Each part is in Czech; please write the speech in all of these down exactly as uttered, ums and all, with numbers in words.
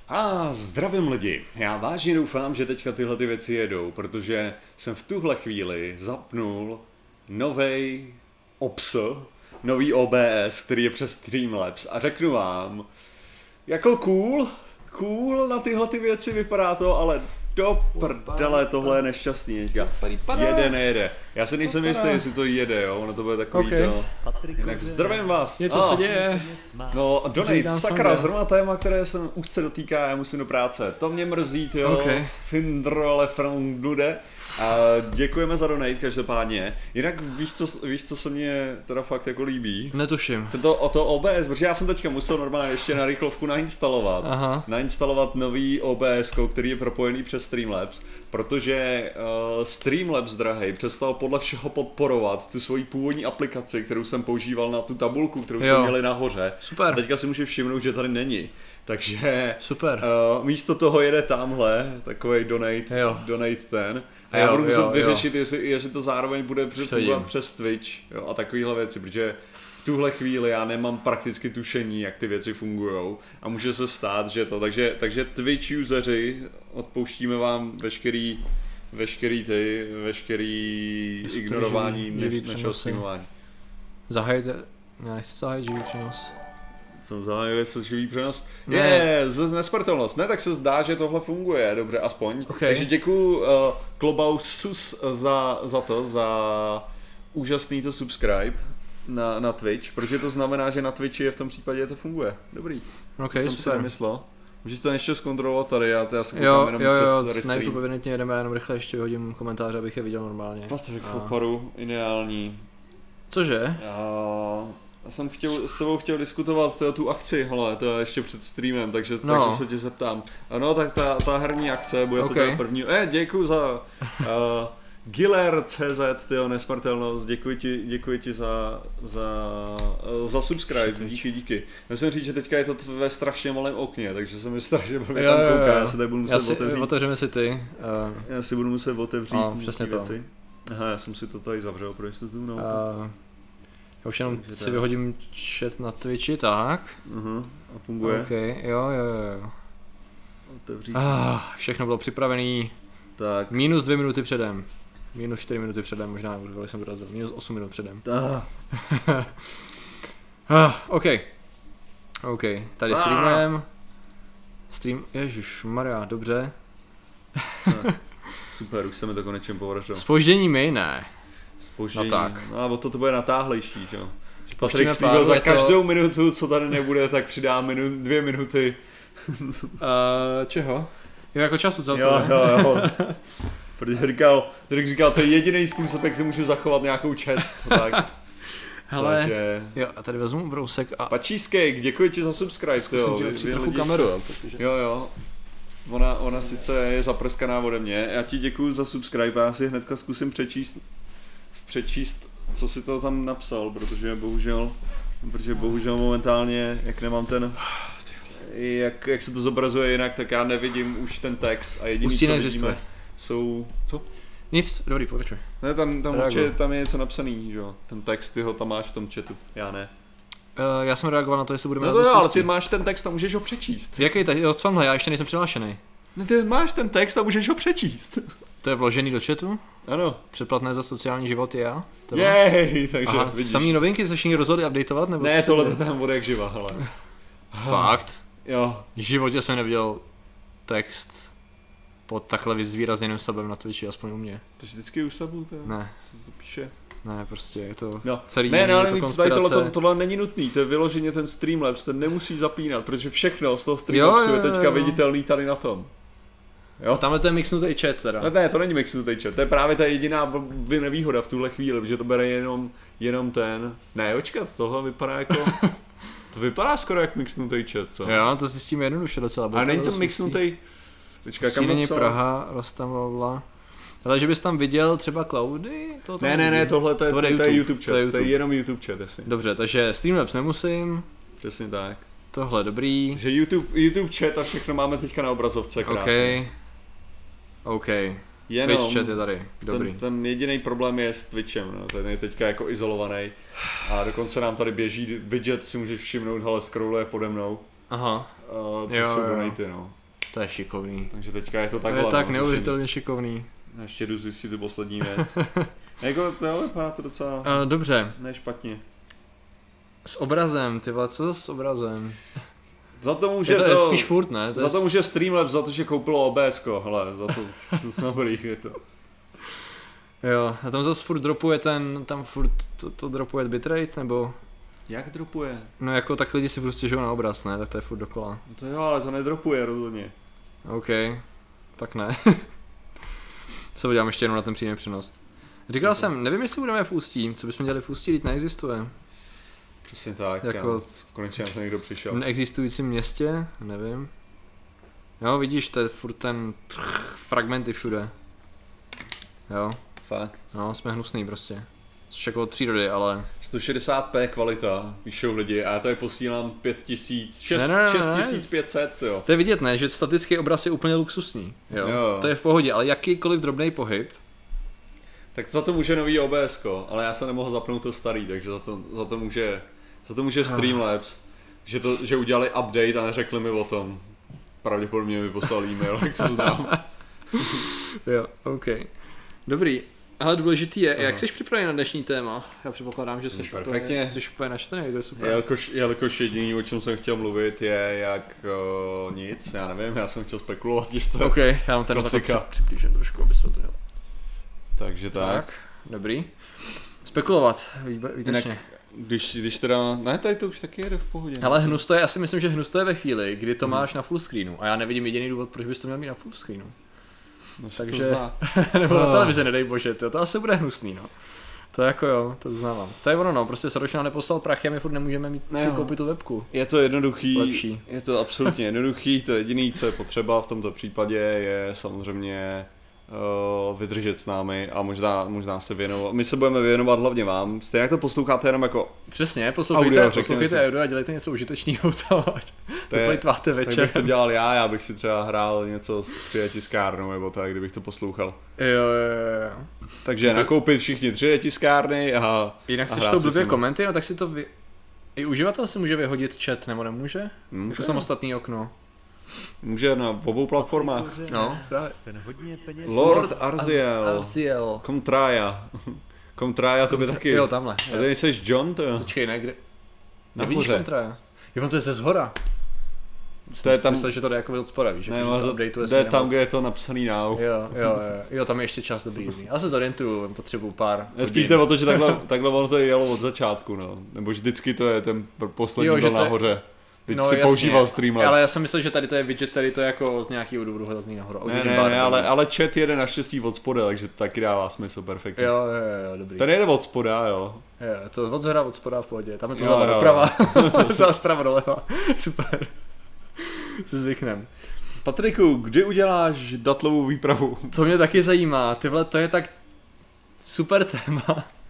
A zdravím lidi, já vážně doufám, že teďka tyhle ty věci jedou, protože jsem v tuhle chvíli zapnul novej O B S, nový O B S, který je přes Streamlabs a řeknu vám, jako cool, cool na tyhle ty věci vypadá to, ale do prdele, tohle je nešťastný teďka. Jede, nejede. Já se nejsem jistý, jestli to jede, jo, ono to bude takový okay. to. Jinak zdravím vás. Něco ah. se děje. No, donate, sakra, zrovna téma, které se úzce dotýká, já musím do práce. To mě mrzí, jo, okay. Findrole Frangnude. A děkujeme za donate každopádně. Jinak víš co, víš, co se mně teda fakt jako líbí? Netuším. Tento, o to O B S, protože já jsem teďka musel normálně ještě na rychlovku nainstalovat. Aha. Nainstalovat nový O B S, který je propojený přes Streamlabs, protože uh, Streamlabs, drahej, přestal podle všeho podporovat tu svoji původní aplikaci, kterou jsem používal na tu tabulku, kterou jsme jo. měli nahoře. Super. A teďka si můžu všimnout, že tady není. Takže super. Uh, místo toho jede tamhle takovej donate, jo. donate ten. A já jo, budu muset jo, vyřešit, jo. Jestli, jestli to zároveň bude fungovat přes Twitch, jo, a takovýhle věci, protože v tuhle chvíli já nemám prakticky tušení, jak ty věci fungujou a může se stát, že to, takže, takže Twitch useři, odpouštíme vám veškerý, veškerý ty, veškerý Jestli ignorování živý, než, našeho streamování. Zahajte, já nechci zahájit živý přenos. Jsem zahajuje se živý přenos. Ne. Je, z nesmrtelnost. Ne, tak se zdá, že tohle funguje, dobře, aspoň. Okay. Takže děkuju uh, Klobausus za, za to, za úžasný to subscribe na, na Twitch, protože to znamená, že na Twitchi je v tom případě to funguje. Dobrý. Okay, to jsem super. si nemyslel. Můžeš to ještě zkontrolovat tady, já to já se jo, jenom jo, přes jo, restream. na YouTube evidentně jedeme, já jenom rychle ještě vyhodím komentáře, abych je viděl normálně. Patrik a... Foparu, ideální. Cože? Já... Já jsem chtěl, s tebou chtěl diskutovat tu, tu akci, hele, to je ještě před streamem, takže, no. takže se tě zeptám. Ano, tak ta, ta herní akce, bude okay. to teda první. Eh, děkuji za uh, Giller tečka cé zet, tyjo, nesmrtelnost, děkuji ti, děkuji ti za, za, uh, za subscribe, díky, díky. Musím říct, že teďka je to ve strašně malém okně, takže se mi strašně blbě tam kouká, já se tady budu muset já si, otevřít. otevřeme si ty. Uh, já si budu muset otevřít a, přesně to. věci. Aha, já jsem si to tady zavřel pro jistotu, no. Uh, Já už jenom si vyhodím chat na Twitchi, tak. Uh-huh. A funguje? Ok, jo, jo, jo. Ah, všechno bylo připravený. Tak. Minus dvě minuty předem. Minus čtyři minuty předem, možná, když jsem dorazil. Minus osm minut předem. ah, ok. Ok, tady ah. streamujem. Stream, ježišmarja, dobře. Super, už se mi to konečně podařilo. Zpoždění mi, ne. Spoždění. No tak. No a o to to bude natáhlejší, že jo. Patrik slíbil za každou to... minutu, co tady nebude, tak přidá minu, dvě minuty. uh, čeho? Jo, jako času celkově. Jo, jo, jo. Protože říkal, říkal, to je jediný způsob, jak si můžu zachovat nějakou čest. Tak. Hele, takže... jo, a tady vezmu brousek a... Pačískejk, děkuji ti za subscribe. Zkusím ti otřít trochu kameru, jo, protože... Jo, jo. Ona, ona sice je zaprskaná ode mě. Já ti děkuji za subscribe, já si hnedka zkusím přečíst přečíst, co si to tam napsal, protože bohužel, protože bohužel momentálně, jak nemám ten, jak, jak se to zobrazuje jinak, tak já nevidím už ten text a jediný, Pustí co vidíme, jsou, co? Nic, dobrý, pokračuj. Ne, tam, tam, určitě, tam je něco napsaný, že jo, ten text, ty ho tam máš v tom chatu, já ne. Uh, já jsem reagoval na to, jestli budeme no na to jo, ale ty máš ten text a můžeš ho přečíst. Jaký tak, jo, tamhle, já ještě nejsem přihlášený. Ne, ty máš ten text a můžeš ho přečíst. To je vložený do chatu? Ano. Předplatné za sociální život je já? Jej, takže Aha, vidíš. Samý novinky se všichni rozhodli updateovat? Nebo ne, tohle to tam bude jak živa, hele. Fakt? Jo. V životě jsem neviděl text pod takhle zvýrazněným subem na Twitchi, aspoň u mě. To vždycky u subu to ne. se píše. Ne, prostě je to no. celý ne, jiný, no, je to konspirace. Tohle, tohle, tohle není nutný, to je vyloženě ten Streamlabs, ten nemusí zapínat, protože všechno z toho Streamlabsu je teďka viditelný tady na tom. Jo? A tamhle to je mixnutý chat teda. No, ne, to není mixnutý chat, to je právě ta jediná nevýhoda v tuhle chvíli, protože to bere jenom, jenom ten... Ne, očkat, tohle vypadá jako... To vypadá skoro jak mixnutý chat, co? Jo, to zjistíme jednoduše docela. Ale není to mixnutý... Počkej, kam napsal? Praha, Rostamovla. Ale že bys tam viděl třeba Cloudy? To ne, ne, ne, tohle to je, to je, YouTube, to je YouTube chat, to je, YouTube. To je jenom YouTube chat, jasně. Dobře, takže Streamlabs nemusím. Přesně tak. Tohle dobrý. Že YouTube, YouTube chat a všechno máme teďka na obrazovce, krásně. OK. OK. Jenom Twitch chat je tady, dobrý. Ten, ten jediný problém je s Twitchem, no. Ten je teďka jako izolovaný. A dokonce nám tady běží widget, si můžeš všimnout, hele, scrolluje pode mnou. Aha. uh, což Jo, jsou jo. donaty, no. To je šikovný. Takže teďka je to To takhle. je tak no, neuvěřitelně šikovný. řešení. Ještě jdu zjistit tu poslední věc. Jako to jo, vypadá to docela Uh, dobře, nešpatně. s obrazem, ty vole, co s obrazem? Za to může Je to, to, je spíš furt, ne? To za je to může Streamlabs, za to, že koupilo O B S ko, hele, za to, dobrý je to. Jo, a tam zase furt dropuje ten, tam furt to, to dropuje bitrate, nebo? Jak dropuje? No jako tak lidi si furt stěžují na obraz, ne? Tak to je furt dokola. No to jo, ale to nedropuje rozhodně. OK, tak ne. Co udělám ještě jenom na ten přímý přenos? Říkal jsem, nevím jestli budeme v Ústí, co bychom dělali v Ústí, teď neexistuje. Přesně tak, Jako- jako... konečně na to někdo přišel. V neexistujícím městě, nevím. Jo, vidíš, to je furt ten trch, fragmenty všude. Jo, Fakt. no, jsme hnusný prostě. Což jako od přírody, ale... sto šedesát p kvalita, píšou lidi, a já tady posílám pět tisíc, Ne, ne, ne, šest ne. tisíc pět set, jo. To je vidět, ne, že statický obraz je úplně luxusní. Jo, Jo. to je v pohodě, ale jakýkoliv drobný pohyb, Tak za to může nový O B S ko, ale já se nemohl zapnout to starý, takže za to, za to může, za to může Streamlabs, že, to, že udělali update a neřekli mi o tom. Pravděpodobně mi poslal e-mail, jak to znám. jo, OK. Dobrý, ale důležitý je, jak jsi připravený na dnešní téma? Já předpokládám, že jsi Hmm, úplně, perfektně. jsi úplně načtený, to je super. Jelikož, jelikož jediný, o čem jsem chtěl mluvit, je jak o, nic, já nevím, já jsem chtěl spekulovat ještě. OK, já mám ten Klasika. takhle přiblížen trošku, aby jsme to dělali. Takže tak. Tak, dobrý. Spekulovat, výba- výtečně. Jinak, když, když teda, ne, tady to už taky jede v pohodě. Ale hnus to je, já si myslím, že hnus to je ve chvíli, kdy to Hmm. máš na full screenu. A já nevidím jediný důvod, proč bys to měl mít na full screenu. No, se takže- to zná. Nebo na Ah. televizi, nedej bože, to, to asi bude hnusný, no. To jako jo, to znám. To je ono, no, prostě Saroš nám neposlal prachy a my furt nemůžeme mít Ne, si jo. koupit tu webku. Je to jednoduchý, Lepší. je to absolutně jednoduchý, to jediné, co je potřeba v tomto případě, je samozřejmě uh, vydržet s námi a možná, možná se věnovat. My se budeme věnovat hlavně vám, stejně jak to posloucháte jenom jako, Přesně, poslouchejte, Audio, řekněme poslouchejte si. audio a dělejte něco užitečného tam, ať To je- vyplejtváte tak večer. bych to dělal já, já bych si třeba hrál něco s tři D tiskárnou nebo tak, kdybych to poslouchal. Jo, jo, jo, jo. Takže nakoupit všichni tři D tiskárny a Jinak a chceš hrát to si blbě s nimi. komenty, no tak si to vy... I uživatel si může vyhodit chat, nebo nemůže? Může. Jako samostatný okno. Může na obou platformách. No, právě. Ten hodně peněz. Lord Arziel, Arziel. Komtraja. Komtraja to by taky. Jo, tamhle. A ty jsi John, to jo? Počkej, ne, kde? Nahoře. Nevidíš kontra? Jo, to je ze zhora. To je tam, Myslel, že to jde jako od spoda, víš? ne, že ale to to updateuje to je směrem tam, od- kde je to napsaný now. Jo, jo, jo, jo, tam je ještě čas, dobrý, dobrý. Já se zorientuju, potřebuju pár Spíš hodin. jde o to, že takhle, takhle ono to jelo od začátku, no. Nebo vždycky to je ten pr- poslední Jo, že byl to je- nahoře. Teď No, si jasně, používal Streamlabs. Ale já jsem myslel, že tady to je widget, tady to je jako z nějakého důvodu hrozný nahoru. Ne, ne, ne, ale, ale chat jede naštěstí od spoda, takže to taky dává smysl perfektně. Jo, jo, jo, dobrý. To nejde od spoda, jo. Jo, to od zhora, od spoda v pohodě. Tam je to Jo, zleva jo. doprava, to je zprava doleva. Super. Si zvyknem. Patriku, kdy uděláš datlovou výpravu? To mě taky zajímá, ty vole, to je tak super téma.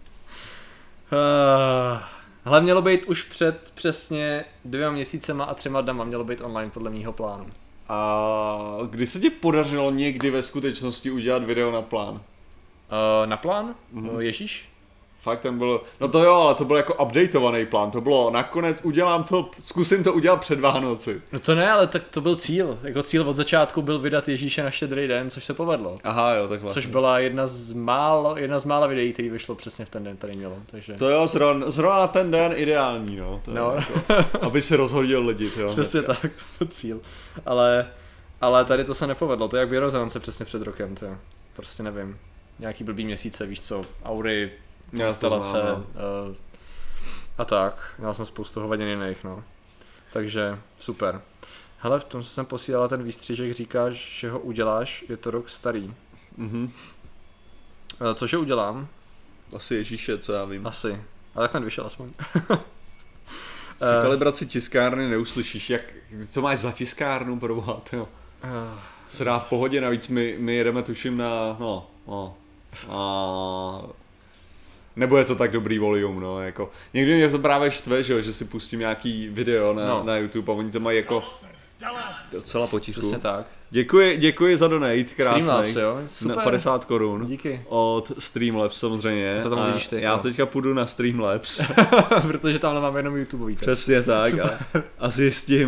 Uh, hele, mělo být už před přesně dvěma měsícema a třema dnama, mělo být online podle mýho plánu. A kdy se ti podařilo někdy ve skutečnosti udělat video na plán? Uh, na plán? Mhm. Uh, Ježíš? Fakt ten byl, no to jo, ale to byl jako updateovaný plán, to bylo nakonec udělám to, zkusím to udělat před Vánoci. No to ne, ale tak to byl cíl. Jako cíl od začátku byl vydat Ježíše na Štědrý den, což se povedlo. Aha jo, takhle. Což byla jedna z málo, jedna z mála videí, který vyšlo přesně v ten den, tady mělo, takže... To jo, zrovna, zrovna na ten den ideální, no. To je No. jako, aby si rozhodil lidi, jo. Přesně tak, to cíl. Ale, ale tady to se nepovedlo, to je jak Běrozance přesně před rokem, to je. Prostě nevím. Nějaký blbý měsíce, víš co, aury, Já to instalace znám, no. uh, a tak. Měl jsem spoustu hovadin jiných, no. Takže super. Hele, v tom jsem posílala ten výstřižek, říkáš, že ho uděláš, je to rok starý. Mhm. Uh, cože udělám? Asi Ježíše, co já vím. Asi. Ale tak ten vyšel aspoň. Při kalibraci tiskárny neuslyšíš, jak, co máš za tiskárnu, proboha, jo. Uh, Se dá v pohodě, navíc my, my jedeme tuším na, no, no, a... Nebude to tak dobrý volume, no, jako, někdy mě to právě štve, že jo, že si pustím nějaký video na, No. na YouTube a oni to mají jako docela potichu. přesně tak. Děkuji, děkuji za donate, krásný, Streamlabs, jo, super. na padesát korun. Díky. Od Streamlabs samozřejmě. To tam A uvidíš ty, já no. teďka půjdu na Streamlabs. Protože tamhle mám jenom YouTubeový. tak. Přesně tak. A, a zjistím,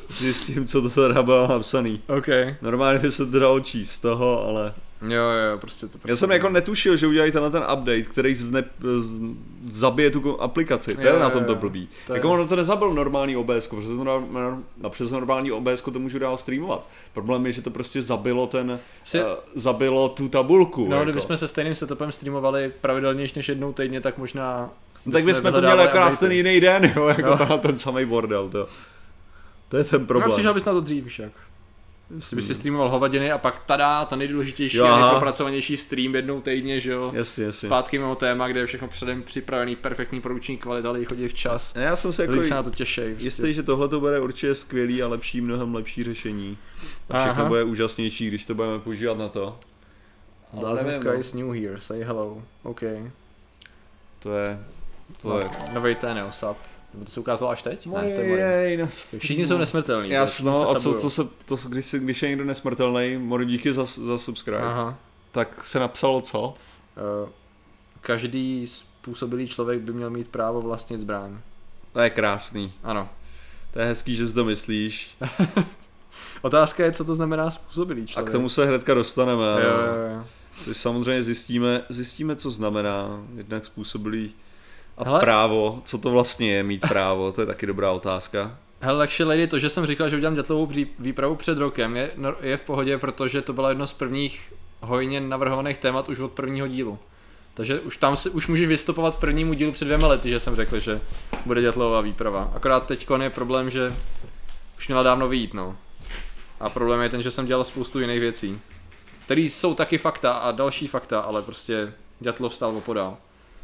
zjistím, co to teda bylo napsaný. OK. Normálně by se to dalo číst z toho, ale... Jo, jo, prostě to prostě... Já jsem jako netušil, že udělají tenhle ten update, který zne, z, zabije tu aplikaci, to jo, je na tom jo, to jo. blbý. To jako je... ono to nezabil normální O B S, protože no, přes normální O B S to můžu dál streamovat. Problém je, že to prostě zabilo ten, Si... uh, zabilo tu tabulku. No, jako. kdybychom se stejným setupem streamovali pravidelnější než jednou týdně, tak možná... No, tak bychom to měli akorát v ten jiný den, jo, jako no. to, ten samý bordel, to. To je ten problém. No, přišel bys na to dřív, však. Kdyby si streamoval hovadiny a pak tada, ta nejdůležitější jo, a nejpropracovanější stream jednou týdně, že jo? Jasně, jasně. Zpátky mimo téma, kde je všechno předem připravený, perfektní produkční kvalita, lidi chodí včas. Já jsem se jako Lidi se na to těšej. Jistý, že tohle to bude určitě skvělý a lepší, mnohem lepší řešení. A všechno Aha. bude úžasnější, když to budeme používat na to. Blázovka is new here, say hello, OK. To je, to je. Novej ten Neosap. Nebo to se ukázalo až teď? Moje, Ne, to je jej, no, všichni jsou nesmrtelní. Jasno, a co, co se, to, když, se, když je někdo nesmrtelný, Moro, díky za, za subscribe, Aha. tak se napsalo co? Uh, každý způsobilý člověk by měl mít právo vlastnit zbraň. To je krásný. Ano. To je hezký, že si to myslíš. Otázka je, co to znamená způsobilý člověk. A k tomu se hnedka dostaneme. Jo, jo, jo. Což samozřejmě zjistíme, zjistíme, co znamená jednak způsobilý a Hele. právo. Co to vlastně je mít právo, to je taky dobrá otázka. Hele, actually, lady, to, že jsem říkal, že udělám dětlovou výpravu před rokem, je, no, je v pohodě, protože to bylo jedno z prvních hojně navrhovaných témat už od prvního dílu. Takže už tam si, už můžeš vystupovat k prvnímu dílu před dvěma lety, že jsem řekl, že bude dětlová výprava. Akorát teďkon je problém, že už měla dávno vyjít, no. A problém je ten, že jsem dělal spoustu jiných věcí, které jsou taky fakta a další fakta, ale prostě Ďatlov stál opodál.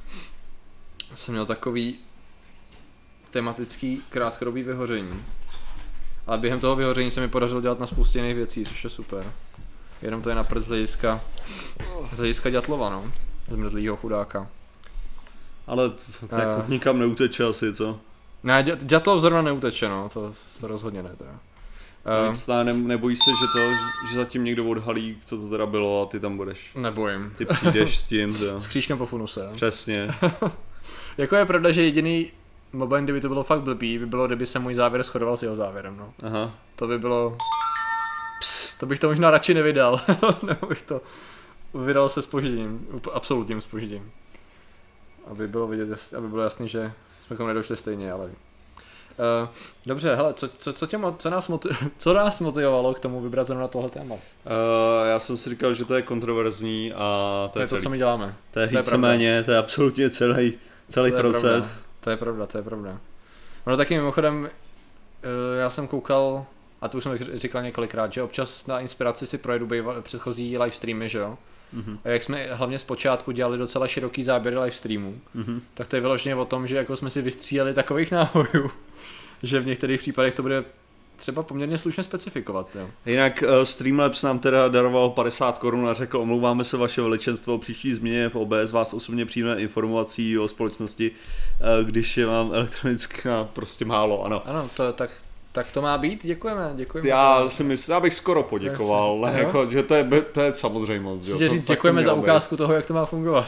Jsem měl takový tematický krátkodobý vyhoření. Ale během toho vyhoření se mi podařilo dělat na spoustě jiných věcí, což je super. Jenom to je na prd z hlediska, z hlediska Ďatlova, no. Zmrzlýho chudáka. Ale jako uh, nikam neuteče asi, co? Ne, Ďatlov zrovna neuteče, no, to, to rozhodně ne teda. Uh, ne, nebojíš se, že to, že zatím někdo odhalí, co to teda bylo a ty tam budeš. Nebojím. Ty přijdeš s tím, to. S křížkem po funuse. Přesně. Jako je pravda, že jediný moment, kdyby to bylo fakt blbý, by bylo, kdyby se můj závěr shodoval s jeho závěrem, no. Aha. To by bylo... Psst, to bych to možná radši nevydal, nebo bych to vydal se zpožděním, absolutním zpožděním. Aby bylo vidět, aby bylo jasný, že jsme k tomu nedošli stejně, ale... Uh, dobře, hele, co, co, co, tě, co, nás motiv- co nás motivovalo k tomu vybrat zrovna tohle téma? Uh, já jsem si říkal, že to je kontroverzní a to, to je je to, celý. co my děláme. To je víceméně, to je absolutně celý, celý to proces. To je pravda, to je pravda. No taky mimochodem, uh, já jsem koukal, a to už jsem říkal několikrát, že občas na inspiraci si projedu býval předchozí livestreamy, že jo? Mm-hmm. A jak jsme hlavně zpočátku dělali docela široký záběry livestreamů, mm-hmm. tak to je vyloženě o tom, že jako jsme si vystříleli takových nábojů, že v některých případech to bude třeba poměrně slušně specifikovat. Jo. Jinak uh, Streamlabs nám teda daroval padesát korun a řekl, omlouváme se vaše veličenstvo, o příští změně v O B S vás osobně přijme informací o společnosti, uh, když je vám elektronická prostě málo, ano. Ano, to tak... Tak to má být, děkujeme, děkujeme. Já si myslím, já bych skoro poděkoval, ne, jako, že to je, to je samozřejmost. Chci říct, děkujeme za ukázku být. toho, jak to má fungovat.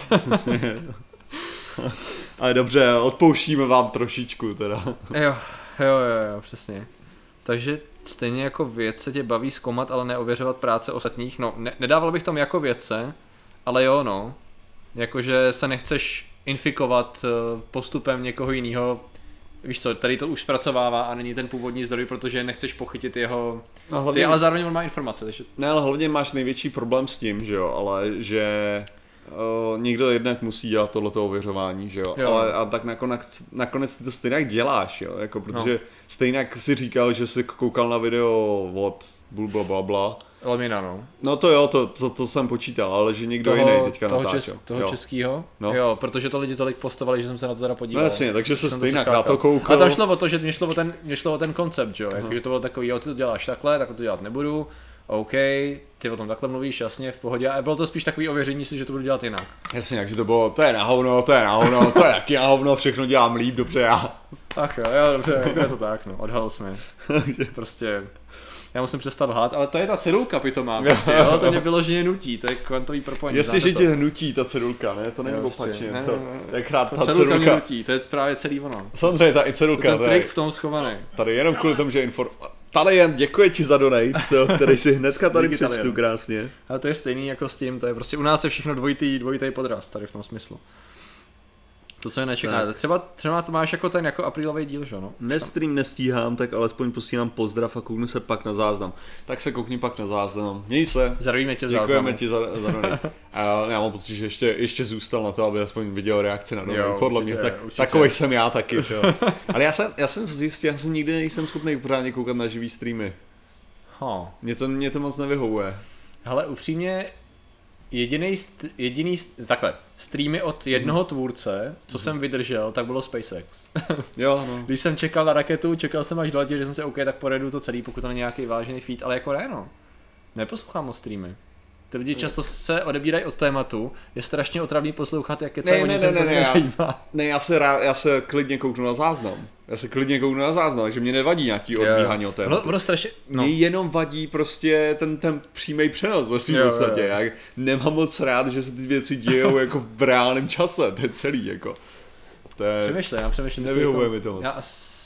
Ale dobře, odpouštíme vám trošičku teda. Jo, jo, jo, jo, přesně. Takže stejně jako vědce tě baví zkoumat, ale neověřovat práce ostatních, no ne, nedával bych tomu jako vědce, ale jo, no. Jakože se nechceš infikovat postupem někoho jiného. Víš co, tady to už zpracovává a není ten původní zdroj, protože nechceš pochytit jeho... No, hlavně... Ty, ale zároveň on má informace. Takže... Ne, ale hlavně máš největší problém s tím, že jo, ale že uh, někdo jednak musí dělat tohleto ověřování, že jo, jo. Ale a tak nakonec, nakonec ty to stejně děláš, jo, jako protože no. Stejně si říkal, že jsi koukal na video od blablabla. Lemina, no. No to jo, to, to, to jsem počítal, ale že někdo toho, jiný teďka toho natáčel. Čes, toho jo. českýho? No. Jo, protože to lidi tolik postovali, že jsem se na to teda podíval. No jasně, takže se stejně na to koukal. A tam šlo o to, že mě šlo o ten, mě šlo o ten koncept, jo, jako, že to bylo takový, jo, ty to děláš takhle, tak to dělat nebudu, OK, ty o tom takhle mluvíš, jasně, v pohodě, a bylo to spíš takový ověření si, že to budu dělat jinak. Jasně, takže to bylo, to je na hovno, to je na hovno, to je taky na hovno, všechno dělám líp, dobře já. Ach jo, jo, dobře, jako je to tak, no, odhalil jsi mě. Prostě... Já musím přestat lhát, ale to je ta cedulka pitomá, prostě, jo, to mě vyloženě nutí, to je kvantový propojení. Jestliže tě hnutí ta cedulka, ne, to není opačně, ne, to, ne, ne, jak rád ta, ta cedulka. cedulka mě nutí, to je právě celý ono. Samozřejmě ta i cedulka, to je ten trik v tom schovaný. Tady jenom kvůli tomu, že inform... Talian, děkuji ti za donate, to, který si hnedka tady Díky, přečtu Talian. krásně. Ale to je stejný jako s tím, to je prostě u nás je všechno dvojitý, dvojitý podraz tady v tom smyslu. To, co je nečeká. Třeba, třeba to máš jako ten jako aprílový díl, že no? Nestream nestíhám, tak alespoň posílám pozdrav a kouknu se pak na záznam. Tak se koukni pak na záznam. Měj se. Zdravíme tě v záznamu. Děkujeme ti za, za donate. A já mám pocit, že ještě, ještě zůstal na to, aby aspoň viděl reakci na donate. Jo, Podle určitě, mě, tak, určitě. takovej jsem já taky. Jo. Ale já jsem, já jsem zjistil, já jsem nikdy nejsem schopný pořádně koukat na živý streamy. Ha. Mě to, mě to moc nevyhovuje. Hele, upřímně, jediný, st- jediný st- takhle, streamy od jednoho tvůrce, co jsem vydržel, tak bylo SpaceX. Jo, no. Když jsem čekal na raketu, čekal jsem až doletět, že jsem si OK, tak pojedu to celý, pokud to není nějaký vážný feed, ale jako ne, no. Neposlouchám o streamy. Ty lidi často se odebírají od tématu, je strašně otravný poslouchat, jak kecají o něčem, co mě nezajímá. Ne, já se, rád, já se klidně kouknu na záznam. Já se klidně kouknu na záznam, takže mě nevadí nějaký odbíhání od tématu. Ono, ono strašně, no. Mě jenom vadí prostě ten, ten přímý přenos ve svým podstatě. Já nemám moc rád, že se ty věci dějou jako v reálném čase, to je celý jako. To je... Přemýšlej, já přemýšlím. Nevyhovuje mi to moc. Já, as...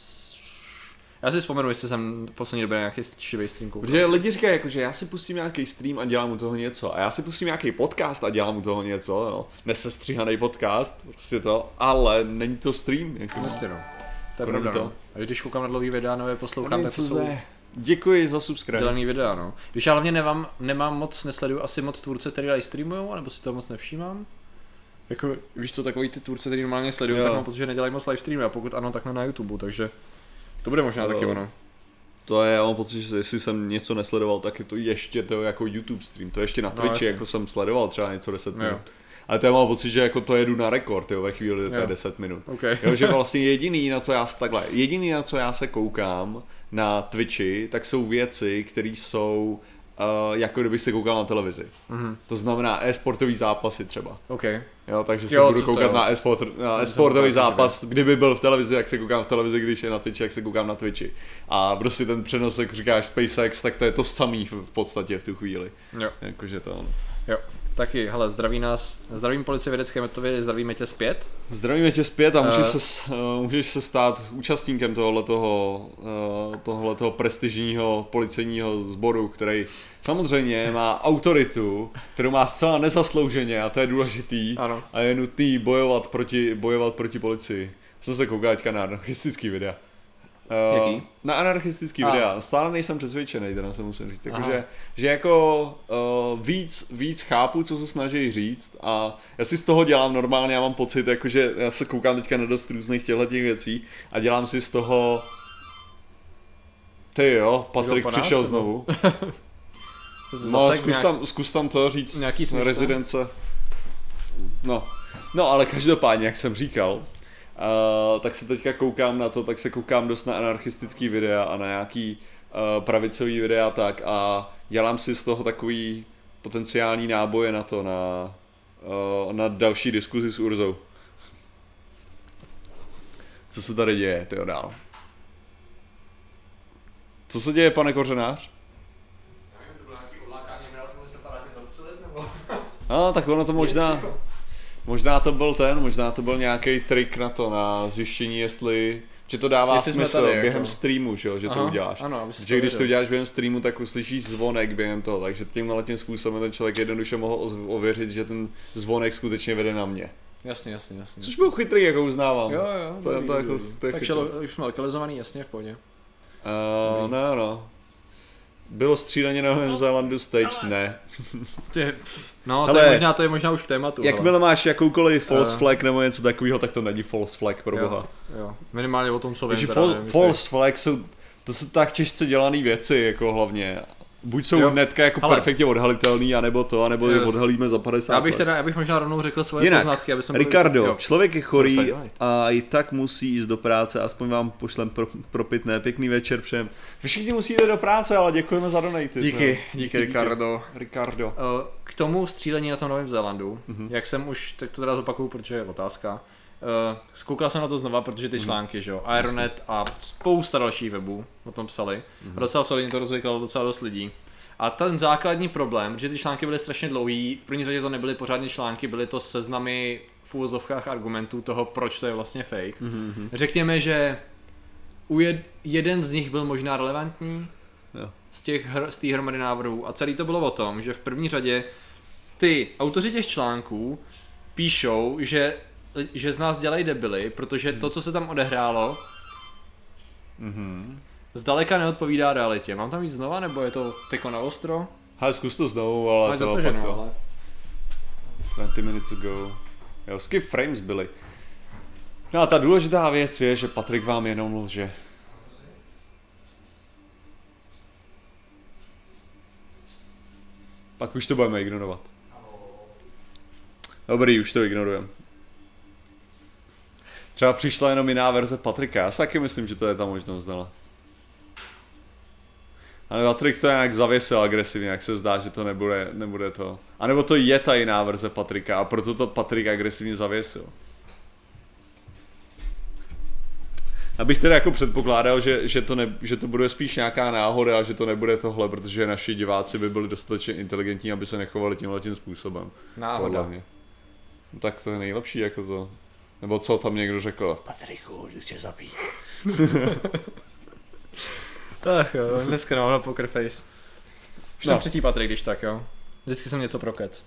já si vzpomenu, jestli jsem poslední době nějaký živý stream koukal. Protože lidi říkají, jako, že já si pustím nějaký stream a dělám u toho něco. A já si pustím nějaký podcast a dělám u toho něco. No. Nesestříhaný podcast, prostě to, ale není to stream. Jako. Prostě no. To je Pro pravda, to. no. A když koukám na dlouhý videa, nové poslouchám, tak to jsou ze... Děkuji za subscribe. dělaný videa, no. Když já hlavně nemám, nemám moc, nesleduju asi moc tvůrce, který live streamujou, anebo si to moc nevšímám. Jako, víš co, takový ty tvůrce, který normálně sledují, tak mám pocit, že nedělají moc live streamy, a pokud ano, tak na YouTube, takže to bude možná no, taky ono. To je, já mám pocit, že jestli jsem něco nesledoval, tak je to ještě to jako YouTube stream, to ještě na Twitchi, no, jako jsem sledoval třeba něco deset minut. Jo. Ale to já mám pocit, že jako to jedu na rekord, jo, ve chvíli, to je deset minut. Okay. Jo, že vlastně jediný, na co já se takhle, jediný, na co já se koukám na Twitchi, tak jsou věci, které jsou uh, jako kdybych se koukal na televizi. Mm-hmm. To znamená e-sportový zápasy třeba. Okay. Jo, takže se jo, budu to, koukat to, na, e-sport, na e-sportový zápas, kdyby byl v televizi, jak se koukám v televizi, když je na Twitchi, jak se koukám na Twitchi. A prostě ten přenos, jak říkáš SpaceX, tak to je to samý v, v podstatě v tu chvíli. Jo. Jakože to ono. Jo. Taky, hele, zdraví nás, zdravím policie vědecké metodě, zdravíme tě zpět. Zdravíme tě zpět a můžeš, uh, se, uh, můžeš se stát účastníkem tohohletoho, uh, tohohletoho prestižního policejního sboru, který samozřejmě má autoritu, kterou má zcela nezaslouženě a to je důležitý. Ano. A je nutný bojovat proti, bojovat proti policii. Jsem se koukal teďka na anarchistický videa. Uh, Jaký? Na anarchistický A. videa. Stále nejsem přesvědčený, teda se musím říct. Takže, že jako uh, víc, víc chápu, co se snaží říct a já si z toho dělám normálně, já mám pocit, jako, že já se koukám teďka na dost různých těchto věcí a dělám si z toho... Ty jo, Patrik přišel nás, znovu. No, zkus, nějak... tam, zkus tam to říct na rezidence. No. no, ale každopádně, jak jsem říkal, Uh, tak se teďka koukám na to, tak se koukám dost na anarchistický videa a na nějaký uh, pravicový videa tak a dělám si z toho takový potenciální náboje na to, na, uh, na další diskuzi s Urzou. Co se tady děje, tyjo, dál? Co se děje, pane Kořenář? Já nevím, to bylo nějaký odlákání, měl jsem se separátně zastřelit, nebo? No, tak ono to možná... Možná to byl ten, možná to byl nějaký trik na to, na zjištění, jestli, že to dává jestli smysl tady, během jako... streamu, že, že Aha, to uděláš. Ano, že když to uděláš během streamu, tak uslyšíš zvonek během toho, takže tímhle tím způsobem ten člověk jednoduše mohl ověřit, že ten zvonek skutečně vede na mě. Jasně, jasně, jasně. Což byl chytrý, jako uznávám. Jo, jo, to, dobrý, to, jako, to je takže už jsme lokalizovaný, jasně, v pohodě. Uh, no, no. Bylo střílení na Novém Zélandu stage? Ale... Ne. Ty, no, to, hele, je možná, to je možná už k tématu. Jakmile máš jakoukoliv false uh, flag nebo něco takového, tak to není false flag, pro boha. Jo, jo. Minimálně o tom, co vím. Fal, false flag jsou, to jsou tak těžce dělané věci, jako hlavně. Buď jsou jo. hnedka jako hele. perfektně odhalitelný, anebo to, anebo je odhalíme za padesát Já bych teda, já bych možná rovnou řekl svoje Jinak, poznatky, aby jsem Ricardo, byl... člověk je chorý a i tak musí jít do práce, aspoň vám pošlem pro, propitné, pěkný večer všem. Vy všichni musíte do práce, ale děkujeme za donaty. Díky, díky, díky Ricardo. Ricardo. K tomu střílení na tom Novém Zélandu, mm-hmm. jak jsem už, tak to teda zopakuju, protože je otázka. Uh, zkoukal jsem na to znova, protože ty články, že jo, Aeronet a spousta dalších webů o tom psali. Mm-hmm. Docela solidně to rozvyklalo docela dost lidí. A ten základní problém, že ty články byly strašně dlouhý, v první řadě to nebyly pořádně články, byly to seznamy v úvozovkách argumentů toho, proč to je vlastně fake. Mm-hmm. Řekněme, že u jed, jeden z nich byl možná relevantní Jo. z těch hr, z té hromady návrhů a celý to bylo o tom, že v první řadě ty autoři těch článků píšou, že, že z nás dělají debily, protože to, co se tam odehrálo, Mhm. zdaleka neodpovídá realitě. Mám tam jít znova, nebo je to tyko na ostro? Hele, zkus to znovu, ale Máš to za to, pak že to. no, ale... dvacet minutes ago. Jo, skip frames byly. No a ta důležitá věc je, že Patrik vám jenom lže. Pak už to budeme ignorovat. Dobrý, už to ignorujeme. Třeba přišla jenom jiná verze Patrika, já si taky myslím, že to je ta možnost, ale... Ale Patrik to nějak zavěsil agresivně, jak se zdá, že to nebude, nebude to. A nebo to je ta jiná verze Patrika a proto to Patrik agresivně zavěsil. Abych teda jako předpokládal, že, že, to ne, že to bude spíš nějaká náhoda a že to nebude tohle, protože naši diváci by byli dostatečně inteligentní, aby se nechovali tímhletím způsobem. Náhoda. No, tak to je nejlepší jako to. Nebo co tam někdo řekl? Patriku, jdu tě zabít. Tak jo, dneska mám na poker face. Už No. jsem třetí Patrik, když tak jo. Vždycky jsem něco prokec.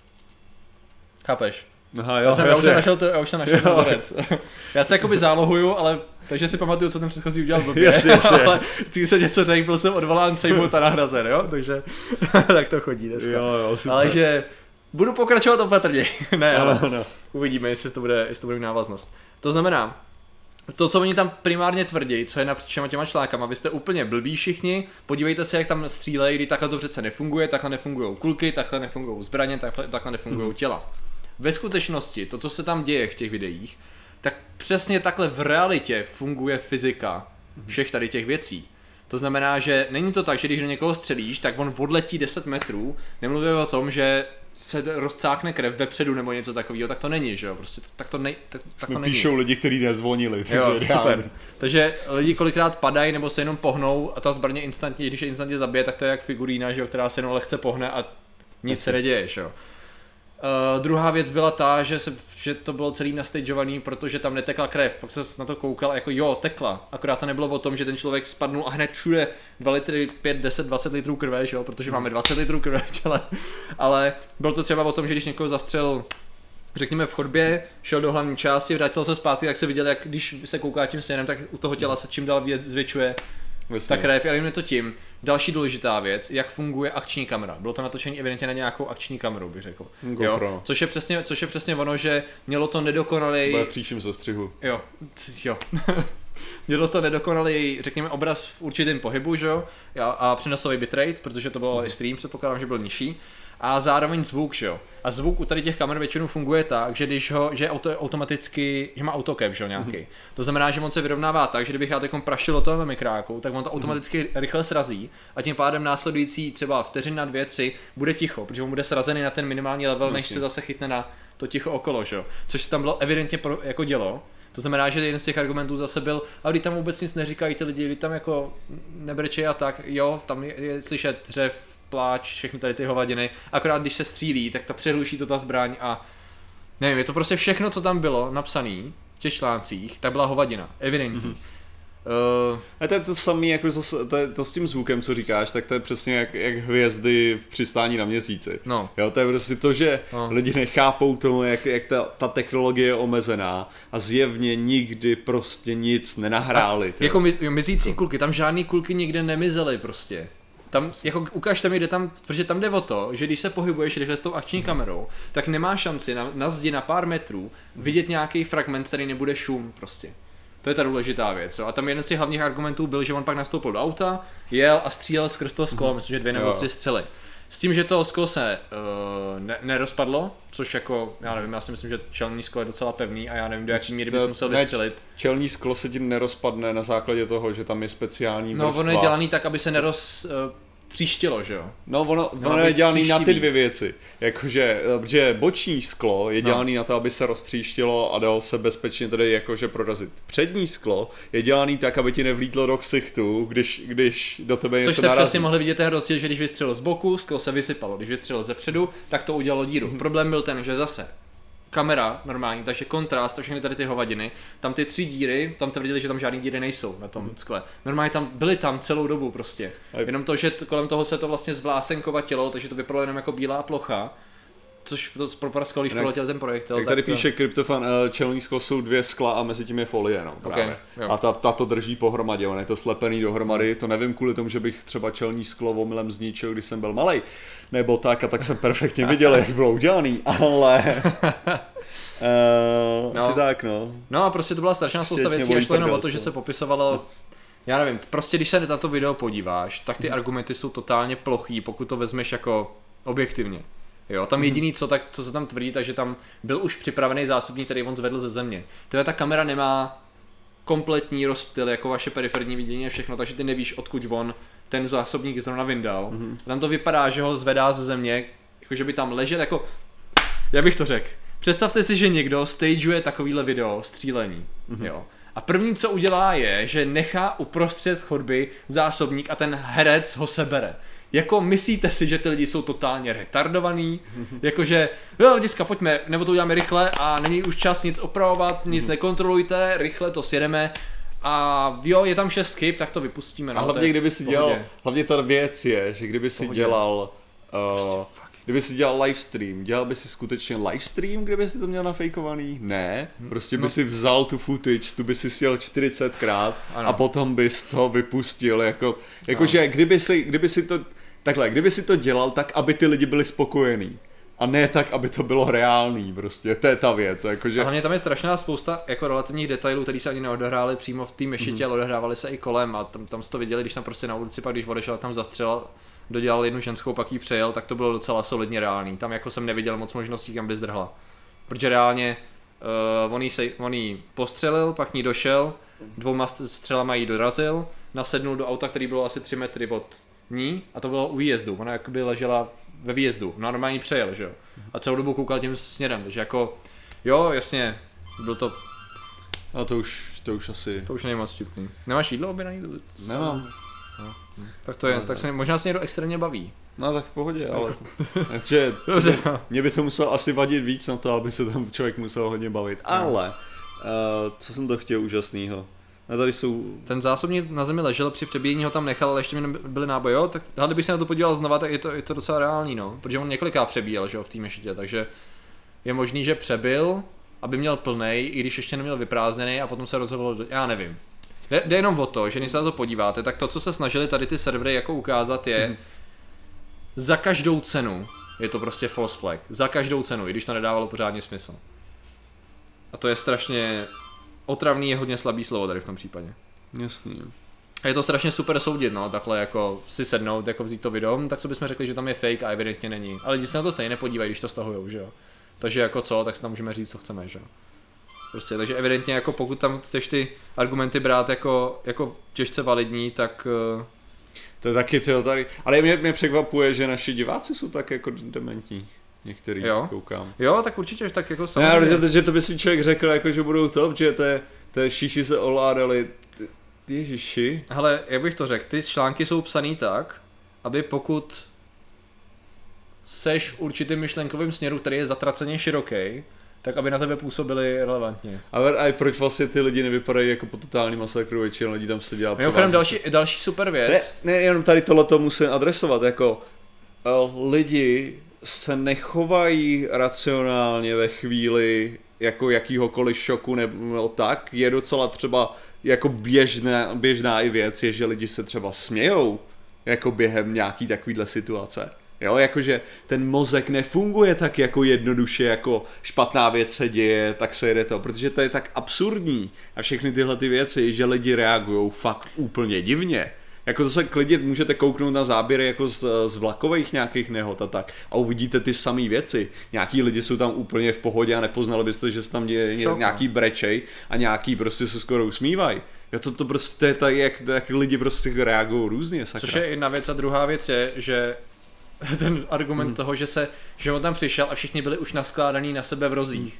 Chápeš? Aha, Já jo, jsem, já už jsem našel to, já už jsem našel Jo. ten vzorec. Já se jakoby zálohuju, ale takže si pamatuju, co ten předchozí udělal blbě. Jasně, jasně. Ale vždycky jsem něco řekl, byl jsem odvolán, sejmout a nahrazen, jo? Takže tak to chodí dneska. Jo, jo, super. Ale že budu pokračovat opatrně. Ne, ale No, no. uvidíme, jestli to bude, jestli to bude návaznost. To znamená, to, co oni tam primárně tvrdí, co je napříč všema těma článkama, vy jste úplně blbí všichni, podívejte se, jak tam střílejí, kdy takhle to přece nefunguje, takhle nefungují kulky, takhle nefungují zbraně, takhle, takhle nefungují Mhm. těla. Ve skutečnosti, to, co se tam děje v těch videích, tak přesně takhle v realitě funguje fyzika všech tady těch věcí. To znamená, že není to tak, že když do někoho střelíš, tak on odletí deset metrů, nemluvím o tom, že se rozcákne krev vepředu nebo něco takového, tak to není, že jo, prostě tak to, nej, tak, tak to Mi není. píšou lidi, kteří nezvonili, takže Jo, ideální. super. Takže lidi kolikrát padají nebo se jenom pohnou a ta zbraň je instantně, když je instantně zabije, tak to je jak figurína, že jo, která se jenom lehce pohne a nic se neděje, že jo. Uh, druhá věc byla ta, že, se, že to bylo celý nastageovaný, protože tam netekla krev. Pak se na to koukal a jako jo, tekla. Akorát to nebylo o tom, že ten člověk spadnul a hned všude dva litry, pět, deset, dvacet litrů krve, že jo, protože máme dvacet litrů krve v těle. Ale bylo to třeba o tom, že když někoho zastřelil, řekněme v chodbě, šel do hlavní části, vrátil se zpátky, tak se viděl, jak když se kouká tím směrem, tak u toho těla se čím dál víc zvětšuje Vlastně. ta krev, ale jim je to tím. Další důležitá věc, jak funguje akční kamera. Bylo to natočené evidentně na nějakou akční kameru, bych řekl. GoPro. Jo? Což je přesně, což je přesně ono, že mělo to nedokonalý. Bude v příštím sestřihu. Jo, jo. Mělo to nedokonalý, řekněme, obraz v určitém pohybu, že jo, a, a přenosový bitrate, protože to bylo i stream, předpokládám, že byl nižší. A zároveň zvuk, že jo. A zvuk u tady těch kamer většinou funguje tak, že když ho, že je auto, automaticky, že má autocap, že jo, nějaký. Mm-hmm. To znamená, že on se vyrovnává tak, že kdybych já takom praštil do toho mikráku, tak on to automaticky mm-hmm. rychle srazí a tím pádem následující třeba vteřina, dvě, tři bude ticho, protože on bude srazený na ten minimální level, než se zase chytne na to ticho okolo, že jo. Což se tam bylo evidentně pro, jako dělo. To znamená, že jeden z těch argumentů zase byl, a když tam vůbec nic neříkají ty lidi, když tam jako nebrečejí a tak, jo, tam je, je slyšet dřev, pláč, všechny tady ty hovadiny, akorát když se střílí, tak to přehluší to ta zbraň a nevím, je to prostě všechno, co tam bylo napsané v těch článcích, tak byla hovadina, evidentní. Mm-hmm. Uh, A to je to samé, jako zase, to, je to s tím zvukem, co říkáš, tak to je přesně jak, jak hvězdy v přistání na měsíci. No. Jo, to je prostě to, že No. lidi nechápou tomu, jak, jak ta, ta technologie je omezená a zjevně nikdy prostě nic nenahráli. jako mi, jo, mizící kulky, tam žádný kulky nikde nemizely prostě. Tam, jako ukažte mi, kde tam, protože tam jde o to, že když se pohybuješ rychle s tou akční kamerou, tak nemá šanci na, na zdi na pár metrů vidět nějaký fragment, který nebude šum prostě. To je ta důležitá věc. Jo? A tam jeden z těch hlavních argumentů byl, že on pak nastoupil do auta, jel a střílel skrz to sklo, myslím, že dvě nebo tři střely. S tím, že to sklo se uh, ne, nerozpadlo, což jako, já nevím, já si myslím, že čelní sklo je docela pevný a já nevím, do jaký míry bys musel vystřelit. Čelní sklo se ti nerozpadne na základě toho, že tam je speciální No, vrstva. ono je dělaný tak, aby se neroz... Uh, tříštilo, že jo? No ono, No, ono je dělaný na ty tříštivý. dvě věci. Jakože, že boční sklo je dělaný no. na to, aby se roztříštilo a dalo se bezpečně tedy jakože prorazit. Přední sklo je dělaný tak, aby ti nevlítlo do ksichtu, když, když do tebe Což něco jste narazí. přesně mohli vidět ten rozdíl, že když vystřelil z boku, sklo se vysypalo, když vystřelil ze předu, tak to udělalo díru. Mhm. Problém byl ten, že zase kamera normální, takže kontrast a všechny tady ty hovadiny, tam ty tři díry, tam tvrdili, že tam žádný díry nejsou na tom skle. Normálně tam byly tam celou dobu prostě. Jenom to, že t- kolem toho se to vlastně zvlásenkovatilo, takže to vypadalo jenom jako bílá plocha. Což to propraskal, když proletěl ten projekt. Jak tady píše Kryptofan, čelní sklo jsou dvě skla a mezi tím je folie, no, právě. Okay, a ta, ta to drží pohromadě, on je to slepený dohromady, to nevím kvůli tomu, že bych třeba čelní sklo omylem zničil, když jsem byl malej, nebo tak, a tak jsem perfektně viděl, jak bylo udělaný, ale... uh, no. Asi tak, no. No a prostě to byla strašná spousta věcí, až to jenom o to, že se popisovalo... Já nevím, prostě když se na to video podíváš, tak ty hmm. argumenty jsou totálně plochý, pokud to vezmeš jako objektivně. Jo, tam jediný, co, tak, co se tam tvrdí, takže tam byl už připravený zásobník, který on zvedl ze země. Teda ta kamera nemá kompletní rozptyl, jako vaše periferní vidění a všechno, takže ty nevíš, odkud on ten zásobník zrovna vyndal. Mm-hmm. Tam to vypadá, že ho zvedá ze země, jako že by tam ležel, jako... Já bych to řekl. Představte si, že někdo stageuje takovýhle video střílení, mm-hmm. jo. A první, co udělá, je, že nechá uprostřed chodby zásobník a ten herec ho sebere. Jako myslíte si, že ty lidi jsou totálně retardovaný? Jakože, jo lidiska, pojďme, nebo to uděláme rychle a není už čas nic opravovat, nic nekontrolujte, rychle to sjedeme a jo, je tam šest chyb, tak to vypustíme. No, a hlavně kdyby si dělal, hlavně ta věc je, že kdyby si dělal, uh, kdyby si dělal livestream, dělal by si skutečně livestream, kdyby si to měl nafejkovaný? Ne, prostě by no. si vzal tu footage, tu by si sjel čtyřicetkrát ano. a potom bys to vypustil, jako, jakože kdyby si, kdyby si to, takhle, kdyby si to dělal tak, aby ty lidi byli spokojení. A ne tak, aby to bylo reálný, prostě, to je ta věc, jakože... A hlavně tam je strašná spousta jako relativních detailů, které se ani neodehrály přímo v té mešitě, mm. ale odehrávaly se i kolem a tam, tam jste to viděli, když tam prostě na ulici, pak když odešel, tam zastřelil, dodělal jednu ženskou, pak jí přejel, tak to bylo docela solidně reálný. Tam jako jsem neviděl moc možností, kam by zdrhla. Protože reálně uh, on, jí se, on jí postřelil, pak ní došel, dvouma střelama jí dorazil, nasednul do auta, který bylo asi tři metry od ní a to bylo u výjezdu. Ona jakoby ležela ve výjezdu, normálně přejel, že jo. A celou dobu koukal tím směrem, takže jako, jo, jasně, byl to... A to už, to už asi... To už není moc vtipný. Nemáš jídlo objednaný? Nemám. No. Tak to je, no, tak se možná se někdo extrémně baví. No tak v pohodě, ale takže mě by to muselo asi vadit víc na to, aby se tam člověk musel hodně bavit, no. Ale uh, co jsem to chtěl úžasnýho. A tady jsou... Ten zásobník na zemi ležel, při přebíjení ho tam nechal, ale ještě mi byly náboje, jo, tak kdybych se na to podíval znova, tak je to, je to docela reálný, no, protože on několikrát přebíjel, že jo, v té mešitě, takže je možný, že přebyl, aby měl plnej, i když ještě neměl vyprázdněný a potom se rozhodl, já nevím. Jde, jde jenom o to, že když se na to podíváte, tak to, co se snažili tady ty servery jako ukázat je, mm. za každou cenu je to prostě false flag, za každou cenu, i když to nedávalo pořádně smysl. A to je strašně... Otravný je hodně slabý slovo tady v tom případě. Jasný. A je to strašně super soudit, no, takhle jako si sednout, jako vzít to video, tak co bychom řekli, že tam je fake a evidentně není. Ale lidi se na to stejně nepodívají, když to stahujou, že jo. Takže jako co, tak si tam můžeme říct, co chceme, že jo. Prostě, takže evidentně jako pokud tam chceš ty argumenty brát jako, jako těžce validní, tak... Uh... To je taky tyho tady, ale mě, mě překvapuje, že naši diváci jsou tak jako dementní. Některý jo. koukám. Jo, tak určitě tak jako samozřejmě. Ne, že, že to by si člověk řekl, jako, že budou top, že to je, to je všichni se ovládali. Ježiši. Hele, jak bych to řekl, ty články jsou psaný tak, aby pokud seš v určitém myšlenkovém směru, který je zatraceně široký, tak aby na tebe působili relevantně. Ale a proč vlastně ty lidi nevypadají jako po totální masakru, většina lidí tam se dělá. Mimochodem další, další super věc. Ne, ne, jenom tady tohleto musím adresovat, jako uh, lidi se nechovají racionálně ve chvíli jako jakýhokoliv šoku nebo tak, je docela třeba jako běžná, běžná i věc, je, že lidi se třeba smějou jako během nějaký takovýhle situace. Jo, jakože ten mozek nefunguje tak jako jednoduše, jako špatná věc se děje, tak se jede to, protože to je tak absurdní a všechny tyhle ty věci, že lidi reagujou fakt úplně divně. Jako to se klidně můžete kouknout na záběry jako z, z vlakových nějakých nehod a tak a uvidíte ty samé věci. Nějaký lidi jsou tam úplně v pohodě a nepoznali byste, že se tam děje nějaký brečej a nějaký prostě se skoro usmívají. Jo, to, to prostě je tak, jak, jak lidi prostě reagují různě, sakra. Což je jedna věc a druhá věc je, že ten argument hmm. toho, že se, že on tam přišel a všichni byli už naskládaný na sebe v rozích.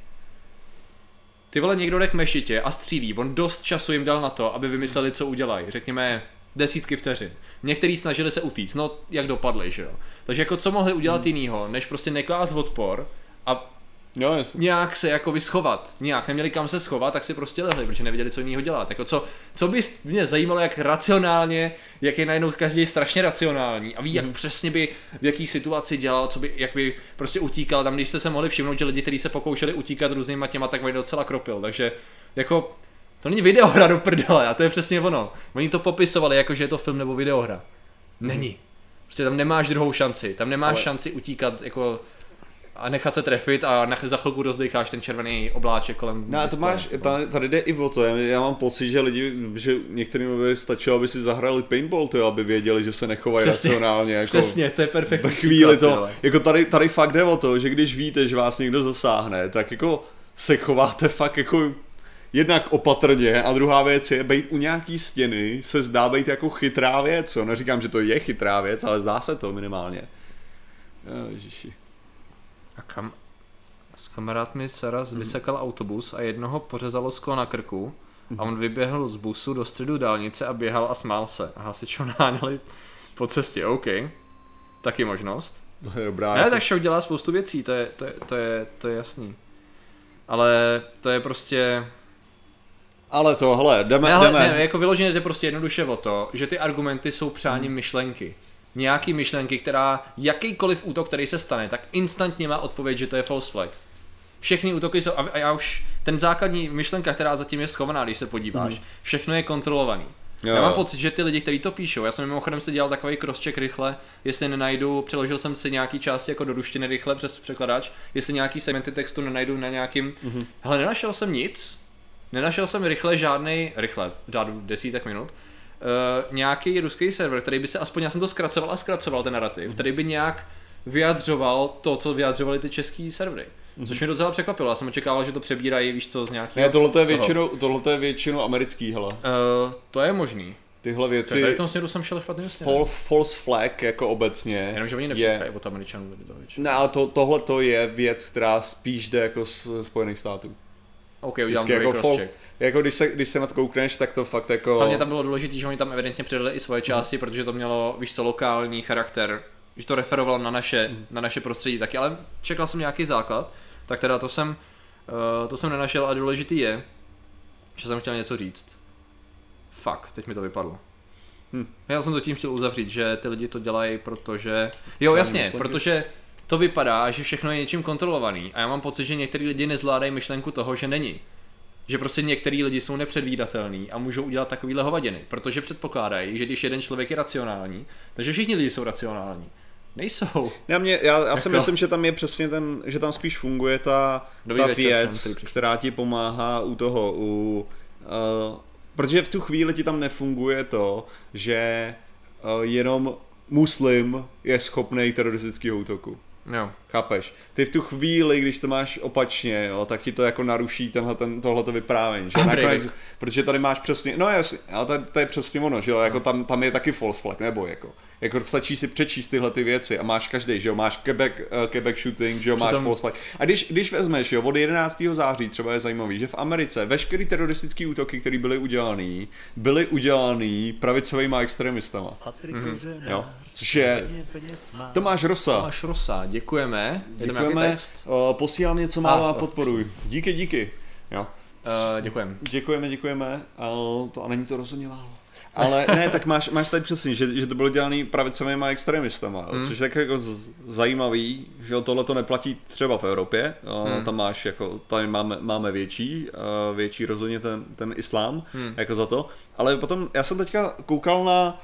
Ty vole, někdo jde k mešitě a střílí, on dost času jim dal na to, aby vymysleli, co udělají. Řekněme desítky vteřin. Někteří snažili se utíct, no jak dopadli, že jo. Takže jako co mohli udělat hmm. jinýho, než prostě neklást odpor a Jo, jasně. Nějak se jakoby schovat, nějak neměli kam se schovat, tak si prostě lehli, protože nevěděli, co jiného dělat. Jako co, co by mě zajímalo, jak racionálně, jak je najednou každý strašně racionální a ví, jak mm. přesně by v jaký situaci dělal, co by, jak by prostě utíkal. Tam, když jste se mohli všimnout, že lidi, kteří se pokoušeli utíkat různýma těma, tak mají docela kropil, takže jako to není videohra do prdele a to je přesně ono. Oni to popisovali jako, že je to film nebo videohra. Není. Prostě tam nemáš druhou šanci, tam nemáš Ale... šanci utíkat jako a nechat se trefit a na, za chvilku rozdecháš ten červený obláček kolem. No a to máš, tady, tady jde i o to, já mám pocit, že lidi, že některým by stačilo, aby si zahrali paintball, to, aby věděli, že se nechovají racionálně. Jako přesně, to je perfektní. Ve chvíli to, jako tady, tady fakt jde o to, že když víte, že vás někdo zasáhne, tak jako se chováte fakt jako jednak opatrně a druhá věc je, být u nějaký stěny se zdá být jako chytrá věc, co? Neříkám, že to je chytrá věc, ale zdá se to minimálně. Ježiši. A kam... S kamarádmi Saras vysekal hmm. autobus a jednoho pořezalo sklo na krku a on vyběhl z busu do středu dálnice a běhal a smál se. A hasičů naháněli po cestě, OK. Taky možnost. To je dobrá. Ne, jako... tak šok dělá spoustu věcí, to je, to, je, to, je, to je jasný. Ale to je prostě... Ale tohle, jdeme, ne, ale, jdeme. Ne, jako vyloženě jde prostě jednoduše o to, že ty argumenty jsou přáním hmm. myšlenky. Nějaký myšlenky, která jakýkoliv útok, který se stane, tak instantně má odpověď, že to je false flag. Všechny útoky jsou, a já už, ten základní myšlenka, která zatím je schovaná, když se podíváš, mm. všechno je kontrolovaný. Jo. Já mám pocit, že ty lidi, kteří to píšou, já jsem mimochodem si dělal takový crosscheck rychle, jestli nenajdu, přeložil jsem si nějaký části jako do ruštiny rychle přes překladač, jestli nějaký segmenty textu nenajdu na nějakým, mm. hele, nenašel jsem nic, nenašel jsem rychle žádnej, rychle, řádu desítek minut, Uh, nějaký ruský server, který by se aspoň, já jsem to zkracoval a zkracoval ten narrativ, který by nějak vyjadřoval to, co vyjadřovali ty český servery. Mm-hmm. Což mě docela překvapilo, já jsem očekával, že to přebírají, víš co, z nějakého... Ne, tohle je většinou, tohle je většinou americký, hele. Uh, to je možný. Tyhle věci... Tady v tom směru jsem šel špatným směrem. Fal, false flag, jako obecně. Jenomže oni nepřepadají od Američanů. Ne, ale to, tohle to je věc, která spíš jde jako z Spojených států. OK, udělám druhý jako crosscheck. Jako když se, když se na to koukneš, tak to fakt jako... Hlavně tam bylo důležité, že oni tam evidentně přidali i svoje části, mm. protože to mělo, víš co, lokální charakter, že to referovalo na naše, mm. na naše prostředí taky, ale čekal jsem nějaký základ, tak teda to jsem, uh, to jsem nenašel a důležitý je, že jsem chtěl něco říct. Fuck, teď mi to vypadlo. Mm. Já jsem to tím chtěl uzavřít, že ty lidi to dělají, protože... Jo, jasně, protože to vypadá, že všechno je něčím kontrolovaný a já mám pocit, že některý lidi nezvládají myšlenku toho, že není. Že prostě některý lidi jsou nepředvídatelní a můžou udělat takovýhle hovadiny, protože předpokládají, že když jeden člověk je racionální, takže všichni lidi jsou racionální. Nejsou. Já, mě, já, já si jako... myslím, že tam je přesně ten, že tam spíš funguje ta, ta věc, která ti pomáhá u toho, u, uh, protože v tu chvíli ti tam nefunguje to, že uh, jenom muslim je schopný teroristického útoku. Jo. Chápeš? Ty v tu chvíli, když to máš opačně, jo, tak ti to jako naruší tenhle, ten, tohleto vyprávění, že? Nakonec, protože tady máš přesně, no jasně, ale to, to je přesně ono, že jo, jako tam, tam je taky false flag, nebo jako, jako stačí si přečíst tyhle ty věci a máš každý, že jo, máš Quebec, uh, Quebec shooting, že jo, máš Přitom... false flag. A když, když vezmeš, jo, od jedenáctého září třeba je zajímavý, že v Americe veškerý teroristický útoky, které byly udělaný, byly udělaný pravicovými extremistama. Mm-hmm. Jo, což je Tomáš Rosa. Tomáš Rosa, děkujeme. Děkujeme, uh, posílám něco málo a podporuj. Díky, díky. Jo. Uh, děkujeme. Děkujeme, děkujeme, ale to, a není to rozhodně málo. Ale ne, tak máš, máš tady přesně, že, že to bylo dělané pravicovými extremistama, mm. což je tak jako z, zajímavý, že tohle to neplatí třeba v Evropě, mm. tam máš jako, tady máme, máme větší, uh, větší rozhodně ten, ten islám, mm. jako za to, ale potom já jsem teďka koukal na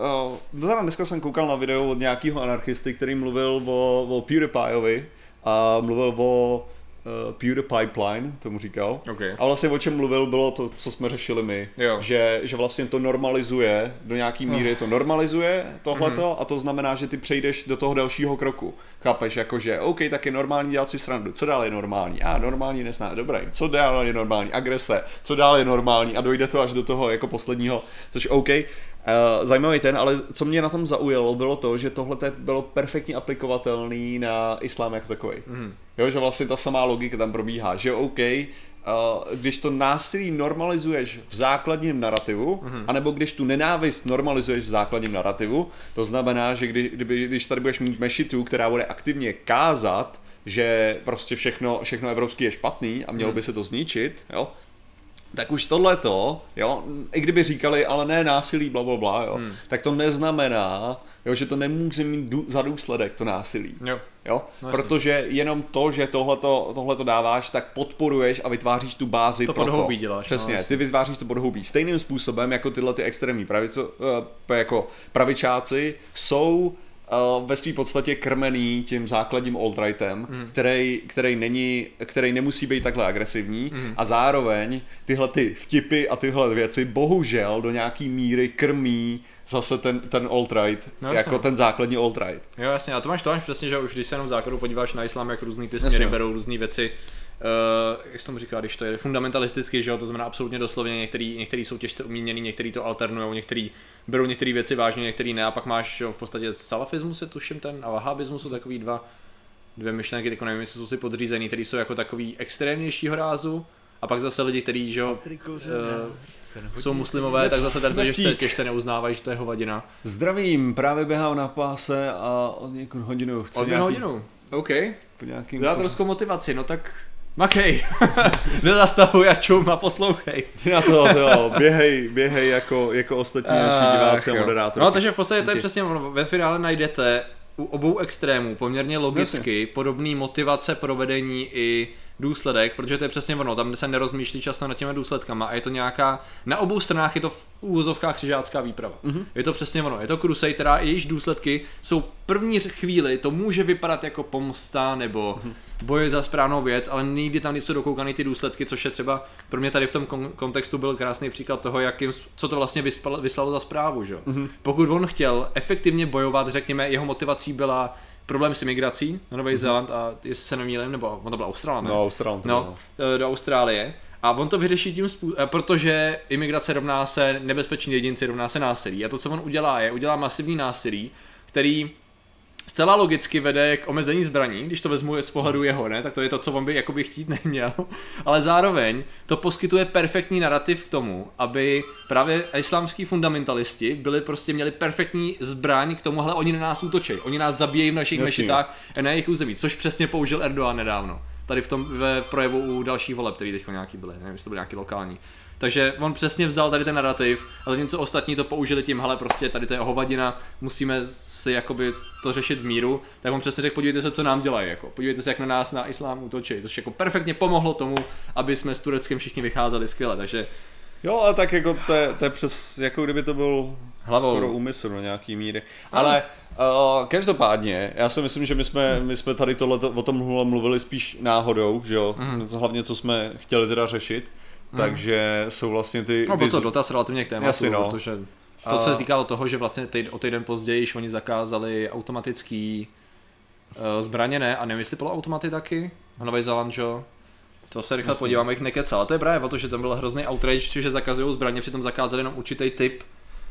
Uh, dneska jsem koukal na video od nějakého anarchisty, který mluvil o, o PewDiePieovi a mluvil o uh, PewDiePie Pipeline, tomu říkal. Okay. A vlastně o čem mluvil bylo to, co jsme řešili my, že, že vlastně to normalizuje, do nějaký míry to normalizuje tohleto mm-hmm. a to znamená, že ty přejdeš do toho dalšího kroku. Chápeš, jakože OK, tak je normální dělat si srandu, co dál je normální? A normální nesná, dobrý, co dál je normální? Agrese, co dál je normální? A dojde to až do toho jako posledního, což OK. Uh, zajímavý ten, ale co mě na tom zaujalo, bylo to, že tohle bylo perfektně aplikovatelný na islám jako takový. Mm. Jo, že vlastně ta samá logika tam probíhá, že OK, uh, když to násilí normalizuješ v základním narrativu, mm. anebo když tu nenávist normalizuješ v základním narrativu, to znamená, že kdy, kdyby, když tady budeš mít mešitu, která bude aktivně kázat že prostě všechno, všechno evropský je špatný a mělo by se to zničit, jo, tak už tohleto, jo, i kdyby říkali, ale ne násilí, blablabla, bla, bla, jo, hmm. tak to neznamená, jo, že to nemůže mít dů, za důsledek to násilí. Jo. Jo? No, protože jenom to, že tohleto, tohleto dáváš, tak podporuješ a vytváříš tu bázi to pro to. podhoubí děláš. Přesně, no, ty vytváříš to podhoubí. Stejným způsobem jako tyhle ty extrémní pravico, jako pravičáci jsou Uh, ve své podstatě krmený tím základním alt-rightem, mm. který, který, není, který nemusí být takhle agresivní mm. a zároveň tyhle ty vtipy a tyhle věci bohužel do nějaký míry krmí zase ten, ten alt-right, no, jako ten základní alt-right. Jo, jasně, a to máš, to máš přesně, že už když se jenom v základu podíváš na islám, jak různý ty směry berou různý věci, Uh, jak jsem říkal, když to je fundamentalisticky, že jo, to znamená absolutně doslovně, některý, některý jsou těžce umíněný, některý to alternujou, některý berou některé věci vážně, některý ne, a pak máš jo, v podstatě salafismus, je tuším ten, a wahabismus jsou takový dva, dvě myšlenky, tak nevím, jestli jsou si podřízený, který jsou jako takový extrémnějšího rázu, a pak zase lidi, kteří, že jo, uh, jsou muslimové, tak zase tady to těžce, těžce neuznávají, že to je hovadina. Zdravím, právě běhám na páse a od nějakou hodinu chci Od nějaký... hodinu, OK. Nějakým Dá trošku motivaci, no tak... Makej, nezastavuj a čum a poslouchej. Na to, to, běhej, běhej jako, jako ostatní naši diváci a moderátory. No, takže v podstatě to je přesně, ve finále najdete u obou extrémů poměrně logicky Jasně. podobný motivace, provedení i důsledek, protože to je přesně ono, tam se nerozmýšlí často nad těmi důsledkama a je to nějaká, na obou stranách je to v úvozovkách křižácká výprava. Mm-hmm. Je to přesně ono, je to crusade, která jejíž důsledky jsou první chvíli, to může vypadat jako pomsta nebo mm-hmm. boj za správnou věc, ale nikdy tam nejsou dokoukaný ty důsledky, což je třeba pro mě tady v tom kon- kontextu byl krásný příklad toho, jakým, co to vlastně vyspalo, vyslalo za zprávu. Že? Mm-hmm. Pokud on chtěl efektivně bojovat, řekněme, jeho motivací byla problém s imigrací na Nový mm-hmm. Zéland a jestli se nemýlím, nebo on to byl Austrál, ne? No, Austrál, no, do Austrálie. A on to vyřeší tím způsobem, protože imigrace rovná se nebezpeční jedinci, rovná se násilí. A to, co on udělá, je, udělá masivní násilí, který zcela logicky vede k omezení zbraní, když to vezmu z pohledu jeho, ne? Tak to je to, co on by jakoby chtít neměl. Ale zároveň to poskytuje perfektní narrativ k tomu, aby právě islámský fundamentalisti byli prostě měli perfektní zbraň k tomu, hele, oni na nás útočí, oni nás zabíjejí v našich mešitách a na jejich území, což přesně použil Erdogan nedávno. Tady v tom ve projevu u dalších voleb, který teď nějaký byly, nevím, jestli to byly nějaký lokální. Takže on přesně vzal tady ten narrativ a zatímco ostatní to použili tím, hele, prostě tady to je hovadina, musíme si jakoby to řešit v míru, tak on přesně řekl, podívejte se, co nám dělají, jako. Podívejte se, jak na nás na islám útočí, což jako perfektně pomohlo tomu, aby jsme s Tureckem všichni vycházeli skvěle, takže... Jo, ale tak jako to je, to je přes, jako kdyby to byl hlavou. Skoro úmysl do nějaký míry, ale uh, každopádně, já si myslím, že my jsme, my jsme tady tohleto, o tom mluvili spíš náhodou, že jo, mm. hlavně co jsme chtěli teda řešit. Hmm. Takže jsou vlastně ty... No byl ty... to dotaz relativně k tématu, Jasně, no. protože to a... se týkalo toho, že vlastně týd, o týden později oni zakázali automatický uh, zbraně, ne? A nevím, jestli poloautomaty taky? Nový Zéland, že? To se rychle podívám, jak nekecal. Ale to je právě o to, že tam byl hrozný outrage, že zakazují zbraně, přitom zakázali jenom určitý typ.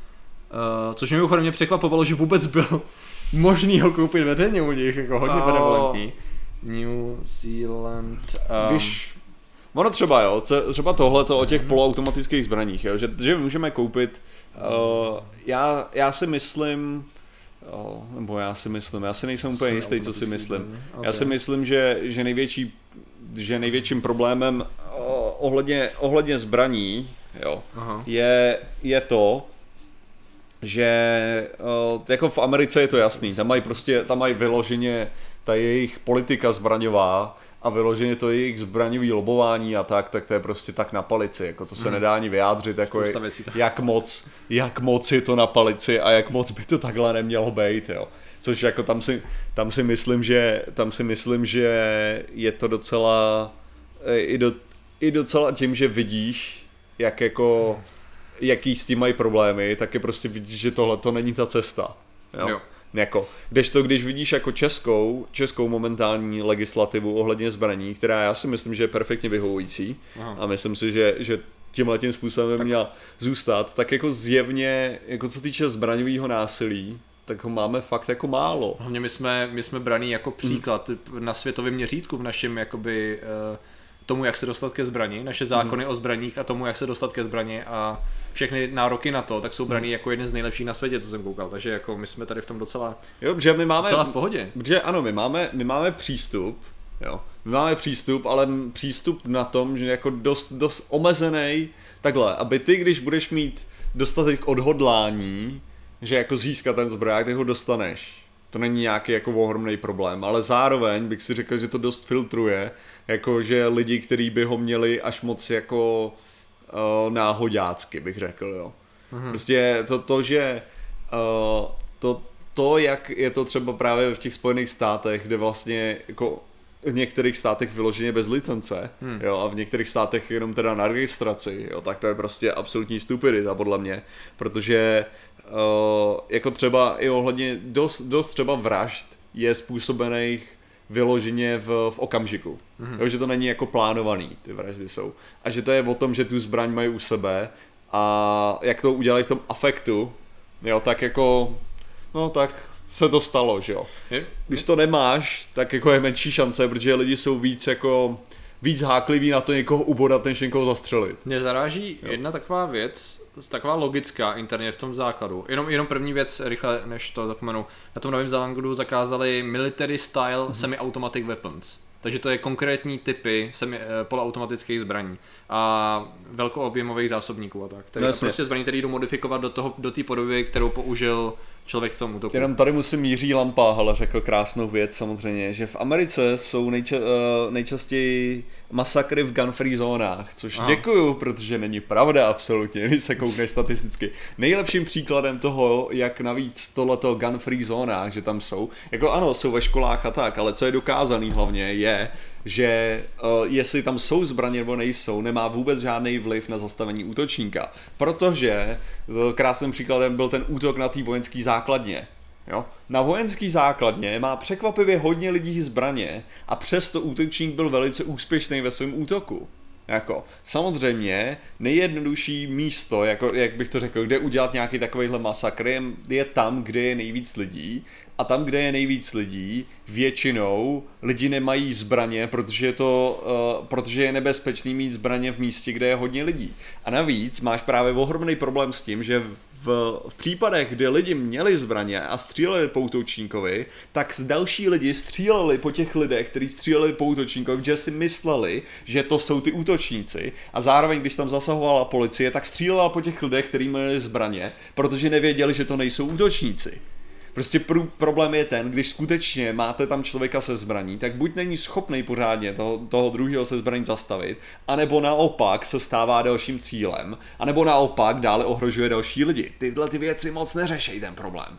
Uh, což mě mimochodem mě překvapovalo, že vůbec byl možný ho koupit veřejně u nich, jako hodně benevolentní. New Zealand... Um... Když... Ono třeba jo, třeba tohleto o těch poloautomatických zbraních, jo, že, že můžeme koupit, uh, já, já si myslím, oh, nebo já si myslím, já si nejsem úplně jistý, co si myslím. Okay. Já si myslím, že, že, největší, že největším problémem uh, ohledně, ohledně zbraní jo, je, je to, že uh, jako v Americe je to jasný, tam mají prostě, tam mají vyloženě ta jejich politika zbraňová, a vyloženě to jejich zbraňový lobování a tak, tak to je prostě tak na palici, jako to se mm. nedá ani vyjádřit, jako je, jak moc, jak moc je to na palici a jak moc by to takhle nemělo být, jo. Což jako tam si, tam si myslím, že, tam si myslím, že je to docela, i, do, i docela tím, že vidíš, jak jako, jaký s tím mají problémy, tak je prostě vidíš, že tohle to není ta cesta, jo. jo. Jako, kdežto když vidíš jako českou, českou momentální legislativu ohledně zbraní, která já si myslím, že je perfektně vyhovující Aha. a myslím si, že, že tímhletím způsobem tak. měla zůstat, tak jako zjevně, jako co týče zbraňového násilí, tak ho máme fakt jako málo. Hlavně my jsme, my jsme braní jako příklad mm. na světovém měřítku v našem jakoby uh, tomu, jak se dostat ke zbrani, naše zákony mm. o zbraních a tomu, jak se dostat ke zbrani a všechny nároky na to, tak jsou braný jako jeden z nejlepších na světě, co jsem koukal, takže jako my jsme tady v tom docela, jo, že my máme, docela v pohodě. Protože ano, my máme, my máme přístup Jo. My máme přístup, ale přístup na tom, že jako dost, dost omezený, takhle, aby ty, když budeš mít dostatek odhodlání, že jako získat ten zbraň, tak ho dostaneš. To není nějaký jako ohromný problém, ale zároveň bych si řekl, že to dost filtruje, jako že lidi, kteří by ho měli až moc jako uh, náhoďácky, bych řekl, jo. Mhm. Prostě to, to že uh, to, to, jak je to třeba právě v těch Spojených státech, kde vlastně jako v některých státech vyloženě bez licence, hmm. jo, a v některých státech jenom teda na registraci, jo, tak to je prostě absolutní stupidita podle mě, protože uh, jako třeba i ohledně dost, dost třeba vražd je způsobených vyloženě v, v okamžiku, hmm. jo, že to není jako plánovaný, ty vraždy jsou, a že to je o tom, že tu zbraň mají u sebe a jak to udělají v tom afektu, jo, tak jako, no tak se to stalo, že jo. Když to nemáš, tak jako je menší šance, protože lidi jsou víc jako víc hákliví na to někoho ubodat, než někoho zastřelit. Mě zaráží jo. jedna taková věc, taková logická interně v tom základu. Jenom, jenom první věc, rychle než to zapomenu. Na tom Novém Zélandu zakázali military style mm-hmm. semi-automatic weapons. Takže to je konkrétní typy semi, poloautomatických zbraní a velkoobjemových zásobníků a tak. Takže no, prostě zbraní, které jdou modifikovat do toho, do té podoby, kterou použil člověk v tom útoku. Jenom tady musím míří lampa, ale řekl krásnou věc samozřejmě, že v Americe jsou nejča- nejčastěji masakry v gun-free zónách, což Aha. děkuju, protože není pravda absolutně, když se koukneš statisticky. Nejlepším příkladem toho, jak navíc tohleto gun-free zónách, že tam jsou, jako ano, jsou ve školách a tak, ale co je dokázaný hlavně je, že uh, jestli tam jsou zbraně nebo nejsou, nemá vůbec žádný vliv na zastavení útočníka. Protože uh, krásným příkladem byl ten útok na té vojenské základně. Jo? Na vojenské základně má překvapivě hodně lidí zbraně a přesto útočník byl velice úspěšný ve svém útoku. Jako, samozřejmě nejjednodušší místo, jako, jak bych to řekl, kde udělat nějaký takovýhle masakr, je, je tam, kde je nejvíc lidí, a tam, kde je nejvíc lidí, většinou lidi nemají zbraně, protože je, to, uh, protože je nebezpečný mít zbraně v místě, kde je hodně lidí. A navíc máš právě ohromný problém s tím, že v, v případech, kdy lidi měli zbraně a stříleli po útočníkovi, tak další lidi stříleli po těch lidech, kteří stříleli po útočníkovi, že si mysleli, že to jsou ty útočníci, a zároveň, když tam zasahovala policie, tak střílela po těch lidech, kteří měli zbraně, protože nevěděli, že to nejsou útočníci. Prostě pr- problém je ten, když skutečně máte tam člověka se zbraní, tak buď není schopný pořádně toho, toho druhého se zbraní zastavit, anebo naopak se stává dalším cílem, anebo naopak dále ohrožuje další lidi. Tyhle ty věci moc neřešejí ten problém.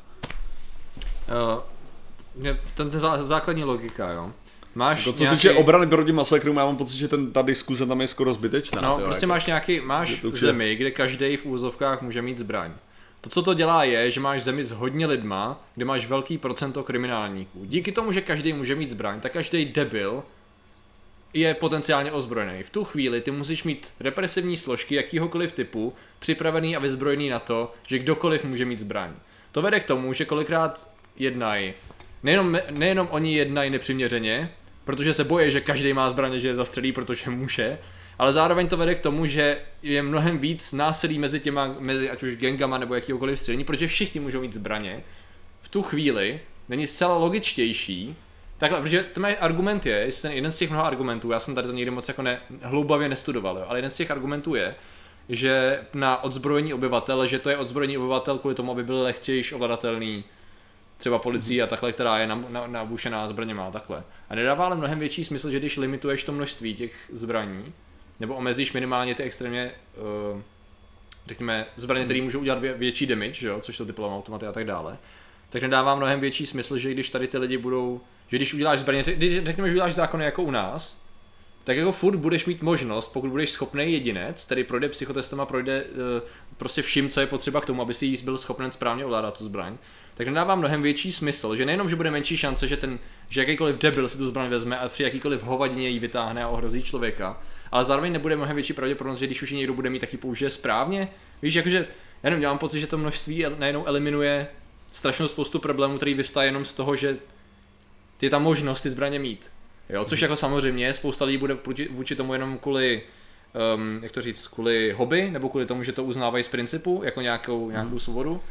Uh, ten, ten zá, základní logika, jo. Máš to, co nějaký... týče obrany proti masakru, já mám pocit, že ten, ta diskuze tam je skoro zbytečná. No, tyjo, prostě jako, máš nějaký, máš zemi, kde každý v úzovkách může mít zbraň. To, co to dělá, je, že máš zemi s hodně lidma, kde máš velký procento kriminálníků. Díky tomu, že každý může mít zbraň, tak každý debil je potenciálně ozbrojený. V tu chvíli ty musíš mít represivní složky jakýhokoliv typu připravený a vyzbrojený na to, že kdokoliv může mít zbraň. To vede k tomu, že kolikrát jednají, nejenom, nejenom oni jednají nepřiměřeně, protože se bojí, že každý má zbraně, že je zastřelí, protože může, ale zároveň to vede k tomu, že je mnohem víc násilí mezi těma, mezi ať už gangama nebo jakýkoliv střelení, protože všichni můžou mít zbraně. V tu chvíli není zcela logičtější, takhle, protože ten argument je, ten jeden z těch mnoha argumentů, já jsem tady to nikdy moc jako ne, hloubavě nestudoval, jo, ale jeden z těch argumentů je, že na odzbrojení obyvatel, že to je odzbrojení obyvatel kvůli tomu, aby byl lehčejší ovladatelný třeba policií a takhle, která je nabušená zbraněma a takhle. A nedává ale mnohem větší smysl, že když limituješ to množství těch zbraní, nebo omezíš minimálně ty extrémně, uh, řekněme, zbraně, které můžou udělat vě- větší damage, že jo, což to ty poloautomaty a tak dále, tak nedává mnohem větší smysl, že když tady ty lidi budou, že když uděláš zbraně, když řekněme, že uděláš zákony jako u nás, tak jako furt budeš mít možnost, pokud budeš schopný jedinec, který projde psychotestama, projde uh, prostě vším, co je potřeba k tomu, aby si byl schopen správně ovládat tu zbraň, tak nedává mnohem větší smysl, že nejenom, že bude menší šance, že ten, že jakýkoliv debil si tu zbraň vezme a při jakýkoliv hovadině ji vytáhne a ohrozí člověka, ale zároveň nebude mnohem větší pravděpodobnost, že když už ji někdo bude mít, tak ji použije správně. Víš, jakože, já nevím, já mám pocit, že to množství najednou eliminuje strašnou spoustu problémů, který vyvstá jenom z toho, že je tam možnost ty zbraně mít. Jo, což jako samozřejmě spousta lidí bude vůči tomu jenom kvůli, um, jak to říct, kvůli hobby, nebo kvůli tomu, že to uznávají z principu, jako nějakou, nějakou svobodu.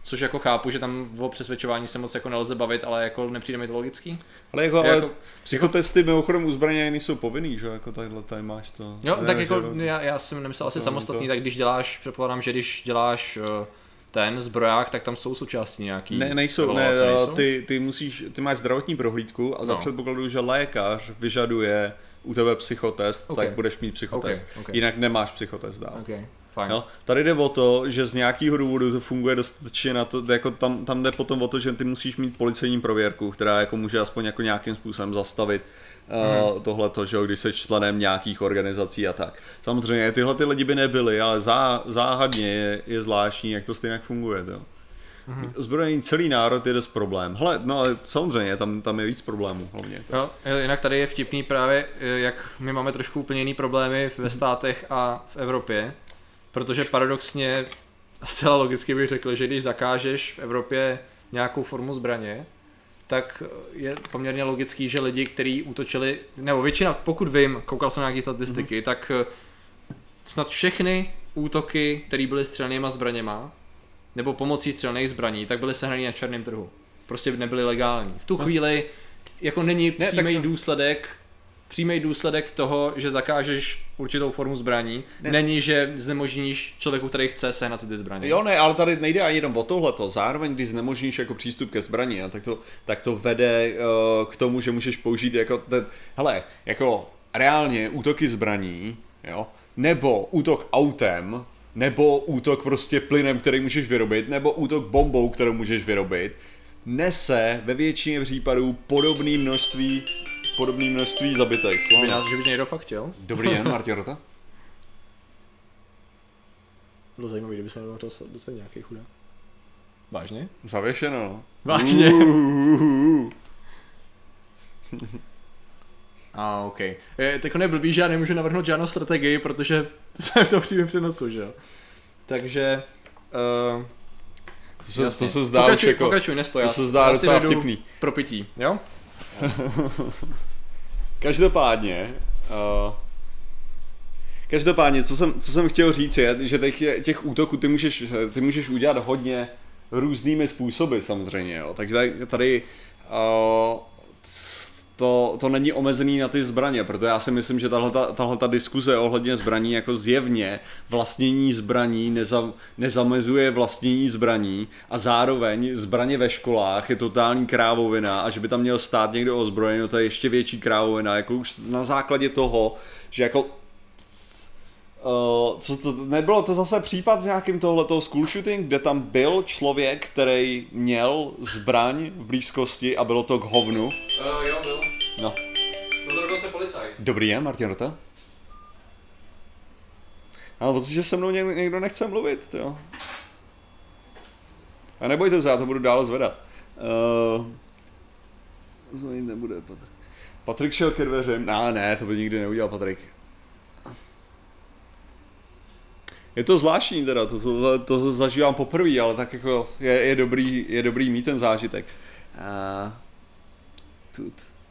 Což jako chápu, že tam o přesvědčování se moc jako nelze bavit, ale jako nepřijde mi to logický. Ale jako, ale jako psychotesty mimochodem u zbraně nejsou povinný, že jako takhle tady máš to. Jo, ne, tak jako že, já, já jsem nemyslel asi to, samostatný, to. tak když děláš, předpokládám, že když děláš uh, ten zbroják, tak tam jsou součástí nějaký. Ne, nejsou, ne, nejsou? Ty, ty musíš, ty máš zdravotní prohlídku a za no. předpokladu, že lékař vyžaduje u tebe psychotest, okay. tak budeš mít psychotest. Okay, okay. Jinak nemáš psychotest dál. Okay, fajn. No, tady jde o to, že z nějakého důvodu to funguje dostatečně na to, jako tam, tam jde potom o to, že ty musíš mít policejní prověrku, která jako může aspoň jako nějakým způsobem zastavit uh, hmm. tohleto, že když jsi členem nějakých organizací a tak. Samozřejmě tyhle ty lidi by nebyly, ale zá, záhadně je, je zvláštní, jak to stejně funguje. To. Mm-hmm. Zbrojený celý národ je dost problém. Hele, no ale samozřejmě, tam, tam je víc problémů hlavně. Jo, jinak tady je vtipný právě, jak my máme trošku úplně jiný problémy ve státech a v Evropě, protože paradoxně, zcela logicky bych řekl, že když zakážeš v Evropě nějakou formu zbraně, tak je poměrně logický, že lidi, kteří útočili, nebo většina, pokud vím, koukal jsem na nějaké statistiky, mm-hmm. tak snad všechny útoky, které byly střelnýma zbraněma, nebo pomocí střelných zbraní, tak byly sehraný na černém trhu. Prostě nebyly legální. V tu chvíli jako není přímý důsledek, přímý důsledek toho, že zakážeš určitou formu zbraní, ne. není, že znemožníš člověku, který chce sehnat si ty zbraně. Jo, ne, ale tady nejde ani jenom o tohleto. Zároveň, když znemožníš jako přístup ke zbraní, tak to, tak to vede uh, k tomu, že můžeš použít jako ten, hele, jako reálně útoky zbraní, jo, nebo útok autem, nebo útok prostě plynem, který můžeš vyrobit, nebo útok bombou, kterou můžeš vyrobit, nese ve většině případů podobné množství, podobné množství zabitek. Že by, nás, že by někdo fakt chtěl? Dobrý den, Martin Rota. Bylo zajímavé, kdyby se nemohl dostat nějaký chudá. Vážně? Zavěšeno. Vážně? A ah, ok. Teď neblbý, že já nemůžu navrhnout žádnou strategii, protože jsme v tom přímém přenosu, že jo. Takže... Uh, to, se, to se zdá pokračuj, jako, pokračuj, nestoj, to se zdá docela vtipný. Pro pití, jo? Každopádně... Uh, každopádně, co jsem, co jsem chtěl říct je, že těch, těch útoků ty můžeš, ty můžeš udělat hodně různými způsoby samozřejmě, jo. Takže tady... tady uh, To, to není omezený na ty zbraně, protože já si myslím, že tahle ta diskuze ohledně zbraní jako zjevně vlastnění zbraní neza, nezamezuje vlastnění zbraní a zároveň zbraně ve školách je totální krávovina a že by tam měl stát někdo ozbrojený, no to je ještě větší krávovina, jako už na základě toho, že jako Uh, co to, nebylo to zase případ v nějakém tohleto school shooting, kde tam byl člověk, který měl zbraň v blízkosti a bylo to k hovnu? Uh, jo, byl. No. Byl to dokonce policajt. Dobrý den, Martin Rota. Ale protože se mnou někdo, někdo nechce mluvit, jo. A nebojte se, já to budu dál zvedat. Uh, Zvonit nebude Patrik. Patrik šel ke dveřím. No, ne, to by nikdy neudělal Patrik. Je to zvláštní teda, to, to, to zažívám poprvé, ale tak jako je, je, dobrý, je dobrý mít ten zážitek. Uh, tut.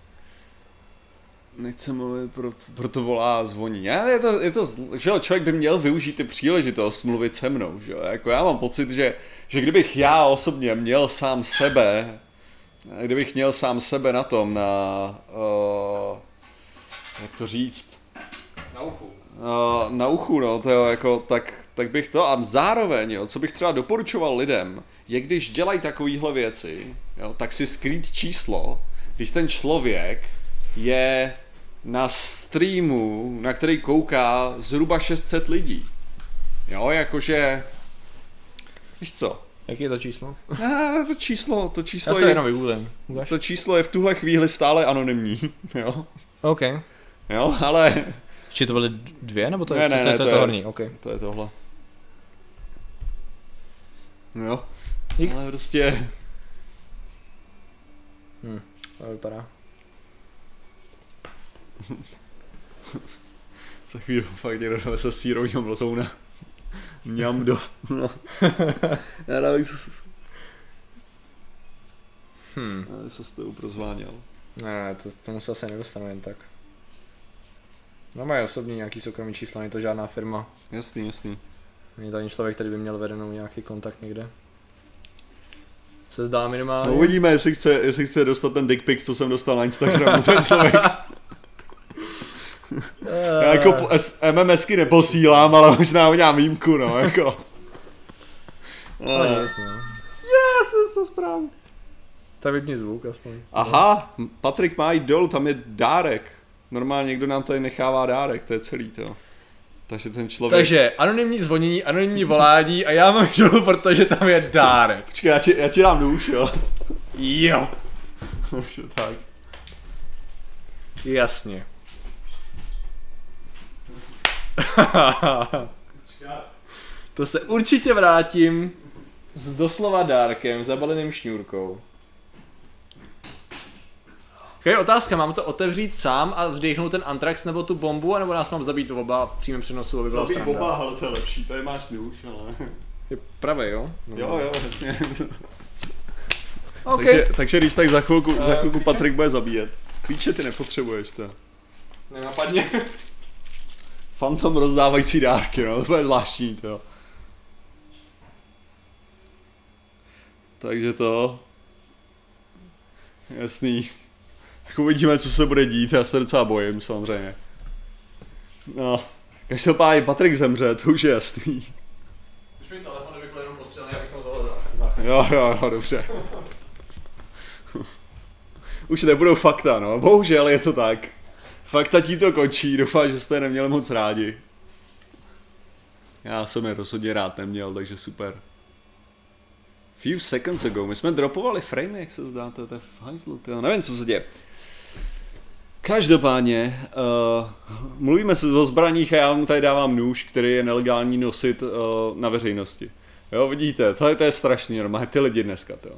Nechce mluvit, proto, proto volá a zvoní. Já, je to, je to, že člověk by měl využít ty příležitost mluvit se mnou, že? Jako já mám pocit, že, že kdybych já osobně měl sám sebe, kdybych měl sám sebe na tom, na, uh, jak to říct? Na uchu. Uh, na uchu, no, to jo, jako, tak, tak bych to, a zároveň, jo, co bych třeba doporučoval lidem, je když dělají takovýhle věci, jo, tak si skrýt číslo, když ten člověk je na streamu, na který kouká zhruba šest set lidí. Jo, jakože, víš co? Jaký je to číslo? A, to číslo, to číslo Já se je, jenom vygooglím. to číslo je v tuhle chvíli stále anonymní, jo. OK. Jo, ale... Či to byly dvě, nebo to, ne, ne, to, to, ne, to, to, to je je to horní? OK. To je tohle. Jo. Dík. Ale prostě... Hm, to vypadá. Za chvíli fakt někdo dovese sírovýho mlozouna. Mňam do... No. Já dávám se... Hm. Já se s tou prozváněl. Ne, to, tomu se asi nedostanu jen tak. No mají osobní nějaký soukromý čísla, není to žádná firma. Jasný, jasný. Není to ani člověk, který by měl vedenou nějaký kontakt někde. se zdá minimálně. No uvidíme, jestli chce, jestli chce dostat ten dick pic, co jsem dostal na Instagramu, ten člověk. Já jako MMSky neposílám, ale možná udělám výjimku, no, jako. No nic, no. Yes, to správně. Tak vypni zvuk aspoň. Aha, Patrik má jít dolů, tam je dárek. Normálně někdo nám tady nechává dárek, to je celý to. Takže ten člověk... Takže anonymní zvonění, anonymní volání a já mám dolů, protože tam je dárek. Počkej, já ti, já ti dám nůž, jo. Jo. Tak. Jasně. To se určitě vrátím s doslova dárkem, zabaleným šňůrkou. Okay, otázka, mám to otevřít sám a vdechnout ten antrax nebo tu bombu, anebo nás mám zabít oba v přímém přenosu, aby byla zabít oba, ale to je lepší, tady máš nůž, ale... Je pravý, jo? No, jo, jo, jasně. Okay. takže, takže když tak za chvilku, za chvilku uh, Patrik bude zabíjet. Klíče ty nepotřebuješ, to. Nenapadně. Fantom rozdávající dárky, no, to bude zvláštní, to. Takže to... Jasný. Tak uvidíme, co se bude dít, já se docela bojím, samozřejmě. No, každopádně Patrik zemře, to už je jasný. Už mi telefon nevypl jenom postřelný, abych se ho zahodil. Jo, jo, jo, dobře. Už nebudou fakta, no, bohužel je to tak. Fakta ti to končí, doufám, že jste je neměli moc rádi. Já jsem je rozhodně rád neměl, takže super. Few seconds ago, my jsme dropovali frame, jak se zdá, to je v hajzlu, nevím, co se děje. Každopádně, uh, mluvíme se o zbraních a já mu tady dávám nůž, který je nelegální nosit uh, na veřejnosti. Jo, vidíte, to je, to je strašný, normálně ty lidi dneska, to.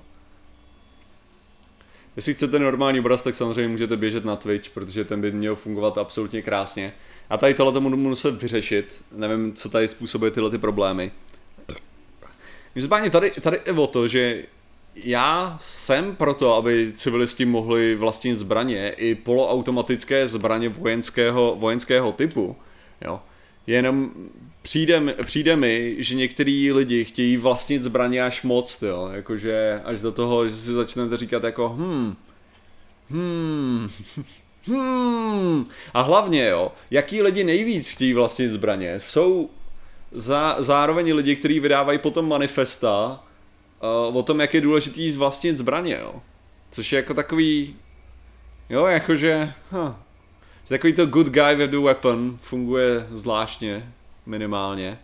Jestli chcete normální obraz, tak samozřejmě můžete běžet na Twitch, protože ten by měl fungovat absolutně krásně. A tady tohle tomu muset vyřešit, nevím, co tady způsobuje tyhle ty problémy. Nicméně tady, tady je o to, že já jsem proto, aby civilisti mohli vlastnit zbraně, i poloautomatické zbraně vojenského, vojenského typu, jo. Jenom přijde, přijde mi, že některý lidi chtějí vlastnit zbraně až moc, jo, jakože až do toho, že si začnete říkat jako hm, hm, hm, a hlavně jo, jaký lidi nejvíc chtějí vlastnit zbraně, jsou Zá, zároveň lidi, kteří vydávají potom manifesta uh, o tom, jak je důležitý vlastnit zbraně, jo. Což je jako takový, jo, jakože, huh, takový to good guy with the weapon funguje zvláštně, minimálně.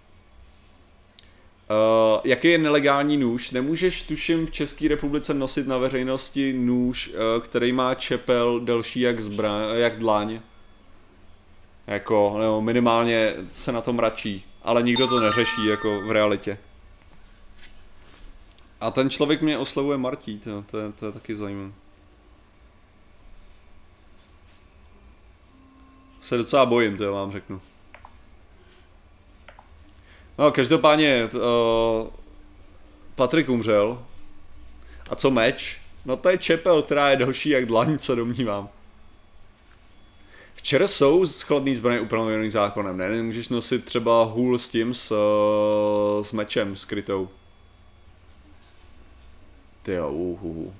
Uh, jaký je nelegální nůž? Nemůžeš, tuším, v České republice nosit na veřejnosti nůž, uh, který má čepel delší jak, zbra, jak dlaň. Jako, nebo minimálně se na tom mračí. Ale nikdo to neřeší jako v realitě. A ten člověk mě oslavuje Martí, to, to, je, to je taky zajímavé. Se docela bojím, to vám řeknu. No, každopádně, uh, Patrik umřel. A co meč? No to je čepel, která je delší jak dlaň, co domnívám. Včera jsou chladný zbraně upravovaný zákonem, ne? Nemůžeš nosit třeba hůl s tím, s, s mečem skrytou. Tyjo, uhuhu.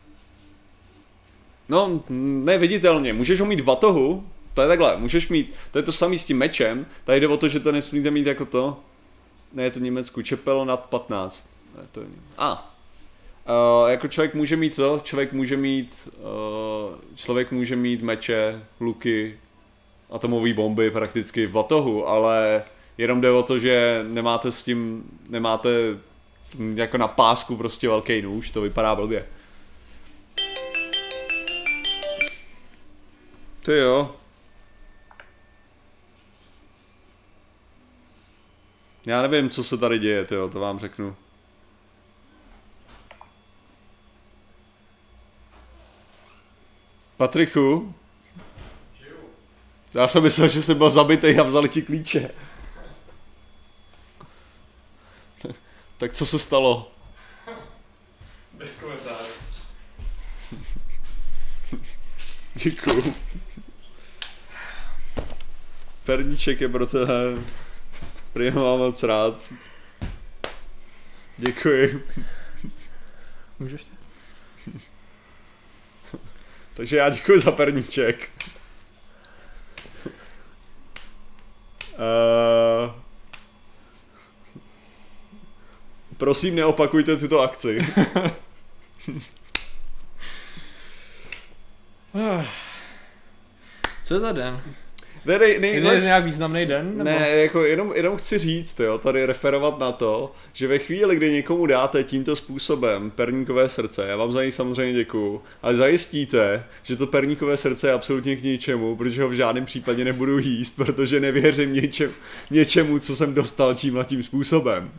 No, neviditelně, můžeš ho mít v batohu, to je takhle, můžeš mít, to je to samý s tím mečem, tady jde o to, že to nesmíte mít jako to. Ne, je to Německu, čepel nad patnáct. Ne, to je... A. Uh, jako člověk může mít to, člověk může mít, uh, člověk může mít meče, luky, atomové bomby prakticky v batohu, ale jenom jde o to, že nemáte s tím, nemáte jako na pásku prostě velký nůž, to vypadá blbě. Ty jo. Já nevím, co se tady děje, tyjo, to vám řeknu. Patriku? Já jsem myslel, že jsem byl zabitý a vzali ti klíče. Tak co se stalo? Bez komentářů. Děkuju. Perníček je pro tebe. Prý mám moc rád. Děkuji. Můžu ještě? Takže já děkuji za perníček. Uh, prosím, neopakujte tuto akci. Co je za den? Ne, ne, ne, je to nějak významný den? Nebo? Ne, jako jenom, jenom chci říct, jo, tady referovat na to, že ve chvíli, kdy někomu dáte tímto způsobem perníkové srdce, já vám za něj samozřejmě děkuju, ale zajistíte, že to perníkové srdce je absolutně k ničemu, protože ho v žádném případě nebudu jíst, protože nevěřím něčem, něčemu, co jsem dostal tímhle tím způsobem.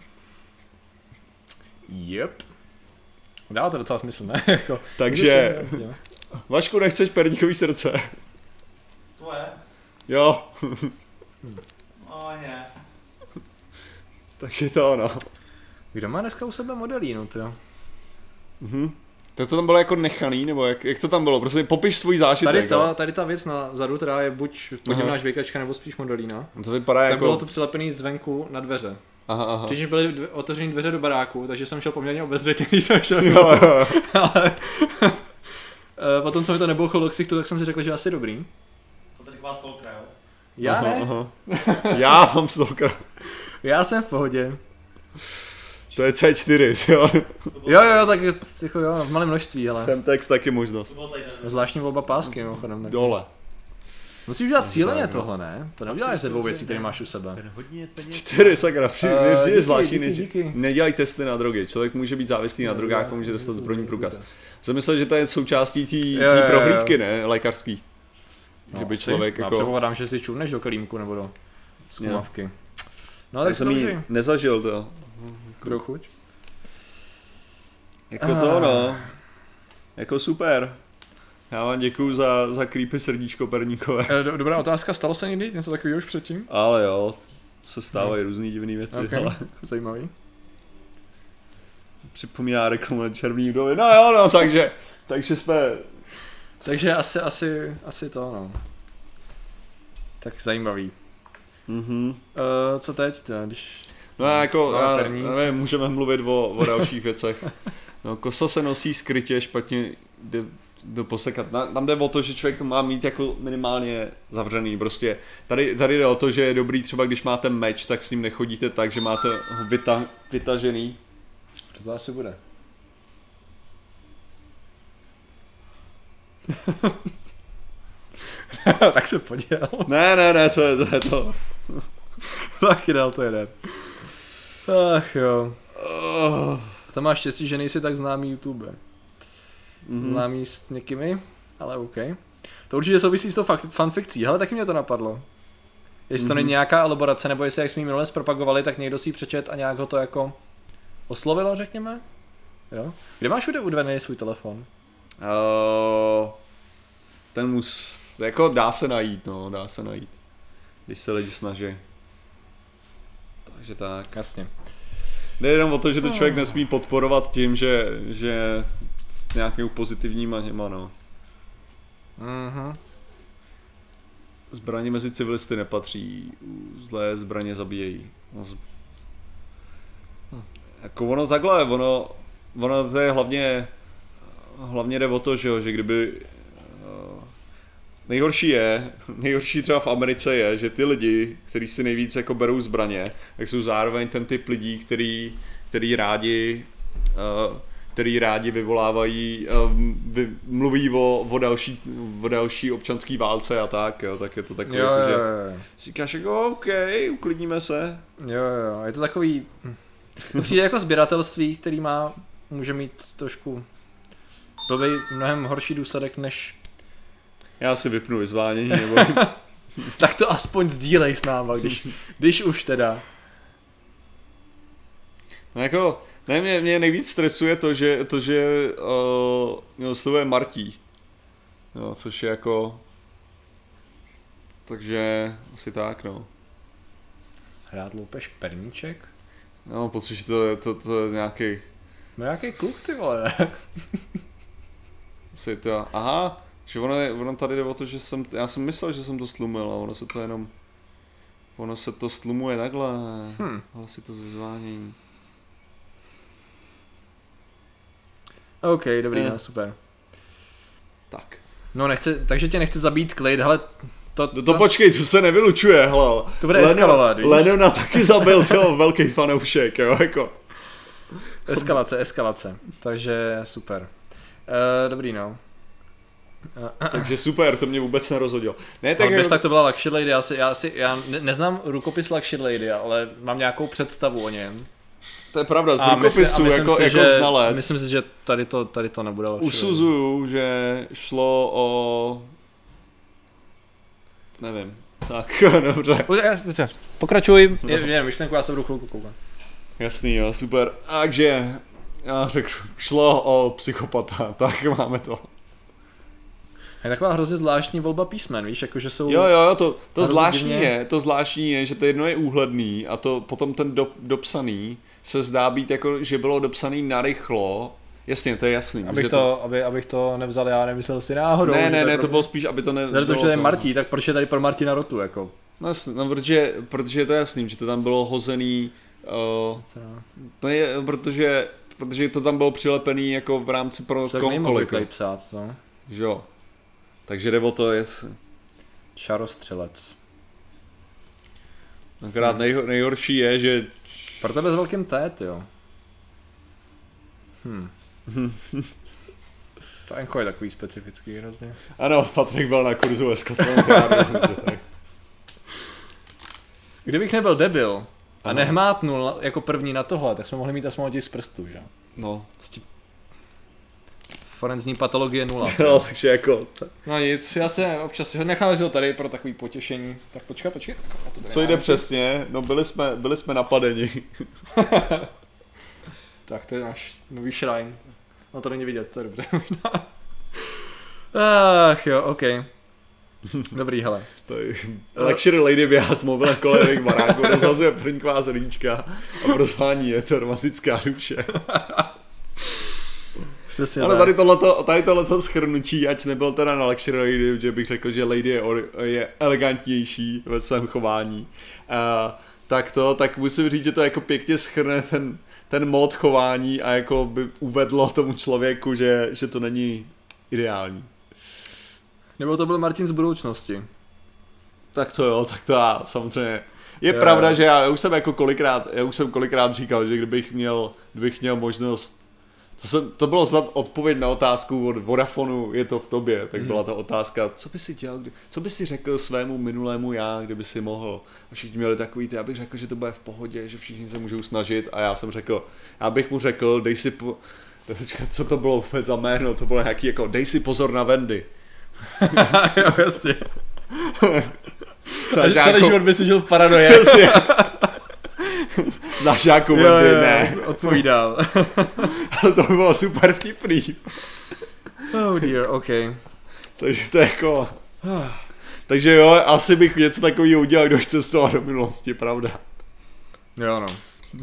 Yep. Dá to docela smysl, ne? Jako, takže, Vašku, nechceš perníkový srdce? Tvoje? Jo. No ne. Takže to ono. Kdo má dneska u sebe modelínu, tyjo? Mhm. Tak to tam bylo jako nechaný, nebo jak, jak to tam bylo? Prostě popiš svůj zážitek. Tady, to, tady ta věc na zadu, která je buď podivná žvejkačka, nebo spíš modelína. To vypadá tak jako... bylo to přilepený zvenku na dveře. Aha, aha. Když byly dvě, otevřený dveře do baráku, takže jsem šel poměrně obezřetně, když jsem šel. Jo, jo. Ale potom, co mi to nebouchlo do ksichtu, tak jsem si řekl, že asi dobrý. To teď vás stalkera, jo? Já aha, ne. Aha. Já mám stalkera. Já jsem v pohodě. To je cé čtyři, jo. Jo, jo, tak jako jo, v malém množství, ale. Semtex taky možnost. Zvláštní volba pásky, mimochodem. Dole. Musíš udělat cíleně tohle, ne? To neuděláš ze dvou věcí, které máš u sebe. Čtyři, sakra, přijde Uh, vždy je díky, zvláštní, díky, než díky. nedělají testy na drogy. Člověk může být závislý na drogách a může dostat zbrojní průkaz. Jsem myslel, že to je součástí té prohlídky, ne? Lékařský. No, že by si. člověk Já jako... předpokládám, že si čurneš do kelímku nebo do zkumavky. No Já tak jsem to jí dobře. nezažil to. Kdo chuť? Jako to no. Jako super. Já vám děkuju za, za creepy srdíčko perníkové. E, do, dobrá otázka, stalo se někdy něco takového už předtím? Ale jo, se stávají no. různý divný věci. Okay. Ale... Zajímavý. Připomíná reklamu Červený vdovy. No jo, no, takže, takže jsme... Takže asi, asi, asi to, no. Tak zajímavý. Mhm. Uh, co teď, teda, když... No jako, no, já, nevím, můžeme mluvit o, o dalších věcech. No, kosa se nosí skrytě, špatně jde do posekat. Tam jde o to, že člověk to má mít jako minimálně zavřený. Prostě tady, tady jde o to, že je dobrý třeba, když máte meč, tak s ním nechodíte tak, že máte ho vyta, vytažený. To, to asi bude. Tak se poděl. Ne, ne, ne, to je to. Je to. Taky dal to jeden. Ach jo. Oh. To máš štěstí, že nejsi tak známý youtuber. Mm-hmm. Známý s někými, ale OK. To určitě souvisí s tou fanfikcí, hele, taky mě to napadlo. Jestli mm-hmm. to není nějaká elaborace, nebo jestli jak jsme ji minule zpropagovali, tak někdo si ji přečet a nějak ho to jako oslovilo, řekněme. Jo. Kde máš udvený svůj telefon? Uh, ten mus, jako dá se najít, no, dá se najít. Když se lidi snaží. Takže tak. Jasně. Jde jenom o to, že to člověk nesmí podporovat tím, že, že nějakým pozitivníma něma, no. Mhm. Zbraně mezi civilisty nepatří, zlé zbraně zabíjejí. No, z... hm. Jako ono takhle, ono, ono to je hlavně, hlavně jde o to, že, jo, že kdyby... Uh, nejhorší je, nejhorší třeba v Americe je, že ty lidi, kteří si nejvíc jako berou zbraně, tak jsou zároveň ten typ lidí, který, který rádi... Uh, který rádi vyvolávají, vy, mluví o, o, další, o další občanský válce a tak, jo, tak je to takový, jo, jako, že jo, jo. říkáš jako OK, uklidníme se. Jo, jo, je to takový, to přijde jako sběratelství, který má, může mít trošku, blbý, mnohem horší důsledek než... Já si vypnu vyzvánění, nebo... Tak to aspoň sdílej s náma, když, když už teda. No jako... Ne, mě, mě nejvíc stresuje to, že, to, že uh, mě oslovuje Martí. No, což je jako... Takže asi tak, no. Hrát loupeš perníček? No, mám pocit, že to, to, to je nějaký... No nějaký kluk, ty vole. Si to, aha, že ono, je, ono tady jde o to, že jsem, já jsem myslel, že jsem to slumil, a ono se to jenom... Ono se to slumuje takhle. Hmm. Ale si to z vyzvánění. OK, dobrý, Eh. no, super. Tak. No nechce, takže tě nechce zabít klid, hele, to, No to počkej, to se nevylučuje, hele. To bude eskalovat, víš? Lenona taky zabil, tyho, velký fanoušek, jo, jako. Eskalace, eskalace, takže super. Uh, dobrý, no. Takže super, to mě vůbec nerozhodilo. Ne, Tak, tak, bys, tak to byla Luxury Lady, já, si, já, si, já ne, neznám rukopis Luxury Lady, ale mám nějakou představu o něm. to je pravda, z A mysli- a rukopisu, myslím jako, si, jako že, znalec. Myslím si, že tady to, tady to nebude Luxury Lady. Usuzuju, že šlo o... Nevím. Tak, dobře. Pokračuj, je, je myšlenku, já se budu chvilku koukat. Jasný, jo, super. Takže, já řeknu, šlo o psychopata, tak máme to. Je taková hrozně zvláštní volba písmen, víš, jakože jsou... Jo, jo, jo, to, to hrozně zvláštní divně. je, to zvláštní je, že to jedno je úhledný a to potom ten do, dopsaný se zdá být jako, že bylo dopsaný narychlo. Jasně, to je jasný. Abych že to, aby, abych to nevzal, já nemyslel si náhodou. Ne, že ne, je ne, pro- to bylo spíš, aby to ne... Vzhledem k tomu, že bylo je to- Martí, tak proč je tady pro Martina Rotu, jako? No, jasný, no protože, protože je to jasný, že to tam bylo hozený, uh, to je, protože, protože to tam bylo přilepený jako v rámci pro Tak nejmoc kohokoliv, rychlej psát, co? že jo. Takže jde o to, jestli. Čarostřelec. Akorát nejho, nejhorší je, že Pro tebe s velkým T, jo. Hm. To enko je takový specifický hrozně. ano, Patrik byl na kurzu ve Scotland Yardu, takže tak. Kdybych nebyl debil a Aha. nehmátnul na- jako první na tohle, tak jsme mohli mít aspoň otisk z prstu, že? No, Forenzní patologie nula. no, takže jako, t- No nic, já se občas necháme si ho tady pro takový potěšení. Tak počkej, počkej. Já to tady co jde dám. přesně, no byli jsme, byli jsme napadeni. Tak to je náš nový shrine. No to není vidět, to je dobře možná. Ach jo, ok. Dobrý, hele. To je, Luxury Lady běhá s mobilem kolem jejich baráku, rozhazuje prňková zrníčka a prozvání je to romantická duše. Přesně Ano, tak. tady tohleto, tady tohleto schrnutí, ať nebyl teda na Luxury Lady, že bych řekl, že Lady je, or, je elegantnější ve svém chování, uh, tak to, tak musím říct, že to jako pěkně schrne ten, ten mód chování a jako by uvedlo tomu člověku, že, že to není ideální. Nebo to byl Martin z budoucnosti. Tak to jo, tak to já samozřejmě. Je Jo. pravda, že já, já už jsem jako kolikrát, já už jsem kolikrát říkal, že kdybych měl, kdybych měl možnost, to, jsem, to bylo snad odpověď na otázku od Vodafonu, je to v tobě, tak byla ta otázka, co by si dělal, kdy, co by si řekl svému minulému já, kdyby si mohl. A všichni měli takový, ty, já bych řekl, že to bude v pohodě, že všichni se můžou snažit a já jsem řekl, já bych mu řekl, dej si, po, co to bylo vůbec za jméno, to bylo nějaký jako, dej si pozor na Wendy. Jo, jasně. Znáš Celý nějakou- život by si žil v paranoje. Jasně. Znáš nějakou Jo, Wendy? jo, Ne. odpovídám. Ale to by bylo super vtipný. Oh dear, ok. Takže to je jako... Takže jo, asi bych něco takového udělal, kdo chce cestovat do minulosti, pravda. Jo no.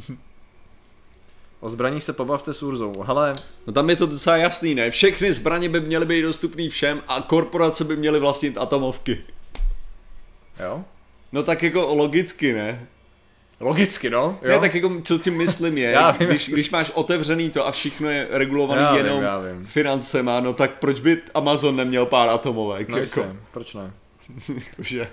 O zbraních se pobavte s Urzou. Hele, No tam je to docela jasný, ne? Všechny zbraně by měly být dostupný všem a korporace by měly vlastnit atomovky. jo? No tak jako logicky, ne? Logicky, no. Jo? Ne, tak jako co tím myslím je, Já vím, když, jak- když máš otevřený to a všechno je regulovaný Já vím, jenom já vím. financema, no tak proč by Amazon neměl pár atomovek? No jako, jako. Proč ne? jakože...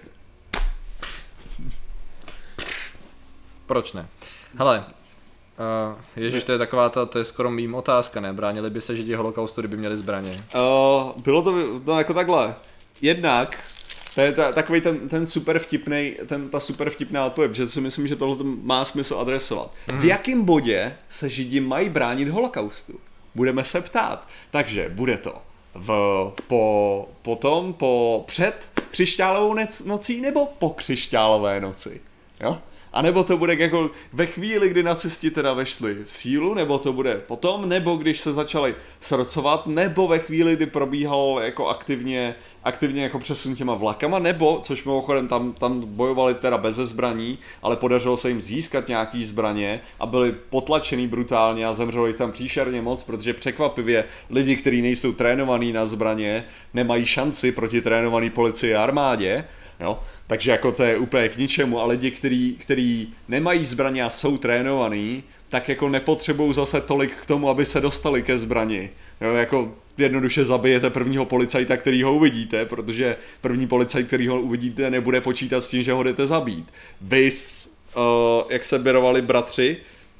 Proč ne? Hele, uh, ježiš, to je taková ta, to je skoro mým otázka, ne? Bránili by se Židi holokaustu, kdyby měli zbraně. Uh, bylo to no, jako takhle. Jednak, to je ta, takový ten, ten super vtipnej, ten, ta super vtipná odpověď, že si myslím, že tohle má smysl adresovat. Mm. V jakém bodě se Židi mají bránit holokaustu? Budeme se ptát. Takže bude to v, po, potom, po před křišťálovou nec, nocí nebo po křišťálové noci? Jo? A nebo to bude jako ve chvíli, kdy nacisti teda vešli v sílu, nebo to bude potom, nebo když se začali srocovat, nebo ve chvíli, kdy probíhalo jako aktivně, aktivně jako přesun těma vlakama, nebo, což mimochodem tam, tam bojovali teda beze zbraní, ale podařilo se jim získat nějaký zbraně a byli potlačený brutálně a zemřelo jich tam příšerně moc, protože překvapivě lidi, kteří nejsou trénovaní na zbraně, nemají šanci proti trénované policii a armádě, jo? Takže jako to je úplně k ničemu, a lidi, kteří, kteří nemají zbraně a jsou trénovaní, tak jako nepotřebují zase tolik k tomu, aby se dostali ke zbrani. Jo, jako jednoduše zabijete prvního policajta, který ho uvidíte, protože první policajt, který ho uvidíte, nebude počítat s tím, že ho jdete zabít. Vys, uh, jak se běrovali bratři.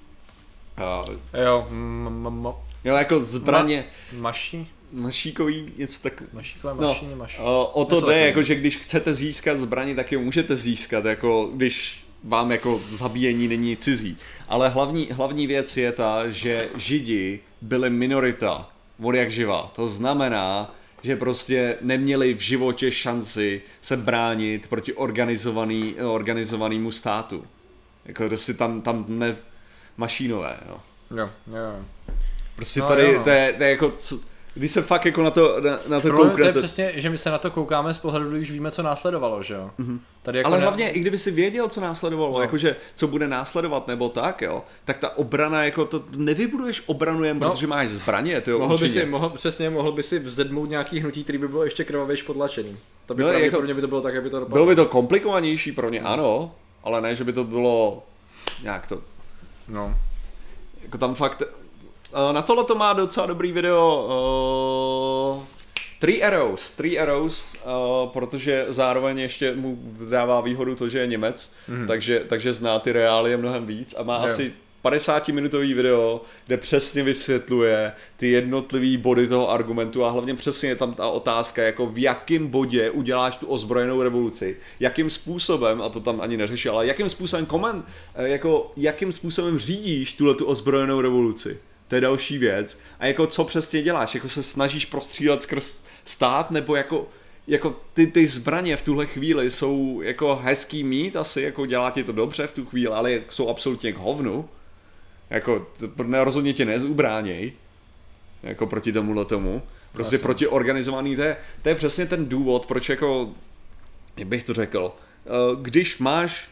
Uh, jo, m- m- jo, jako zbraně. Ma- maší? Mašíkový, něco tak... Mašíkové no, maší, maší. Uh, o to jde, jako, že když chcete získat zbraně, tak je můžete získat, jako když vám jako zabíjení není cizí. Ale hlavní, hlavní věc je ta, že Židi byli minorita od jak živa. To znamená, že prostě neměli v životě šanci se bránit proti organizovaný, organizovanému státu. Jako prostě tam, tam ne... mašínové, jo. Jo, jo. Prostě no, tady, jo, no. to, je, to je jako... Co, když se fakt jako na to, na, na to kouknete... kouknete... To je přesně, že my se na to koukáme z pohledu, když víme, co následovalo, že jo. Mm-hmm. Tady jako ale ne... hlavně, i kdyby si věděl, co následovalo, no. Jakože co bude následovat nebo tak, jo, tak ta obrana, jako to nevybuduješ obranu jen, no. Protože máš zbraně, ty jo, mohl by si, mohl, přesně, mohl by si vzedmout nějaký hnutí, který by bylo ještě krvavější potlačený. To by no, pravděpodobně jako, by to bylo tak, aby to dopadlo. Bylo by to komplikovanější pro ně, ano, ale ne, že by to bylo nějak to... No. Jako tam fakt... Na tohle to má docela dobrý video uh, Three Arrows, Three Arrows, uh, protože zároveň ještě mu dává výhodu to, že je Němec, mm-hmm. takže, takže zná ty reálie mnohem víc a má jo. asi padesátiminutový video, kde přesně vysvětluje ty jednotlivý body toho argumentu a hlavně přesně je tam ta otázka, jako v jakém bodě uděláš tu ozbrojenou revoluci, jakým způsobem, a to tam ani neřeší, ale jakým způsobem koment, jako jakým způsobem řídíš tuhle tu ozbrojenou revoluci. To je další věc. A jako co přesně děláš? Jako se snažíš prostřílet skrz stát, nebo jako, jako ty, ty zbraně v tuhle chvíli jsou jako hezký mít, asi jako dělá ti to dobře v tu chvíli, ale jsou absolutně k hovnu. Jako rozhodně tě nezubráněj. Jako proti tomuhle tomu. Prostě proti organizovaný, to je, to je přesně ten důvod, proč jako, jak bych to řekl, když máš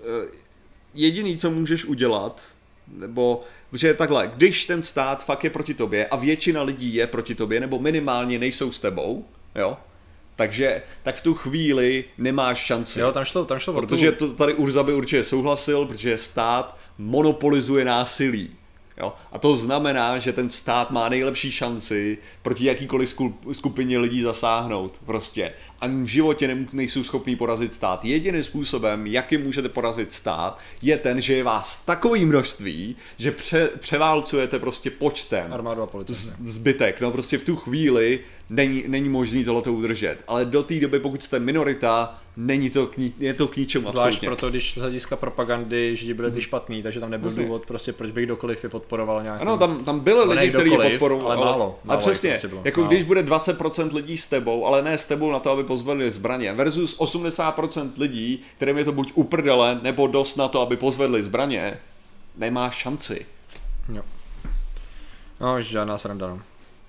jediný, co můžeš udělat, nebo, protože takhle, když ten stát fakt je proti tobě a většina lidí je proti tobě, nebo minimálně nejsou s tebou, jo, takže, tak v tu chvíli nemáš šanci. Jo, tam šlo, tam šlo. Protože to tady Urza by určitě souhlasil, protože stát monopolizuje násilí. Jo? A to znamená, že ten stát má nejlepší šanci proti jakýkoliv skupině lidí zasáhnout. Prostě. A v životě nejsou schopní porazit stát. Jediným způsobem, jakým můžete porazit stát, je ten, že je vás takový množství, že pře- převálcujete prostě počtem armádu a policie. Zbytek. No prostě v tu chvíli není, není možný tohleto udržet. Ale do té doby, pokud jste minorita, není to k ní, je to k ničemu. Zvlášť absolutně. proto, když z hlediska propagandy Židi byli ty špatný, takže tam nebyl Vlastně. důvod, prostě proč by kdokoliv je podporoval nějaký. Ano, tam, tam byly no, lidi, kteří je podporovali. Ale málo. A přesně, prostě bylo, jako málo. když bude dvacet procent lidí s tebou, ale ne s tebou na to, aby pozvedli zbraně, versus osmdesát procent lidí, kterým je to buď uprdele, nebo dost na to, aby pozvedli zbraně, nemá šanci. Jo. No, žádná sranda, no.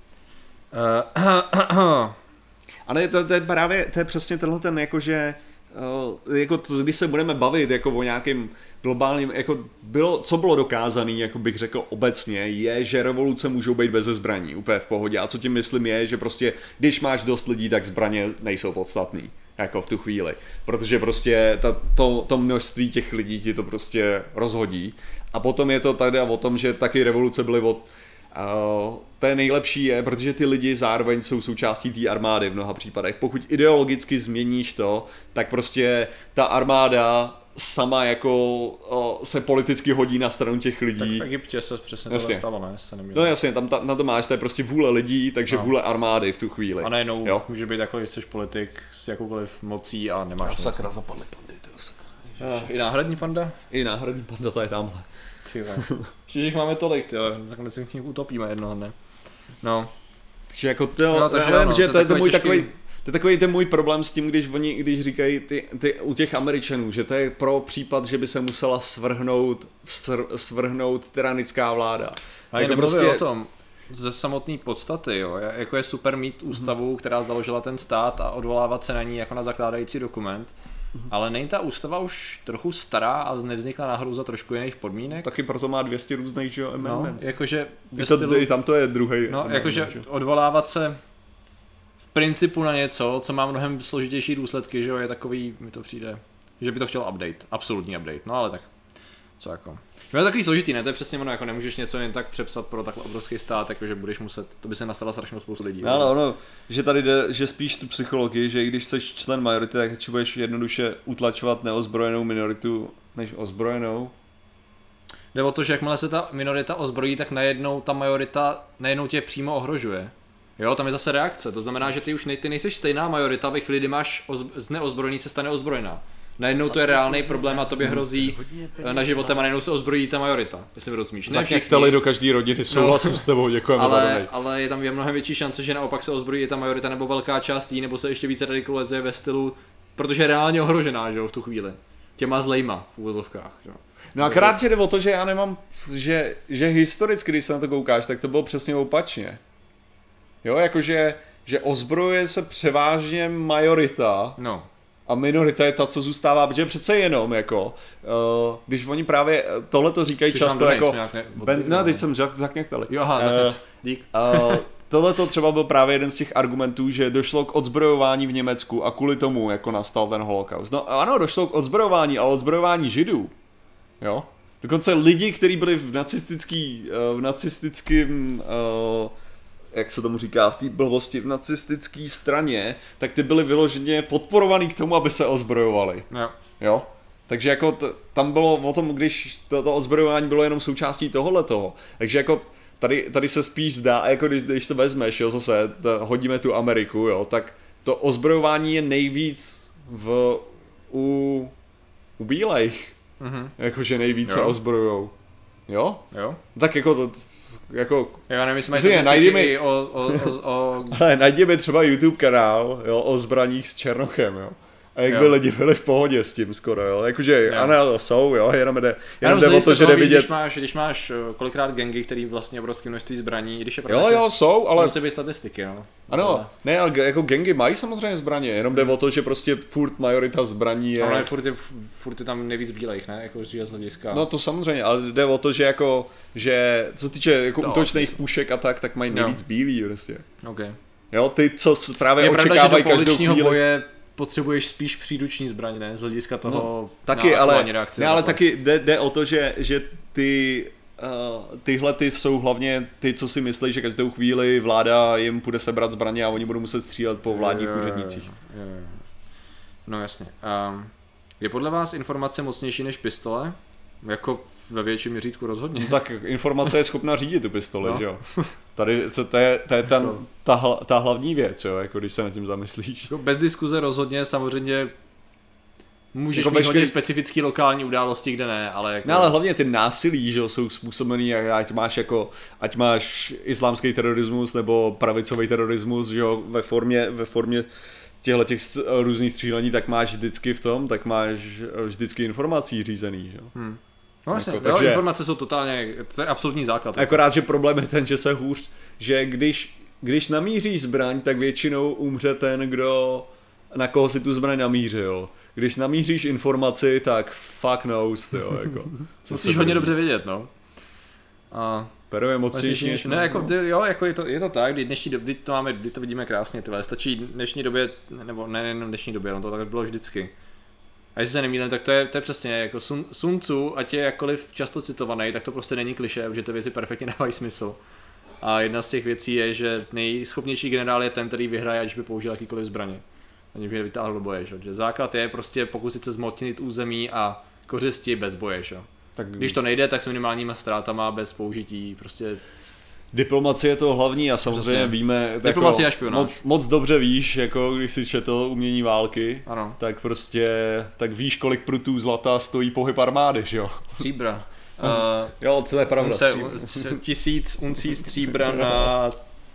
Uh, A ne, to, to je právě, to je přesně tenhle ten, jakože, uh, jako to, když se budeme bavit jako o nějakým globálním, jako bylo, co bylo dokázané, jako bych řekl obecně, je, že revoluce můžou být bez zbraní, úplně v pohodě. A co tím myslím je, že prostě, když máš dost lidí, tak zbraně nejsou podstatný, jako v tu chvíli. Protože prostě ta, to, to množství těch lidí ti to prostě rozhodí. A potom je to tady o tom, že taky revoluce byly od Uh, to je nejlepší je, protože ty lidi zároveň jsou součástí té armády v mnoha případech. Pokud ideologicky změníš to, tak prostě ta armáda sama jako uh, se politicky hodí na stranu těch lidí. Tak v Egyptě se přesně tohle stalo, ne? Se no jasně, tam ta, na to máš, to je prostě vůle lidí, takže no. Vůle armády v tu chvíli. A najednou může být jako, že jsi politik s jakoukoliv mocí a nemáš nic. Sakra, zapadly pandy, to sakra. Uh, I náhradní panda? I náhradní panda, to je tamhle. Že jich máme tolik, jo, takhle si k nich utopíme jednoho dne. No. Takže jako to, no, takže já ano, že to, to je můj těžký... takový, to je takový ten můj problém s tím, když oni, když říkají ty, ty, u těch Američanů, že to je pro případ, že by se musela svrhnout, svrhnout tyranická vláda. A jako prostě o tom, ze samotné podstaty, jo, jako je super mít ústavu, která založila ten stát a odvolávat se na ní jako na zakládající dokument. Ale není ta ústava už trochu stará a nevznikla náhodou za trošku jiných podmínek? Taky proto má dvě stě různých, že jo, amendments. No, jakože I to, stylu, tam to je druhý. No, jakože odvolávat se v principu na něco, co má mnohem složitější důsledky, že jo, je takový, mi to přijde, že by to chtěl update, absolutní update, no ale tak, co jako. No je takový složitý, ne? To je přesně ono, jako nemůžeš něco jen tak přepsat pro takhle obrovský stát, jakože budeš muset, to by se nastala strašnou spoustu lidí. No, ale ono, že tady jde, že spíš tu psychologii, že i když jsi člen majority, tak budeš jednoduše utlačovat neozbrojenou minoritu než ozbrojenou. Jde o to, že jakmile se ta minorita ozbrojí, tak najednou ta majorita najednou tě přímo ohrožuje. Jo, tam je zase reakce, to znamená, že ty už nej, ty nejseš stejná majorita, ve chvíli, kdy máš oz, z neozbrojený se stane ozbrojená. Najednou to je reálný problém a tobě hrozí na životem a najednou se ozbrojí ta majorita, jestli rozumíš. Ne všichni. Do každý rodiny, souhlasím no, s tebou, děkujeme ale, za donate. Ale je tam je mnohem větší šance, že naopak se ozbrojí ta majorita nebo velká část jí, nebo se ještě více radikalizuje ve stylu, protože je reálně ohrožená, že jo, v tu chvíli. Těma zlejma v úvozovkách, že jo. No akorát, že jde o to, že já nemám, že, že historicky, když se na to koukáš, tak to bylo přesně opačně. Jo, jakože, že ozbrojuje se převážně majorita. No. A minorita je ta, co zůstává, protože přece jenom jako, uh, když oni právě tohle to říkají Přišel často jako, ne, ben, no teď jsem zakněktali. Jo, aha, uh, dík. Uh, tohle to třeba byl právě jeden z těch argumentů, že došlo k odzbrojování v Německu a kvůli tomu jako nastal ten holokaust. No ano, došlo k odzbrojování, ale odzbrojování Židů, jo. Dokonce lidi, kteří byli v nacistický, uh, v nacistickém uh, jak se tomu říká, v té blbosti v nacistické straně, tak ty byly vyloženě podporovaný k tomu, aby se ozbrojovali. Jo. Jo? Takže jako t- tam bylo o tom, když to, to ozbrojování bylo jenom součástí tohohletoho. Takže jako tady, tady se spíš zdá, jako když, když to vezmeš, jo, zase to, hodíme tu Ameriku, jo, tak to ozbrojování je nejvíc v, u, u bílejch. Mm-hmm. Jakože nejvíc jo. se ozbrojujou. Jo? Jo. Tak jako to... Jako, já nevím, jestli mají o, o, o, o... Ale najděme třeba YouTube kanál, jo, o zbraních s Černochem, jo. A jak jo. by lidi byli v pohodě s tím skoro, jo. Jakože ano, jsou, jo, jenom jde, jenom jde o to, že jde vidět. Když máš, když máš kolikrát gangy, který vlastně obrovské množství zbraní, když je pravda, jo, jo, jsou, ale... musí být statistiky, jo. Ano, ale... ne, ale jako gangy mají samozřejmě zbraně, jenom jde o to, že prostě furt majorita zbraní je... Ale furt je, furt je tam nejvíc bílejch, ne, jako z hlediska. No to samozřejmě, ale jde o to, že jako, že co týče jako no, útočných pušek a tak, tak mají nejvíc no. bílý prostě. Okay. Jo, ty, co právě je očekávají pravda, každou chvíli. Boje potřebuješ spíš příruční zbraň, ne, z hlediska toho no, taky, ale, reakce. Ne, ale taky jde, jde o to, že, že ty... Uh, tyhle ty jsou hlavně ty, co si myslí, že každou chvíli vláda jim půjde sebrat zbraně a oni budou muset střílet po vládních jo, jo, úřednicích. Jo, jo. No jasně. Um, je podle vás informace mocnější než pistole? Jako ve větším měřítku rozhodně. No, tak informace je schopná řídit tu pistoli, no. Že jo? Tady to, to je, to je ten, ta, ta hlavní věc, jo, jako když se nad tím zamyslíš. Jako bez diskuze rozhodně, samozřejmě můžeš jako mít veškerý... hodně specifický lokální události, kde ne, ale jako... No ale hlavně ty násilí, že jsou způsobený, ať máš jako, ať máš islámský terorismus nebo pravicový terorismus, že jo, ve formě, ve formě těchto těch různých střílení, tak máš vždycky v tom, tak máš vždycky informací řízený, že jo. Hmm. No vlastně, jako, takže, jo, informace jsou totálně, to je absolutní základ. Akorát, že problém je ten, že se hůř, že když, když namíříš zbraň, tak většinou umře ten, kdo, na koho si tu zbraň namířil. Když namíříš informaci, tak fuck knows, jo, jako. Musíš hodně dobře vědět, no. A... Pero je mocnější. Ne, jako, jo, jako je to, je to tak, kdy dnešní době, to máme, kdy to vidíme krásně, tyhle, stačí dnešní době, nebo ne, nejenom dnešní době, no to tak bylo vždycky. A jestli se nemýlím, tak to je, to je přesně jako Sun, Sun Tzu, ať je jakkoliv často citovaný, tak to prostě není klišé, protože ty věci perfektně dávají smysl. A jedna z těch věcí je, že nejschopnější generál je ten, který vyhraje, ať by použil jakýkoliv zbraně. Ani by je vytáhl do boje, že? Základ je prostě pokusit se zmocnit území a kořisti bez boje, že? Tak když to nejde, tak s minimálníma ztrátama bez použití prostě... Diplomacie je to hlavní a samozřejmě Přesně. víme, Diplomacie jako, moc, moc dobře víš, jako když jsi četl Umění války, ano. tak prostě, tak víš, kolik prutů zlata stojí pohyb armády, že jo? Stříbra. Uh, jo, to je pravda. Unce, tisíc uncí stříbra na...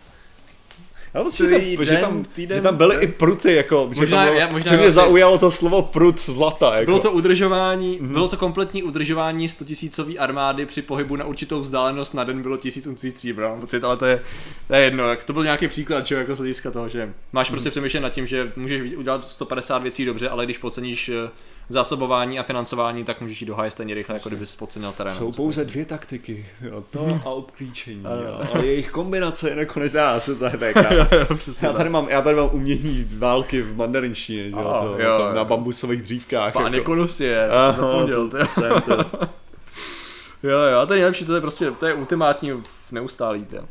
Já myslím, týden, že, tam, týden, že tam byly týden. i pruty, jako, možná, že, to bylo, já, možná že mě zaujalo to slovo prut zlata. Jako. Bylo to udržování, mm-hmm. bylo to kompletní udržování stotisícový armády při pohybu na určitou vzdálenost na den bylo tisíc uncí stříbra. Pocit, ale to je, to je jedno, to byl nějaký příklad, čo, jako z hlediska toho, že máš prostě mm-hmm. přemýšlet nad tím, že můžeš udělat sto padesát věcí dobře, ale když podceníš zásobování a financování, tak můžeš jít do háje stejně rychle, jako kdybys podcenil terén. Jsou pouze dvě taktiky, jo, to a obklíčení, jo, ale jejich kombinace je nakonec, já se to je já tady mám, já tady mám umění války v mandarinštině, že jo, to, jo, tam jo. na bambusových dřívkách. Pán jako. Konus je, to jsem zapomněl. To, to, to. Jo, jo, a to je nejlepší, to je prostě, to je ultimátní neustálý, to.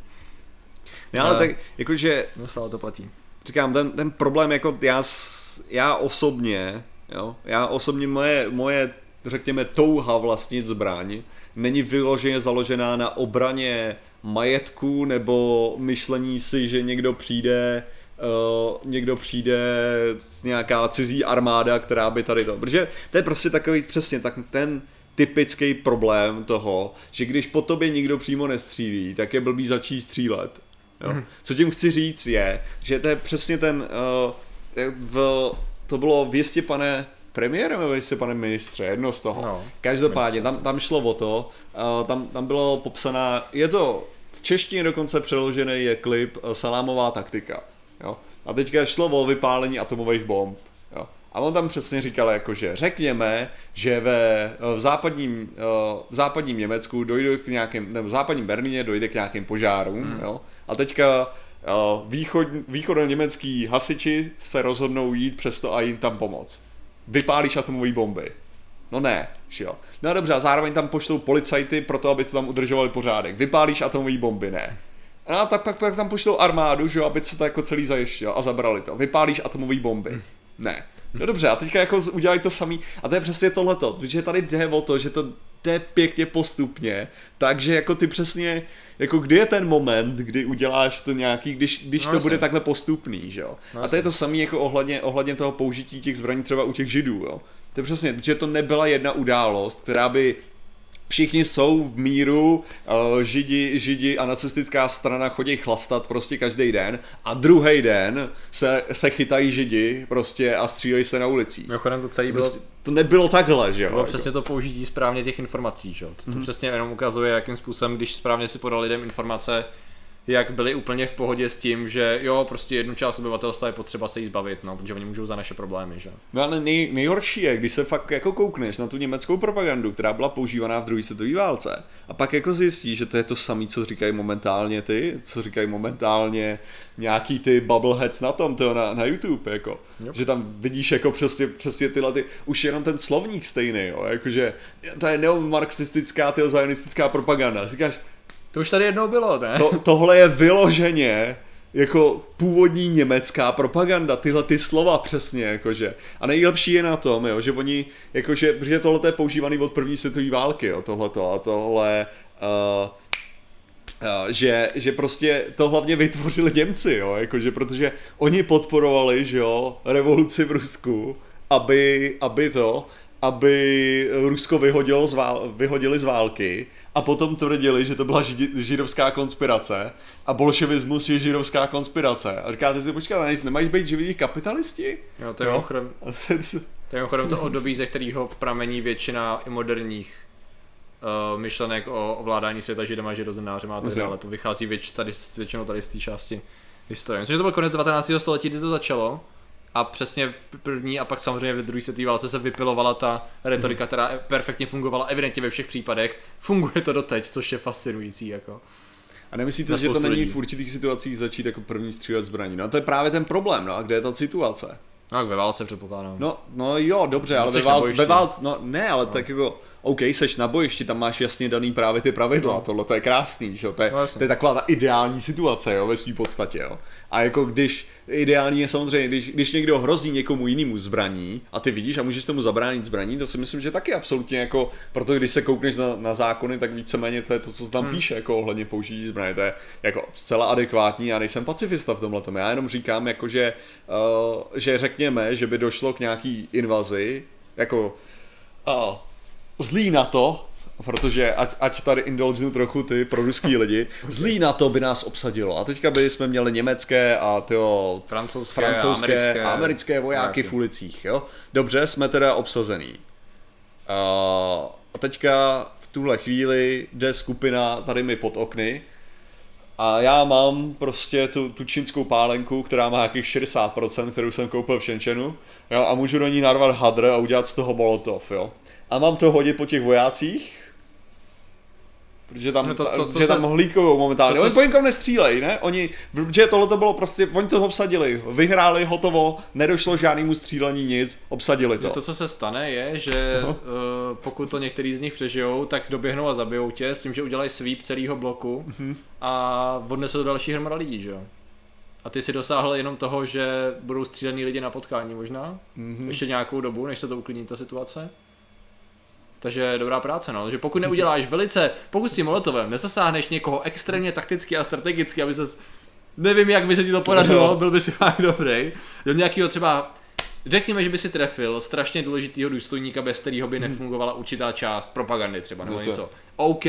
Ne, ale tak, jakože... Neustále to platí. Říkám, ten, ten problém, jako já, já osobně, jo, já osobně moje, moje, řekněme, touha vlastnit zbraň není vyloženě založená na obraně majetku nebo myšlení si, že někdo přijde, uh, někdo přijde z nějaká cizí armáda, která by tady to, protože to je prostě takový přesně tak ten typický problém toho, že když po tobě nikdo přímo nestřílí, tak je blbý začít střílet. Jo. Co tím chci říct je, že to je přesně ten, uh, v, to bylo věstě pane premiére nebo věstě pane ministře, jedno z toho. No, Každopádně tam, tam šlo o to, uh, tam, tam bylo popsaná, je to v češtině dokonce přeložený je klip uh, Salámová taktika. Jo. A teďka šlo o vypálení atomových bomb. Jo. A on tam přesně říkal, jakože řekněme, že ve, v, západním, v západním Německu dojde k nějakým, nebo v západním Berlíně dojde k nějakým požárům, hmm. jo? A teďka východ, východoněmecký hasiči se rozhodnou jít přesto a jim tam pomoct. Vypálíš atomové bomby. No ne, že jo. No dobře, a zároveň tam pošlou policajty pro to, aby se tam udržovali pořádek. Vypálíš atomové bomby, ne. No a tak pak, pak tam pošlou armádu, že jo, aby se to jako celý zajišťil a zabrali to. Vypálíš atomové bomby. Hmm. Ne. No dobře, a teďka jako udělají to samý, a to je přesně tohleto, protože tady jde o to, že to jde pěkně postupně, takže jako ty přesně, jako kdy je ten moment, kdy uděláš to nějaký, když, když no, to bude takhle postupný, že jo. No, a to je to samé jako ohledně, ohledně toho použití těch zbraní třeba u těch židů, jo. To je přesně, protože to nebyla jedna událost, která by všichni jsou v míru, uh, židi, židi a nacistická strana chodí chlastat prostě každý den a druhý den se, se chytají židi prostě a střílejí se na ulicích. Mimochodem to celé bylo... Prostě, to nebylo takhle, že jo? Bylo přesně to použití správně těch informací, že jo? To, to mm-hmm. přesně jenom ukazuje, jakým způsobem, když správně si podal lidem informace, jak byli úplně v pohodě s tím, že jo, prostě jednu část obyvatelstva je potřeba se jí zbavit, no, protože oni můžou za naše problémy, že? No ale nej, nejhorší je, když se fakt jako koukneš na tu německou propagandu, která byla používaná v druhé světové válce, a pak jako zjistíš, že to je to samé, co říkají momentálně ty, co říkají momentálně nějaký ty bubbleheads na tom, to na, na YouTube, jako, yep. Že tam vidíš jako přesně, přesně tyhle ty, už jenom ten slovník stejný, jo, jakože to je neomarxistická, tyho zionistická propaganda, říkáš, to už tady jednou bylo, ne? To, tohle je vyloženě jako původní německá propaganda, tyhle ty slova přesně, jakože. A nejlepší je na tom, jo, že oni, jakože, protože tohle je používaný od první světové války, jo, tohleto, a tohle, uh, uh, že, že prostě to hlavně vytvořili Němci, jo, jakože, protože oni podporovali, že jo, revoluci v Rusku, aby, aby to, aby Rusko vyhodilo z vál, vyhodili z války a potom tvrdili, že to byla židi, židovská konspirace a bolševismus je židovská konspirace. A říkáte si, počkat, nemají být živí kapitalisti? Jo, to je mimochodem to, je to období, ze kterého pramení většina i moderních uh, myšlenek o ovládání světa židama a židozemnářem a tak dále. To vychází věč, tady, většinou tady z té části historie. Myslím, že to byl konec devatenáctého století, kdy to začalo. A přesně v první a pak samozřejmě ve druhé světové válce se vypilovala ta retorika, která perfektně fungovala evidentně ve všech případech. Funguje to doteď, což je fascinující. Jako. A nemyslíte, že to není lidí. V určitých situacích začít jako první střílet zbraní? No to je právě ten problém, no a kde je ta situace? No ve válce předpokládám. No, no jo, dobře, no, ale ve válce, ve válce, no ne, ale no. Tak jako, OK, seš na bojišti, tam máš jasně daný právě ty pravidla, no. Tohle to je krásný, že jo, to je, no, to je taková ta ideální situace, jo, ve svý podstatě, jo. A jako když, ideální je samozřejmě, když, když někdo hrozí někomu jinému zbraní a ty vidíš a můžeš tomu zabránit zbraní, to si myslím, že taky absolutně jako, proto když se koukneš na, na zákony, tak víceméně to je to, co tam hmm. píše, jako ohledně použití zbraní, to je jako zcela adekvátní, já nejsem pacifista v tomhletom, já jenom říkám, jako, že, uh, že řekněme, že by došlo k nějaký invazi, jako uh, zlý na to, protože ať, ať tady indulgenu trochu ty proruský lidi, zlý na to by nás obsadilo. A teďka by jsme měli německé a tyjo, francouzské, francouzské a americké, a americké vojáky v ulicích. Jo? Dobře, jsme teda obsazený. A teďka v tuhle chvíli jde skupina tady mi pod okny a já mám prostě tu, tu čínskou pálenku, která má jakých šedesát procent, kterou jsem koupil v Shenzhenu, jo? A můžu do ní narvat hadr a udělat z toho molotov. Jo? A mám to hodit po těch vojácích? Protože tam, No to- to, co protože tam se- hlídkujou momentálně. to, co Oni s- po nikom nestřílej, ne? Oni, protože tohle to bylo prostě, oni to obsadili, vyhráli, hotovo, nedošlo žádnému střílení, nic, obsadili to. To, co se stane, je, že uh, pokud to některý z nich přežijou, tak doběhnou a zabijou tě s tím, že udělají sweep celého bloku Mhm. a odnese to další hromada lidí, že jo? A ty si dosáhl jenom toho, že budou střílený lidi na potkání možná, Mhm. ještě nějakou dobu, než se to uklidní ta situace. Takže dobrá práce, no. Že pokud neuděláš velice, pokud si molotovem nezasáhneš někoho extrémně takticky a strategicky, aby ses, nevím, jak by se ti to podařilo, byl by si fakt dobrý. Do nějakého třeba, řekněme, že by si trefil strašně důležitýho důstojníka, bez kterého by nefungovala určitá část propagandy třeba, nebo Zase. něco. OK,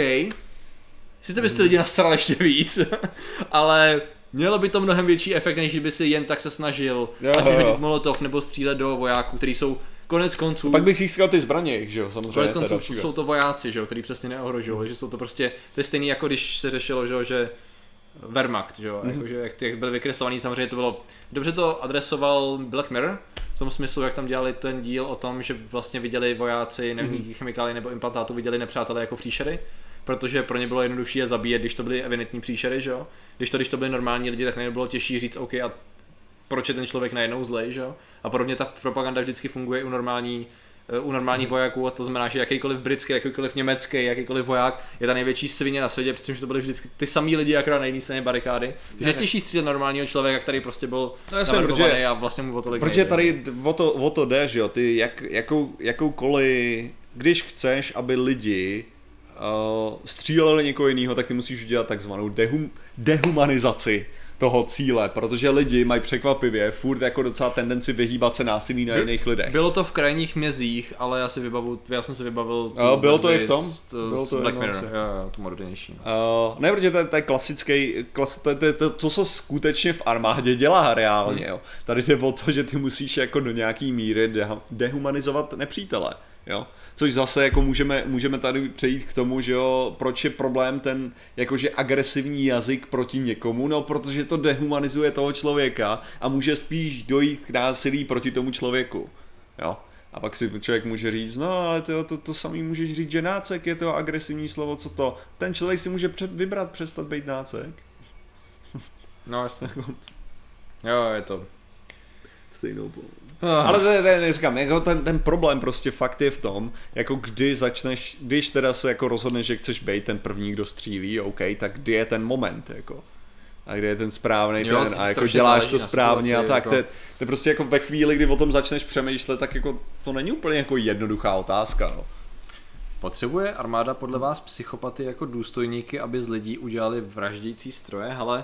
sice byste lidi nasral ještě víc, ale mělo by to mnohem větší efekt, než kdyby si jen tak se snažil, Jo, ať už jo. hodit molotov nebo střílet do vojáků, kteří jsou konec konců. Pak bych získal ty zbraně, že jo, samozřejmě. Konec to je konců další jsou věc. to vojáci, že jo, který přesně neohrožují, že jsou to prostě, to je stejný jako když se řešilo, že, jo, že Wehrmacht, že jo, Mhm. mm-hmm. jako, že jak, jak byl vykreslovaný, samozřejmě to bylo, dobře to adresoval Black Mirror, v tom smyslu, jak tam dělali ten díl o tom, že vlastně viděli vojáci, nevím, Mhm. mm-hmm. chemikály nebo implantátů, viděli nepřátelé jako příšery, protože pro ně bylo jednodušší je zabíjet, když to byly evidentní příšery, že jo, když to, když to byly normální lidi, tak nebylo těžší říct, OK, a proč je ten člověk najednou zlej, že jo, a podobně ta propaganda vždycky funguje u normální u normálních vojáků, a to znamená, že jakýkoliv britský, jakýkoliv německý, jakýkoliv voják je ta největší svině na světě, protože to byly vždycky ty samý lidi, akorát na jiné straně barikády. Takže je těžší střílet normálního člověka, který prostě byl No jasně, navrhovaný protože- a vlastně mu o tolik Protože nejde. tady o to, o to jde, že jo, ty jak, jakou, jakoukoliv, když chceš, aby lidi uh, stříleli někoho jiného, tak ty musíš udělat takzvanou dehum, dehumanizaci toho cíle, protože lidi mají překvapivě furt jako docela tendenci vyhýbat se násilí na By- jiných lidech. Bylo to v krajních mězích, ale já si vybavu, já jsem si vybavil tu A bylo to verzi i v tom? z, Bylo z to Black jednou Mirror, asi. jo, jo, tu modernější. No. Uh, ne, protože to je, to je klasický, klas, to, je- to, je to, to, co skutečně v armádě dělá reálně, jo. Tady jde o to, že ty musíš jako do nějaký míry deha, dehumanizovat nepřítele, jo. Což zase jako můžeme, můžeme tady přejít k tomu, že jo, proč je problém ten jakože agresivní jazyk proti někomu, no protože to dehumanizuje toho člověka a může spíš dojít k násilí proti tomu člověku, jo. A pak si člověk může říct, no ale to, to, to samý můžeš říct, že nácek je to agresivní slovo, co to? Ten člověk si může před, vybrat přestat být nácek. No jasně. Jo, je to. Stejnou polohu. Oh. Ale to, je- to, je- neříkám, jako ten, ten problém prostě fakt je v tom, jako kdy začneš, když teda se jako rozhodneš, že chceš být ten první, kdo střílí, OK, tak kdy je ten moment, jako. A kde je ten správný Jo, ten, to a jako strašně děláš záleží to na správně situaci, a tak, jako. to, je, to je prostě jako ve chvíli, kdy o tom začneš přemýšlet, tak jako to není úplně jako jednoduchá otázka, no. Potřebuje armáda podle vás psychopaty jako důstojníky, aby z lidí udělali vraždící stroje? Hele,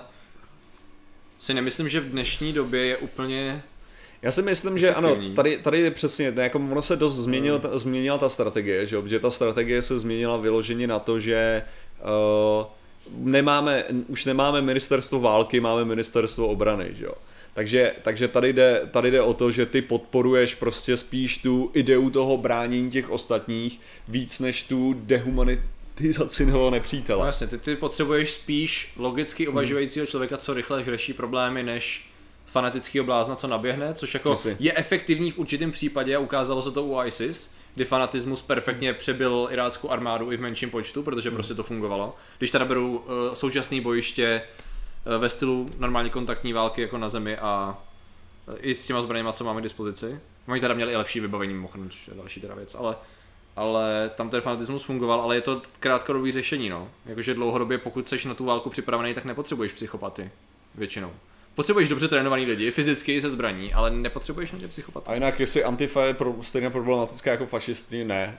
si nemyslím, že v dnešní době je úplně... Já si myslím, že ano, Efektivní. tady, tady je přesně, jako ono se dost změnil, ta, změnila ta strategie, že jo, protože ta strategie se změnila vyloženě na to, že uh, nemáme, už nemáme ministerstvo války, máme ministerstvo obrany, že jo. Takže, takže tady, jde, tady jde o to, že ty podporuješ prostě spíš tu ideu toho bránění těch ostatních víc než tu dehumanizaci toho No nepřítele. jasně, ty, ty potřebuješ spíš logicky uvažujícího člověka, co rychle řeší problémy, než fanatického blázna, co naběhne, což jako Jasně. je efektivní v určitém případě a ukázalo se to u ISIS, kdy fanatismus perfektně přebyl iráckou armádu i v menším počtu, protože prostě to fungovalo. Když teda beru uh, současné bojiště uh, ve stylu normální kontaktní války jako na zemi a uh, i s těma zbraněma, co máme k dispozici. Oni teda měli i lepší vybavení, mimochodem, což je další teda věc, ale ale tam ten fanatismus fungoval, ale je to krátkodobý řešení, no. Jakože dlouhodobě, pokud jsi na tu válku připravený, tak nepotřebuješ psychopaty. Většinou. Potřebuješ dobře trénovaný lidi, fyzicky se zbraní, ale nepotřebuješ nutně psychopaty. A jinak, jestli Antifa je pro, stejně problematická jako fašisti, ne.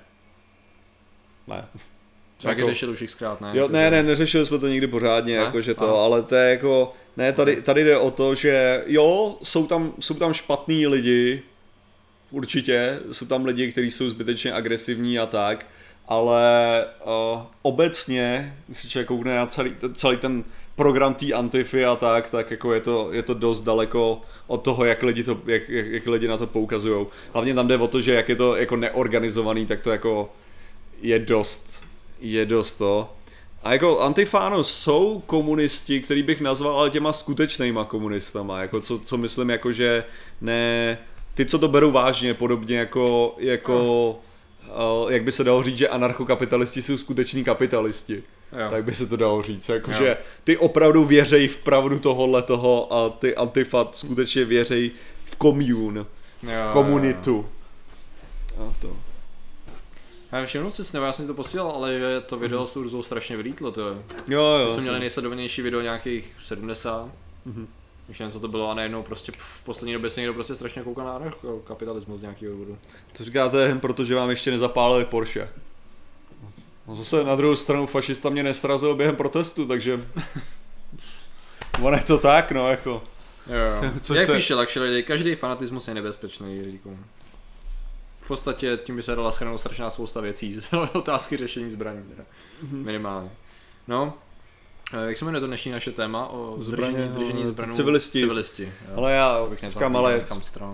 Ne. Jsme taky Jako- řešili už xkrát, ne? Jo, ne, ne, neřešili jsme to nikdy pořádně, Ne? jakože to, Aha. ale to je jako, ne, tady, tady jde o to, že jo, jsou tam, jsou tam špatný lidi, určitě, jsou tam lidi, kteří jsou zbytečně agresivní a tak, ale uh, obecně, když si člověk koukne na celý, celý ten program té Antify a tak, tak jako je to, je to dost daleko od toho, jak lidi, to, jak, jak, jak lidi na to poukazují. Hlavně tam jde o to, že jak je to jako neorganizovaný, tak to jako je dost, je dost to. A jako Antifáno jsou komunisti, který bych nazval ale těma skutečnýma komunistama, jako co, co myslím jako, že ne, ty co to berou vážně, podobně jako, jako uh, jak by se dalo říct, že anarchokapitalisti jsou skuteční kapitalisti. Jo. Tak by se to dalo říct, jakože ty opravdu věřej v pravdu tohohle toho a ty Antifa skutečně věřej v komun, v komunitu. A v to. Já všimnu si s nebo já jsem si to posílal, ale že to video s Urzou strašně vylítlo, to je. Jo, jo. My jsme měli nejsledovanější video nějakých sedmdesát. Mhm. Víš jen co to bylo a najednou prostě v poslední době se někdo prostě strašně kouká na kapitalismus z nějakého důvodu. To říkáte jen proto, že vám ještě nezapálili Porsche. No zase na druhou stranu fašista mě nesrazil během protestu, takže... ono je to tak, no jako... Jo, jo. Jak se... píše Luxury, každý fanatismus je nebezpečný, říkám. V podstatě tím by se dala shrnout strašná spousta věcí, otázky řešení zbraní teda, minimálně. No, jak se jmenuje to dnešní naše téma o zbraně, držení, držení zbraní? Civilisti. Civilisti, jo. Ale já říkám, ale...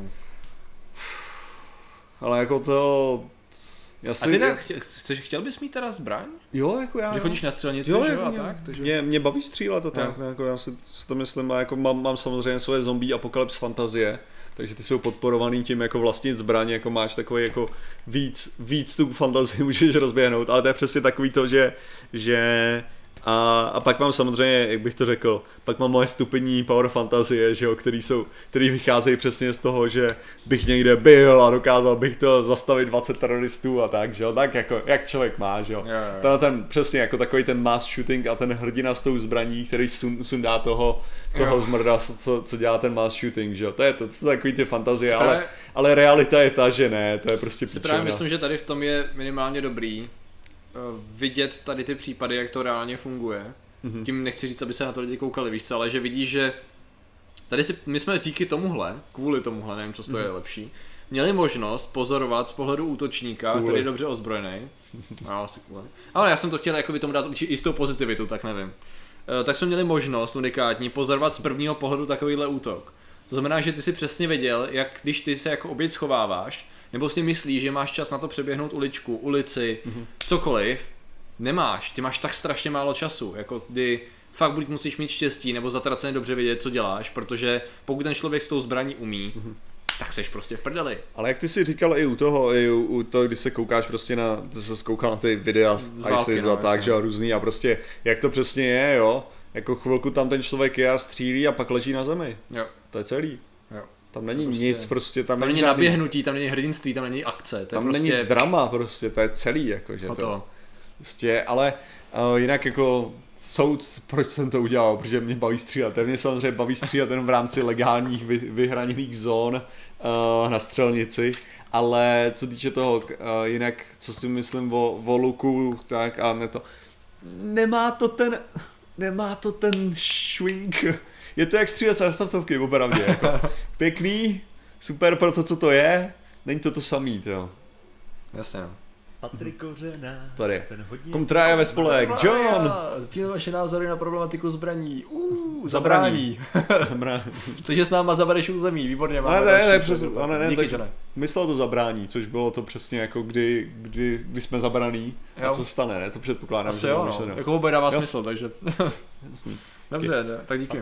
Ale jako to... Já si... A ty tak, chceš, chtěl bys mít teda zbraň? Jo, jako já. Že chodíš na střelnici, jo, že jako jo, a mě, tak? Takže... Mě, mě baví střílet a tak, jako já si, si to myslím, a jako mám, mám samozřejmě svoje zombie apokalyps fantazie, takže ty jsou podporovaný tím jako vlastnit zbraň, jako máš takový jako víc, víc tu fantazii můžeš rozběhnout, ale to je přesně takový to, že, že a, a pak mám samozřejmě, jak bych to řekl, pak mám moje stupidní power fantazie, že jo, který jsou, který vycházejí přesně z toho, že bych někde byl a dokázal bych to zastavit dvacet teroristů a tak, že jo, tak jako, jak člověk má, že jo. jo, jo. Ten, ten přesně jako takový ten mass shooting a ten hrdina s tou zbraní, který sun, sundá toho, z toho jo. zmrda, co, co dělá ten mass shooting, že jo, to je to, to jsou takový ty fantazie, Správě... ale, ale realita je ta, že ne, to je prostě pičovina. Právě myslím, že tady v tom je minimálně dobrý vidět tady ty případy, jak to reálně funguje. Mm-hmm. Tím nechci říct, aby se na to lidi koukali, víš co, ale že vidíš, že tady si, my jsme díky tomuhle, kvůli tomuhle, nevím, co z toho mm-hmm. je lepší, měli možnost pozorovat z pohledu útočníka, kvůli. Který je dobře ozbrojený. No, asi kvůli. Ale já jsem to chtěl jakoby tomu dát jistou pozitivitu, tak nevím. E, tak jsme měli možnost unikátní pozorovat z prvního pohledu takovýhle útok. To znamená, že ty si přesně věděl, jak když ty se jako oběť schováváš, nebo si myslíš, že máš čas na to přeběhnout uličku, ulici, mm-hmm. cokoliv, nemáš, ty máš tak strašně málo času, jako kdy fakt buď musíš mít štěstí, nebo zatraceně dobře vědět, co děláš, protože pokud ten člověk s tou zbraní umí, mm-hmm. tak seš prostě v prdeli. Ale jak ty si říkal i u toho, i u, u toho, když se koukáš prostě na, ty se koukal na ty videa z ISIS a tak, že různý a prostě, jak to přesně je, jo, jako chvilku tam ten člověk je a střílí a pak leží na zemi. Jo. To je celý. Jo. Tam není prostě, nic, prostě tam, tam není žádný... naběhnutí, tam není hrdinství, tam není akce. To tam je prostě... není drama prostě, to je celý, jakože to. to. Prostě, ale uh, jinak jako soud, proč jsem to udělal, protože mě baví střílet. Mě samozřejmě baví střílet jenom v rámci legálních vy, vyhraněných zón uh, na střelnici, ale co týče toho, uh, jinak, co si myslím o, o luku, tak a ne to, nemá to ten, nemá to ten švink. Je to jak střílet se na startovky, opravdu, jako pěkný, super pro to, co to je, není to to samý, jo. Jasně, no. Patrik Kořená, tady. Komtrája ve spolek, John! Sdílel vaše názory na problematiku zbraní. Uh, zabrání. zabrání. Takže s náma zabereš území, výborně. Ale ne, ne, přes, ale ne, Díky, tak myslel to zabrání, což bylo to přesně jako kdy, kdy, kdy jsme zabraný, a co se stane, ne, to předpokládám. Asi jo, no. Jako obě dává smysl, takže. Jasný. Dobře, okay. Tak díky.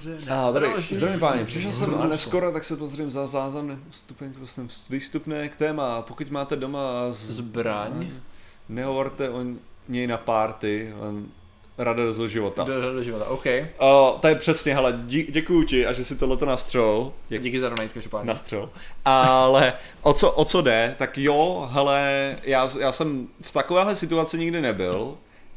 A tady, zdravím páni, přišel jsem a neskoro, tak se pozdravím za záznam stupenku, vlastně výstupné k téma. Pokud máte doma z... zbraň, nehovorte o něj na party, len rada do života. Rada do života, OK. O, to je přesně, hele, dí, děkuju ti a že si tohleto nastřel. Děk... Díky za donate, každopádně. Nastřel. Ale o co, o co jde, tak jo, hele, já, já jsem v takovéhle situaci nikdy nebyl.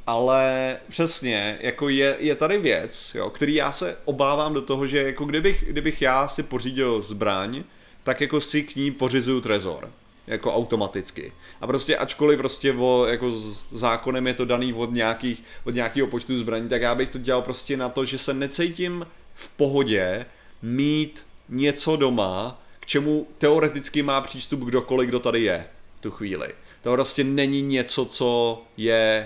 Ale přesně, jako je, je tady věc, jo, který já se obávám do toho, že jako kdybych, kdybych já si pořídil zbraň, tak jako si k ní pořizuju trezor, jako automaticky. A prostě ačkoliv prostě o, jako z, zákonem je to daný od, nějakých, od nějakého počtu zbraní, tak já bych to dělal prostě na to, že se necítím v pohodě mít něco doma, k čemu teoreticky má přístup kdokoliv, kdo tady je v tu chvíli. To prostě není něco, co je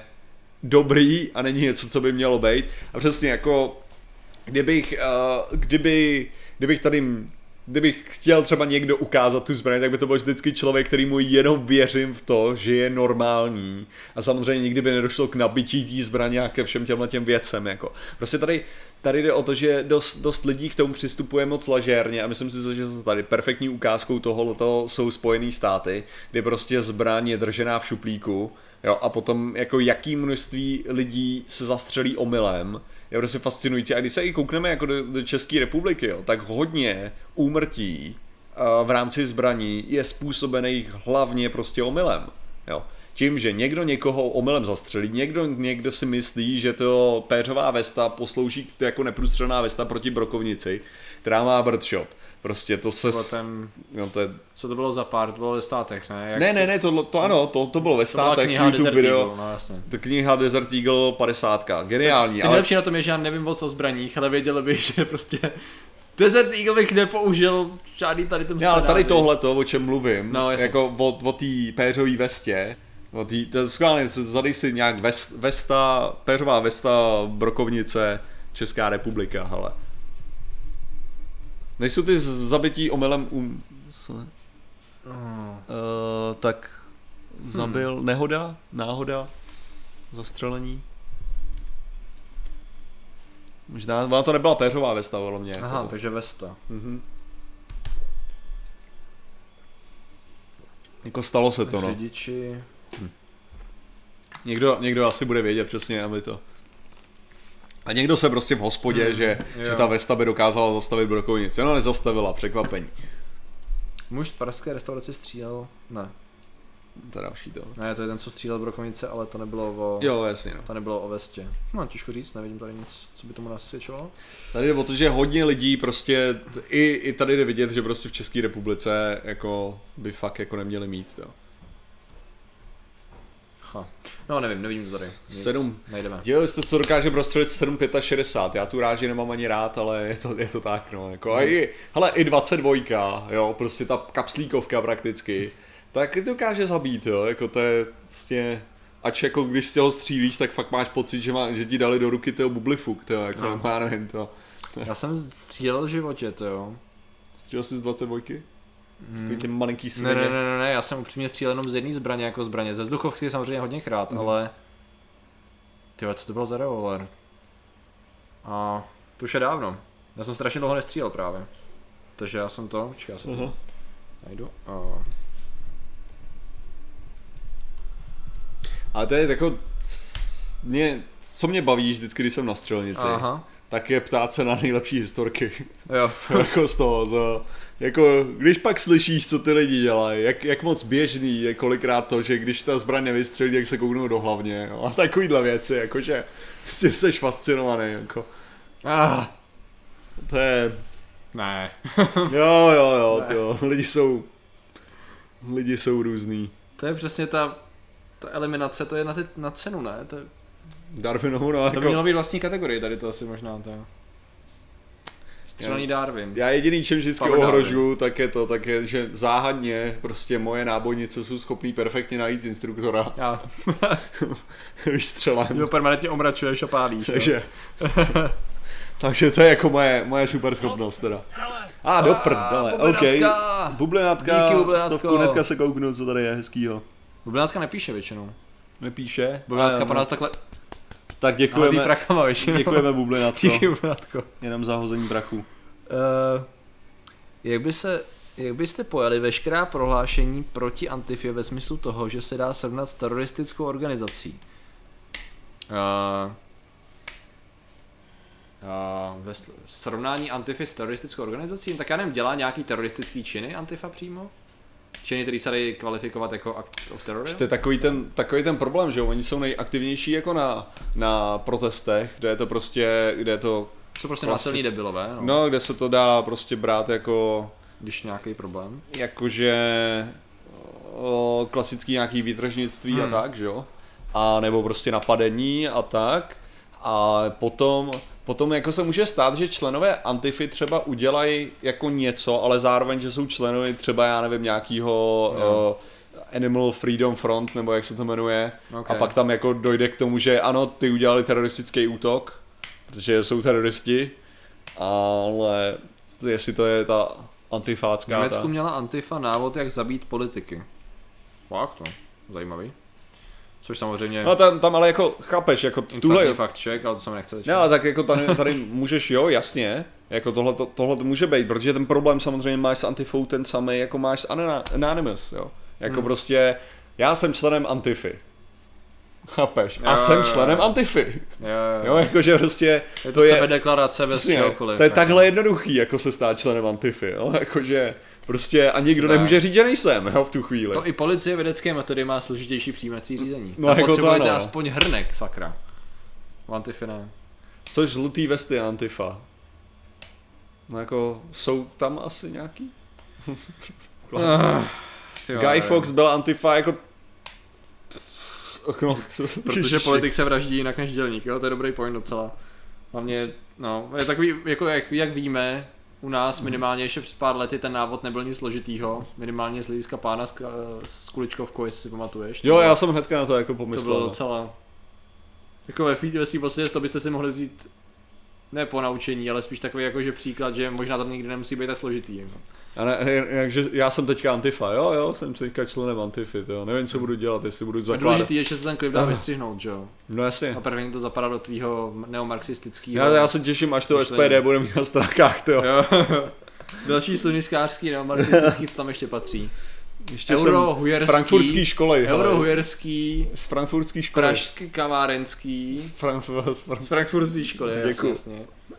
dobrý a není něco, co by mělo být. A přesně jako kdybych, uh, kdyby, kdybych tady kdybych chtěl třeba někdo ukázat tu zbraň, tak by to byl vždycky člověk, který mu jenom věřím v to, že je normální. A samozřejmě nikdy by nedošlo k nabití té zbraně a ke všem těmhle těm věcem. Jako. Prostě tady, tady jde o to, že dost, dost lidí k tomu přistupuje moc ležérně a myslím si, že tady perfektní ukázkou tohoto jsou Spojené státy, kde prostě zbraň je držená v šuplíku Jo, a potom jako jaký množství lidí se zastřelí omylem, je prostě fascinující. A když se i koukneme jako do, do České republiky, jo, tak hodně úmrtí uh, v rámci zbraní je způsobených hlavně prostě omylem. Jo. Tím, že někdo někoho omylem zastřelí, někdo někdo si myslí, že to péřová vesta poslouží jako neprůstřelná vesta proti brokovnici, která má birdshot. Prostě to se... Ten... No to je... Co to bylo za pár? To bylo ve státech, ne? Jak... Ne, ne, ne, to, to ano, to, to bylo ve to státech, kniha YouTube Desert video. Eagle, no jasně. To kniha Desert Eagle padesát. Geniální. To nejlepší na tom je, že já nevím moc o zbraních, ale věděli bych, že prostě Desert Eagle bych nepoužil žádný tady tom scénáři. Ale tady tohleto, o čem mluvím, no, jako o, o té péřové vestě, o tý, to schválně, zadej si nějak vest, vesta, péřová vesta, brokovnice, Česká republika, hele. Nejsou ty zabití omylem um... Uh, tak zabil hmm. nehoda, náhoda, zastřelení. Možná, ona to nebyla péřová vesta, volou mě. Aha, jako takže vesta. Mhm. Jako stalo se to, no. Řidiči. Hm. Někdo, někdo asi bude vědět přesně, aby to... A někdo se prostě v hospodě, hmm, že, že ta vesta by dokázala zastavit brokovnici. Ona nezastavila, překvapení. Muž v pražské restauraci střílel? Ne. To je další to. Ne, to je ten, co střílel brokovnice, ale to nebylo o... Jo, jasně, no. To nebylo o vestě. No, těžko říct, nevidím tady nic, co by tomu nasvědčovalo. Tady jde o to, že hodně lidí prostě, i, i tady jde vidět, že prostě v České republice jako by fakt jako neměli mít to. Ha. No nevím, nevidím to tady. Nic, sedm. Nejdeme. Dělali jste, co dokáže prostřelit sedm šedesát pět. Já tu ráži nemám ani rád, ale je to, je to tak, no. Jako, hmm. a i, hele, i dvacet dva, jo, prostě ta kapslíkovka prakticky, tak dokáže zabít, jo, jako to je vlastně, ač jako když z těho střílíš, tak fakt máš pocit, že, má, že ti dali do ruky toho bublifuk, to jako, no. Já nevím, to. Já jsem střílel v životě, to jo. Střílel jsi z dvacet dva? Hmm. Ty malinký svině. Ne, ne, ne, ne, já jsem upřímně střílel jenom z jedné zbraně jako zbraně, ze vzduchovky samozřejmě hodněkrát, hmm. ale... Tyhle, co to bylo za revolver? A to už je dávno. Já jsem strašně dlouho nestřílel právě. Takže já jsem to, počkej, já jsem to najdu. A... Ale to je jako... Mě, co mě baví vždycky, když jsem na střelnici, aha. tak je ptát se na nejlepší historky. Jo. Jako z toho, zo. Jako, když pak slyšíš, co ty lidi dělají, jak, jak moc běžný je kolikrát to, že když ta zbraň nevystřelí, jak se kouknou do hlavně, jo? A takovýhle věci, jakože si jsi fascinovaný, jako. Ah. To je... Ne. jo, jo, jo, ne. Jo, lidi jsou, lidi jsou různý. To je přesně ta, ta eliminace, to je na, ty, na cenu, ne? To, je... Darwinovu, no, to jako... by mělo být vlastní kategorii, tady to asi možná, to Střelný Darwin. Já jediný, čem vždycky ohrožuju, tak je to, tak je, že záhadně prostě moje nábojnice jsou schopný perfektně najít instruktora. Já. Vystřelám. Jo, permanentně omračuješ a pálíš. Takže, takže to je jako moje, moje super schopnost teda. A ah, do prdele, ok. Bublinatka, díky bublinátko. Stovku, netka se kouknu, co tady je hezkýho. Bublinatka nepíše většinou. Nepíše? Bublinatka po nás takhle... Tak děkujeme, prachama, děkujeme Bublinátko. Díky Bublinátko. Jenom za hození prachu. Uh, jak, by se, jak byste pojali veškerá prohlášení proti Antifě ve smyslu toho, že se dá srovnat s teroristickou organizací? Uh, uh, ve srovnání Antify s teroristickou organizací? Tak já nevím, dělá nějaký teroristický činy Antifa přímo? Činy, který se dají kvalifikovat jako act of terror? To je takový ten, takový ten problém, že oni jsou nejaktivnější jako na, na protestech, kde je to prostě, kde je to... Jsou prostě klasi... násilní debilové, no. No, kde se to dá prostě brát jako... Když nějaký problém. Jakože... O, klasický nějaký výtržnictví hmm. a tak, že jo? A nebo prostě napadení a tak. A potom... Potom jako se může stát, že členové Antify třeba udělají jako něco, ale zároveň, že jsou členy třeba, já nevím, nějakýho no. uh, Animal Freedom Front, nebo jak se to jmenuje. Okay. A pak tam jako dojde k tomu, že ano, ty udělali teroristický útok, protože jsou teroristi, ale jestli to je ta antifácká... V Německu ta... měla Antifa návod, jak zabít politiky. Fakt, no. Zajímavý. Což samozřejmě... No tam, tam ale jako chápeš, jako tuhle... fakt check, ale to se mi nechce. No ale tak jako tady, tady můžeš, jo, jasně, jako tohle, to, tohle to může být, protože ten problém samozřejmě máš s Antifou ten samý, jako máš s Anonymous, jo. Jako hmm. prostě, já jsem členem Antify. Chápeš? Jo, A jsem jo, členem jo. Antify. Jo, Jo, jakože prostě... je to, to je- sebedeklarace bez Přesně, čehokoliv. to je jako. takhle jednoduchý, jako se stát členem Antify, jo? Jakože prostě a nikdo Přesně. nemůže říct, že nejsem, jo, v tu chvíli. To i policie vědecké metody má složitější přijímací řízení. No, Tam jako to potřebujete ano. aspoň hrnek, sakra. V Antify ne. Což žlutý vesty Antifa. No jako, jsou tam asi nějaký? Ah, ty Guy vole, Fawkes byl Antifa jako... No, Protože politik se vraždí jinak než dělník, jo, to je dobrý point docela. Hlavně, no, je takový, jako jak, jak víme, u nás minimálně ještě před pár lety ten návod nebyl nic složitýho, minimálně z hlediska pána s, s kuličkovkou, jestli si pamatuješ. To Jo, bylo- já jsem hnedka na to jako To bylo pomyslel. no. docela, jako ve ve svým posledě, to byste si mohli vzít, ne po naučení, ale spíš takový jakože příklad, že možná to nikdy nemusí být tak složitý. Jako. A ne, jakže já jsem teďka Antifa, jo, jo, jsem teďka členem Antify, jo, nevím, co budu dělat, jestli budu A zakládat. důležitý je, že se ten klip dá Ah. vystřihnout, že jo? No jasně. A prvně to zapadá do tvýho neomarxistického. Já, já se těším, až to myšlení. S P D bude mít na stránkách, jo. Jo. Další sluniskářský neomarxistický, co tam ještě patří. Ještě Eurohujerský, frankfurtský školy, hele. Eurohujerský, Z frankfurtský školy. pražský kavárenský, Z, Fran- z, Fran- z frankfurtské školy, jasně, Děkuju. jasně.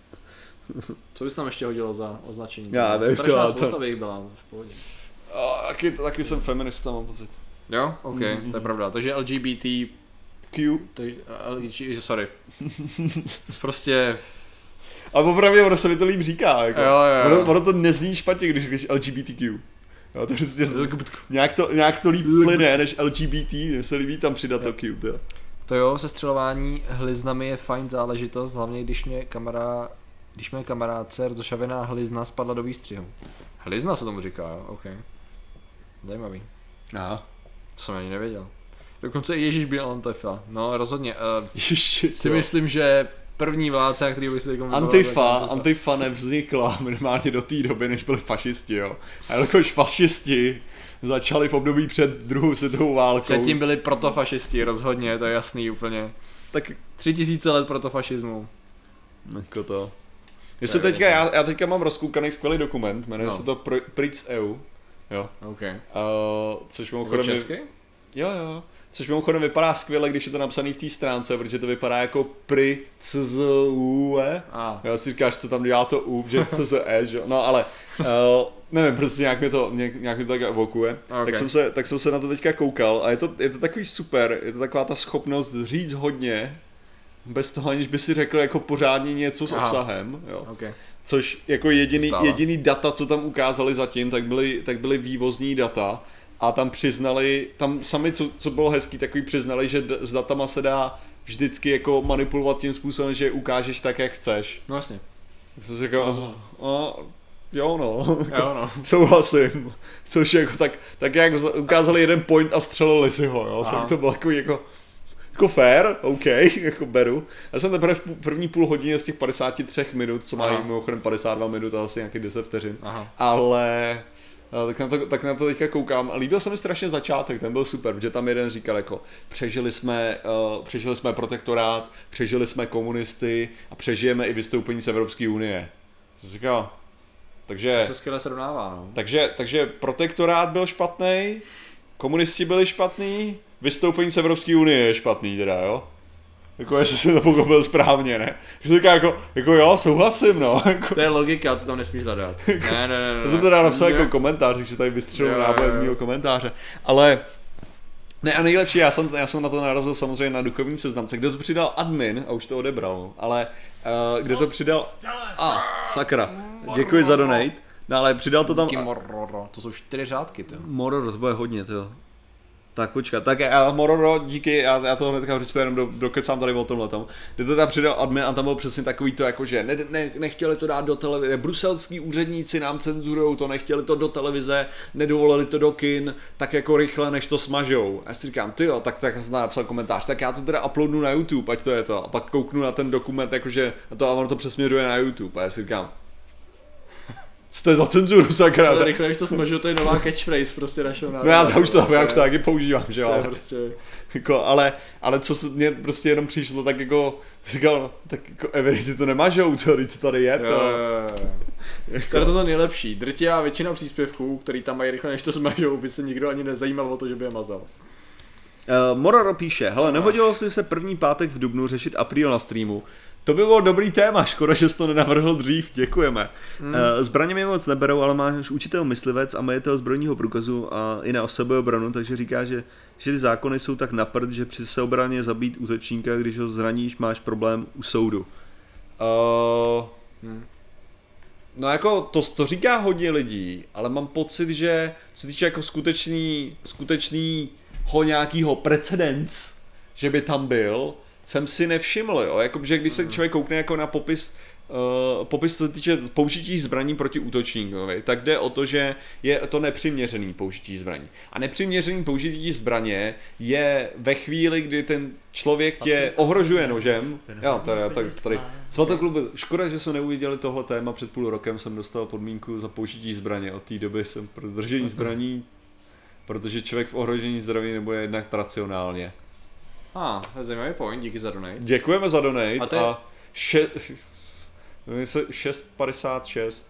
Co bys tam ještě hodilo za označení? Já nevím, Strašná to- spousta bych byla v pohodě. A, taky, taky jsem feminista, mám pocit. Jo, ok, Mhm. to je pravda. Takže L G B T, Q. to, L G, sorry. Prostě, A popravdě ono se mi to líp říká, jako. Jo, jo, jo. Ono, ono to nezní špatně, když říkáš L G B T Q. Jo, to prostě nějak to, nějak to líp plyne, než L G B T, mně se líbí tam přidat to Q, jo. to jo, sestřelování hliznami je fajn záležitost, hlavně když mě kamera, když mě kamarádce rozošavená hlizna spadla do výstřihu. Hlizna se tomu říká, jo, ok. Zajímavý. Aha. To jsem ani nevěděl. Dokonce i Ježíš byl Antifa. No rozhodně. Uh, Ještě, si jo. myslím, že první vládce, který by si teď Antifa, Antifa nevznikla minimálně do té doby, než byli fašisti, jo. A jakož fašisti začali v období před druhou světovou válkou. Předtím byli protofašisti, rozhodně, to je jasný úplně. Tak Tři tisíce let protofašismu. jako to. Jestli teďka, já, já teďka mám rozkoukaný skvělý dokument, jmenuje No. se to Pro- Pryč E U. Jo. OK. Uh, což Jako mimochodem... česky? Jo, jo. Což mimochodem vypadá skvěle, když je to napsaný v té stránce, protože to vypadá jako Pry C Z U E. A. Já si říkáš, co tam dělá to U, že C Z E, že jo. No ale, uh, nevím, prostě nějak mě to, nějak, nějak mě to tak evokuje. Okay. Tak, jsem se, tak jsem se na to teďka koukal a je to, je to takový super, je to taková ta schopnost říct hodně, bez toho, aniž by si řekl jako pořádně něco s Aha. obsahem, jo. Okay. Což jako jediný, Stává. jediný data, co tam ukázali zatím, tak byly, tak byly vývozní data a tam přiznali, tam sami, co, co bylo hezký, takový přiznali, že d- s datama se dá vždycky jako manipulovat tím způsobem, že je ukážeš tak, jak chceš. No vlastně. Tak jsem si říkal, a, jo no, Jo, no. souhlasím. Což jako tak, tak jak z- ukázali jeden point a střelili si ho, jo, Aha. tak to bylo jako, jako jako fair, OK, jako beru. Já jsem teprve v pů- první půl hodině z těch padesáti třech minut, co mají Aha. mimochodem padesát dva minut a asi nějakých deset vteřin. Aha. Ale a tak na, to, tak na to teďka koukám a líbil se mi strašně začátek, ten byl super, protože tam jeden říkal jako přežili jsme, uh, přežili jsme protektorát, přežili jsme komunisty a přežijeme i vystoupení z Evropské unie. Jsem si říkal, takže, To se skvěle srovnává, no. takže, takže protektorát byl špatný, komunisti byli špatný, vystoupení z Evropské unie je špatný teda, jo? Jako jestli jsem to pochopil správně, ne? Jsem říkal jako, jako jo, souhlasím, no. Jako, To je logika, to tam nesmíš hledat. Ne, ne, ne, ne. já jsem to dá napsal Ne. jako komentář, takže tady vystřelil Jo, náboje jo, z jo. mýho komentáře. Ale ne a nejlepší, já jsem, já jsem na to narazil samozřejmě na duchovní seznamce, kde to přidal admin a už to odebral, ale uh, kde to přidal, a ah, sakra, děkuji za donate, no ale přidal to tam, Díky Mororo, to jsou čtyři řádky, to. Mororo, to bude hodně, to. Tak počkat, tak já, Mororo, díky, já, já to hnedka přečtu jenom do, dokecám tady o tomhle tom. Kde to tam přidal admin a tam bylo přesně takový to jako, že ne, ne, nechtěli to dát do televize, bruselský úředníci nám cenzurujou to, nechtěli to do televize, nedovolili to do kin, tak jako rychle, než to smažou. A já si říkám, ty jo, tak, tak jsem napsal komentář, tak já to teda uploadnu na YouTube, ať to je to. A pak kouknu na ten dokument, jakože to, a ono to přesměřuje na YouTube. A já si říkám, co to je za cenzuru, sakra? Ale rychle, když to smažu, to je nová catchphrase prostě našeho No já to už to, já už to taky používám, že jo, To je ale, prostě... jako, ale, ale co se mně prostě jenom přišlo, tak jako, říkal, no, tak jako evidentně to nemažou, to, to tady je, to. Jo, jo, jo. Jako, To je to nejlepší. Drtivá většina příspěvků, který tam mají rychle, než to smažou, by se nikdo ani nezajímal o to, že by je mazal. Uh, Mororo píše, hele, nehodilo si se první pátek v dubnu řešit April na streamu. To by bylo dobrý téma, škoda, že jsi to nenavrhl dřív, děkujeme. Mm. Uh, zbraně mi moc neberou, ale máš učitel myslivec a majitel zbrojního průkazu a i na sebeobranu, takže říká, že, že ty zákony jsou tak na prd, že při sebeobraně zabít útočníka, když ho zraníš, máš problém u soudu. Uh, mm. No jako to, to říká hodně lidí, ale mám pocit, že co se týče jako skutečný, skutečnýho nějakýho precedens, že by tam byl, jsem si nevšiml, jo, jakože když se člověk koukne jako na popis, uh, popis co se týče použití zbraní proti útočníkovi, tak jde o to, že je to nepřiměřený použití zbraní. A nepřiměřený použití zbraně je ve chvíli, kdy ten člověk tě ohrožuje nožem. Já tady, tady, tady. Svatokluby, škoda, že jsme neuviděli tohle téma, před půl rokem jsem dostal podmínku za použití zbraně, od té doby jsem pro držení zbraní, protože člověk v ohrožení zdraví nebude jednak racionálně. A, ah, to je zajímavý point, díky za donate. Děkujeme za donate a, to je... a še... šest padesát šest.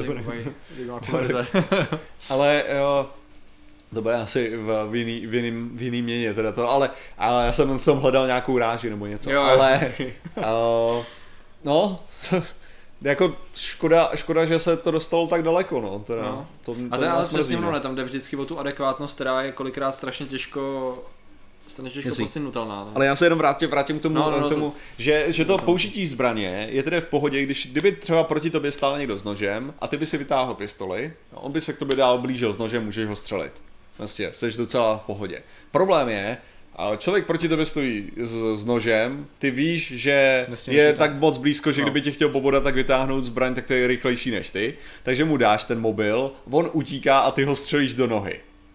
Ale jo, to bude asi v, v, jiný, v, jiným, v jiným měně teda to, ale, ale já jsem v tom hledal nějakou ráži nebo něco, jo, ale uh, no, jako škoda, škoda, že se to dostalo tak daleko, no, teda. No. To, to a to je ale přesně ono, tam jde vždycky o tu adekvátnost, která je kolikrát strašně těžko strašně těžko postinutelná. Ne? Ale já se jenom vrátím, vrátím k tomu, no, no, no, k tomu to... že, že to použití zbraně je tedy v pohodě, když kdyby třeba proti tobě stál někdo s nožem a ty by si vytáhl pistoli, on by se k tobě dál blížil s nožem, můžeš ho střelit. Vlastně, jsi docela v pohodě. Problém je, člověk proti tobě stojí s, s nožem, ty víš, že Nesmíš je tak moc blízko, že no. kdyby tě chtěl pobodat, tak vytáhnout zbraň, tak to je rychlejší než ty, takže mu dáš ten mobil, on utíká a ty ho střelíš do nohy.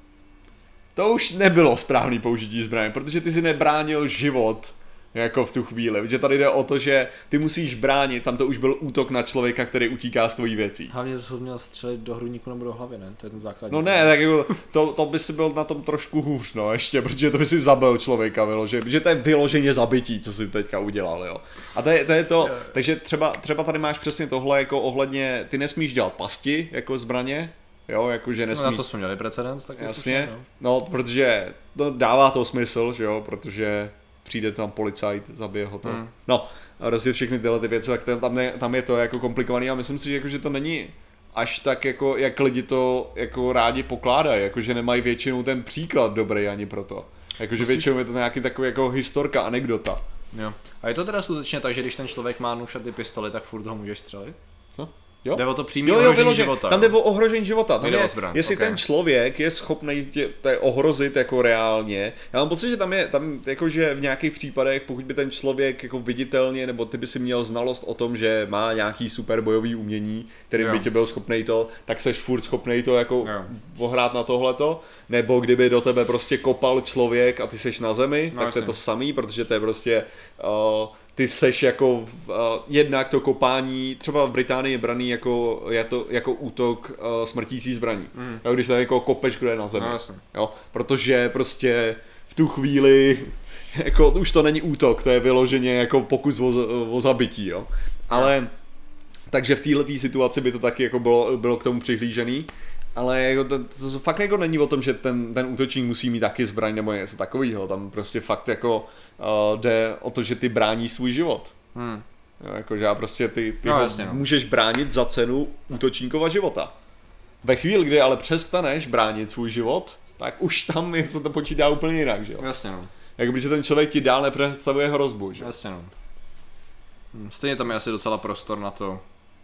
To už nebylo správný použití zbraně, protože ty si nebránil život jako v tu chvíli. Protože tady jde o to, že ty musíš bránit, tam to už byl útok na člověka, který utíká z tvojí věcí. Hlavně jsi měl střelit do hrudníku nebo do hlavy, ne? To je ten základní. No ne, tak jako, to, to by si byl na tom trošku hůř, no ještě, protože to by si zabil člověka, vyloženě, protože to je vyloženě zabití, co si teďka udělal, jo. A to je to, je to takže třeba, třeba tady máš přesně tohle, jako ohledně, ty nesmíš dělat pasti, jako zbraně. Jo, jakože nesmí... No na to jsme měli precedens, tak jasně, no. no, protože no, dává to smysl, že jo, protože přijde tam policajt, zabije ho to. Hmm. No, a rozděl všechny tyhle ty věci, tak tam, ne, tam je to jako komplikovaný a myslím si, že, jako, že to není až tak, jako, jak lidi to jako rádi pokládají, jakože nemají většinou ten příklad dobrý ani pro to. Jakože Musíš... většinou je to nějaký takový jako historka, anekdota. Jo. A je to teda skutečně tak, že když ten člověk má nůž a ty pistoli, tak furt ho můžeš střelit? Co? Jo? Jde o to přímý jo, jo, ohrožení vyložen, života. Tam jde o ohrožení života. Tam je, zbran, jestli okay. ten člověk je schopný tě, tě ohrozit jako reálně. Já mám pocit, že tam je, tam jakože v nějakých případech, pokud by ten člověk jako viditelně, nebo ty by si měl znalost o tom, že má nějaký super bojový umění, kterým jo. by tě byl schopný to, tak seš furt schopný to jako jo. ohrát na tohleto. Nebo kdyby do tebe prostě kopal člověk a ty seš na zemi, no, tak to je to samý, protože to je prostě... Uh, ty seš jako uh, jednak to kopání, třeba v Británii je braný jako, je to, jako útok uh, smrtící zbraní. Mm. Jo, když to jako kopeš, kdo je na zemi. No, jo, protože prostě v tu chvíli jako už to není útok, to je vyloženě jako pokus o, o zabití, jo. Ale no. takže v této situaci by to taky jako bylo, bylo k tomu přihlížený. Ale jako to, to, to fakt jako není o tom, že ten, ten útočník musí mít taky zbraň nebo něco takového. Tam prostě fakt jako uh, jde o to, že ty brání svůj život. Hmm. Jo, jako, že prostě ty, ty no, jasně, no. můžeš bránit za cenu útočníkova života. Ve chvíli, kdy ale přestaneš bránit svůj život, tak už tam je, se to počítá úplně jinak, že jo? Jasně no. Jakoby, že ten člověk ti dál nepředstavuje hrozbu, že jo? Jasně no. Stejně tam je asi docela prostor na to.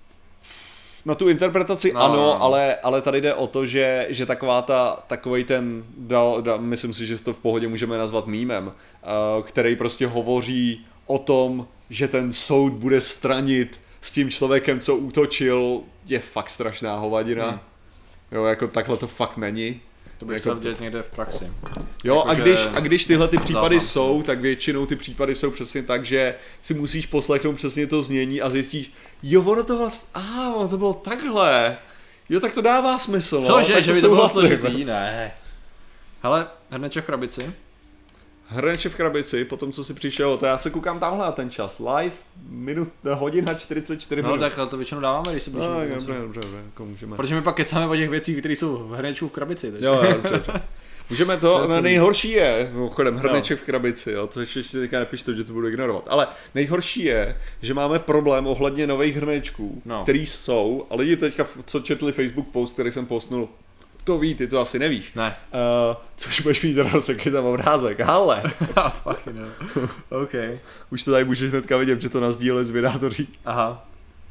Na tu interpretaci no, ano, no. Ale, ale tady jde o to, že, že taková ta, takovej ten, da, da, myslím si, že to v pohodě můžeme nazvat mýmem, uh, který prostě hovoří o tom, že ten soud bude stranit s tím člověkem, co útočil, je fakt strašná hovadina. Hmm. Jo, jako takhle to fakt není. To bych chtěl vidět někde v praxi. Jo, jako, a, když, a když tyhle ty případy záznam. jsou, tak většinou ty případy jsou přesně tak, že si musíš poslechnout přesně to znění a zjistíš, jo, ono to vlastně, aha, ono to bylo takhle. Jo, tak to dává smysl, no. Cože, že by to bylo složitý, ne. Hele, hrneče v krabici. Hrneče v krabici, potom co si přišel, to já se koukám tamhle na ten čas, live, minut, hodina čtyřicet čtyři no, minut. No tak to většinou dáváme, když se blížíme. No, dobře, dobře, dobře, jako můžeme. Protože my pak kecáme o těch věcích, které jsou v hrnečů v krabici. Takže. Jo, jo, dobře, dobře. Můžeme to, To je no, celý. nejhorší je, mimochodem hrneček v krabici, jo, to ještě, ještě teďka nepište, že to budu ignorovat, ale nejhorší je, že máme problém ohledně nových hrnečků, No. který jsou, a lidi teďka, co četli Facebook post, který jsem postnul, to ví, ty to asi nevíš. Ne. Uh, což budeš mít teda seký tam obrázek, ale Ah, fuck no. OK. už to tady můžeš hnedka vidět, že to nazdíleli z vydátoří. Aha.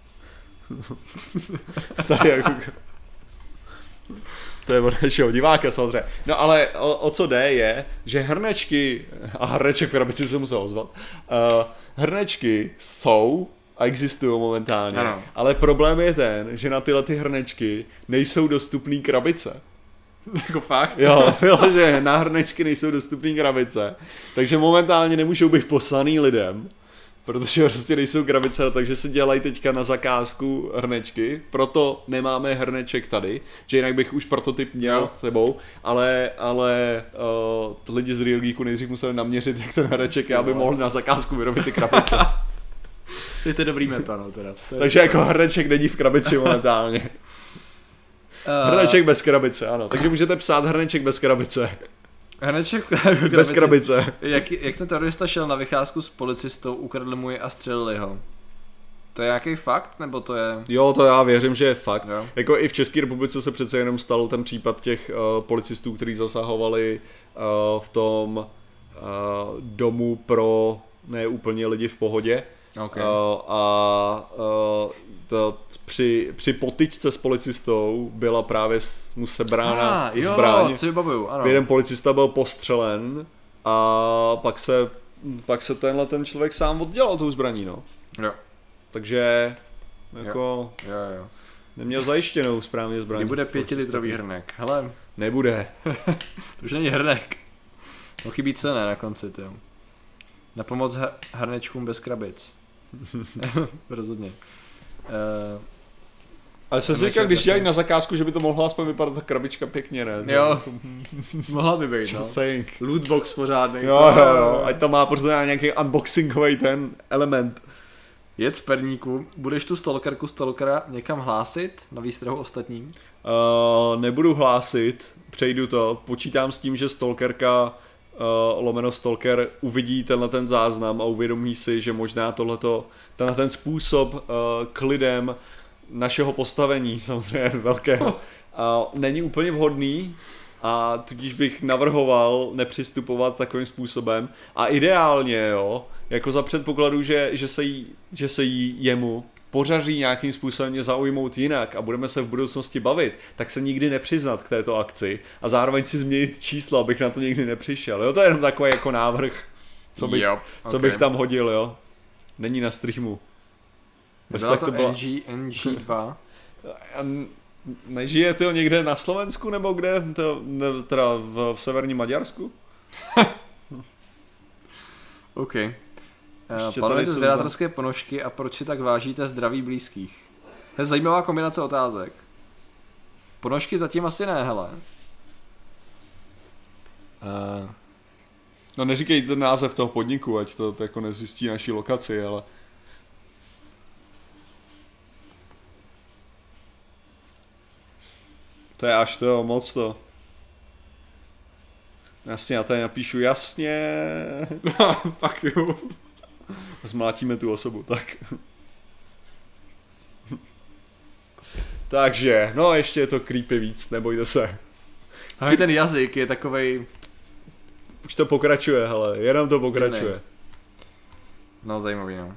Tady jako... To je od našeho diváka samozřejmě. No ale o, o co jde je, že hrnečky, a hrneček v krabici se musel ozvat, uh, hrnečky jsou a existují momentálně, Ano. ale problém je ten, že na tyhle ty hrnečky nejsou dostupný krabice. Jako fakt? Jo, že na hrnečky nejsou dostupný krabice, takže momentálně nemůžou být poslaný lidem, protože prostě nejsou krabice, takže se dělají teďka na zakázku hrnečky, proto nemáme hrneček tady, že jinak bych už prototyp měl Jo. sebou, ale, ale uh, lidi z Real Geeku nejdřív museli naměřit, jak ten hrneček je, aby mohl na zakázku vyrobit ty krabice. Je to dobrý meta, no teda. To je Takže super. jako hrneček není v krabici momentálně. Eh, Hrneček bez krabice, ano. Takže můžete psát hrneček bez krabice. Hrneček Bez krabice. Jak, jak ten terorista šel na vycházku s policistou, ukradli mu ji a střelili ho. To je nějaký fakt, nebo to je... Jo, to já věřím, že je fakt. Jo. Jako i v České republice se přece jenom stal ten případ těch uh, policistů, kteří zasahovali uh, v tom uh, domu pro ne úplně lidi v pohodě. Okay. Uh, a uh, to při, při potyčce s policistou byla právě s- mu sebrána ah, jo, zbraň. si vybavuju, ano. Jeden policista byl postřelen a pak se, pak se tenhle ten člověk sám oddělal tou zbraní, no. Jo, Takže jako jo, jo. neměl zajištěnou správně zbraň. Kdy bude pětilitrový hrnek? Hele, Nebude. to už není hrnek. No chybí cené na konci, jo. Na pomoc h- hrnečkům bez krabic. Rozhodně. Uh, Ale jsem si Hrneček říkal, když asi. dělají na zakázku, že by to mohla aspoň vypadat ta krabička pěkně, ne? jo, mohla by být, no. Just saying. Lootbox pořádnej. Jo, co? jo, jo, ať tam má prostě nějaký unboxingový ten element. Jet v perníku, budeš tu stalkerku stalkera někam hlásit na výstrahu ostatním? Uh, nebudu hlásit, přejdu to, počítám s tím, že stalkerka uh, lomeno stalker uvidí tenhle ten záznam a uvědomí si, že možná tohleto, tenhle ten způsob uh, k lidem našeho postavení, samozřejmě velkého, uh, není úplně vhodný a tudíž bych navrhoval nepřistupovat takovým způsobem a ideálně, jo, jako za předpokladu, že, že, se, jí, že se jí jemu pořaří nějakým způsobem mě zaujmout jinak a budeme se v budoucnosti bavit, tak se nikdy nepřiznat k této akci a zároveň si změnit číslo, abych na to nikdy nepřišel. Jo, to je jenom takový jako návrh, co bych, Yep, co okay. bych tam hodil, jo. Není na streamu. Bez Byla tak to byla- N G, N G dva. A n- Nežije to někde na Slovensku nebo kde? To, ne, teda v, v severním Maďarsku? OK. Ještě Uh, tady Plánujete seznam. zvědátorské ponožky a proč si tak vážíte zdraví blízkých? To je zajímavá kombinace otázek. Ponožky zatím asi ne, hele. Uh, No neříkej ten název toho podniku, ať to, to jako nezjistí naší lokaci, ale... To je až to, moc to. Jasně, já tady napíšu jasně. fuck you. Zmlátíme tu osobu, tak. Takže, no ještě je to creepy víc, nebojte se. Hlavně ten jazyk je takovej, Už to pokračuje, hele, jenom to pokračuje. Divnej. no zajímavý, no.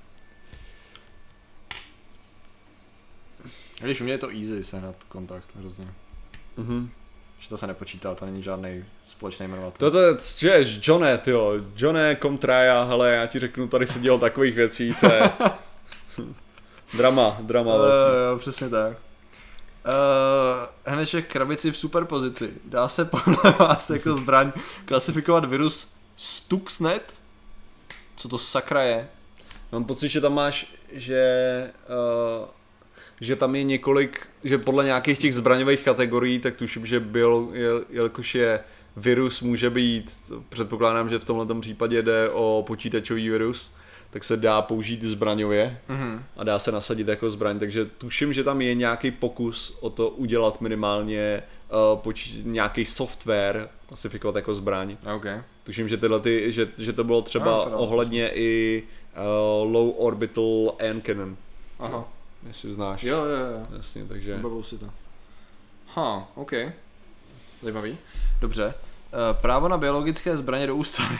Když u mě je to easy sehnat kontakt, hrozně. Mhm. Že to se nepočítá, to není žádný společný jmenovatel. To to je, že je Johne, tyjo, Johne Comtraja, hele, já ti řeknu, tady se dělo takových věcí, to je... drama, drama Uh, velký. jo, přesně tak. Uh, hnedček krabici v superpozici. Dá se podle vás jako zbraň klasifikovat virus Stuxnet? Co to sakra je? Mám pocit, že tam máš, že... Uh, že tam je několik, že podle nějakých těch zbraňových kategorií, tak tuším, že byl, jel, jelikož je virus, může být, předpokládám, že v tomhle případě jde o počítačový virus, tak se dá použít zbraňově Mhm. a dá se nasadit jako zbraň, takže tuším, že tam je nějaký pokus o to udělat minimálně uh, poč- nějaký software klasifikovat jako zbraň. Okay. Tuším, že, tyhle ty, že, že to bylo třeba no, to ohledně i uh, Low Orbital Ion Cannon. Aha. Jestli znáš. Jo, jo, jo. Jasně, takže... Vybavuju si to. Ha, ok. Zajímavý. Dobře. Uh, právo na biologické zbraně do ústavy.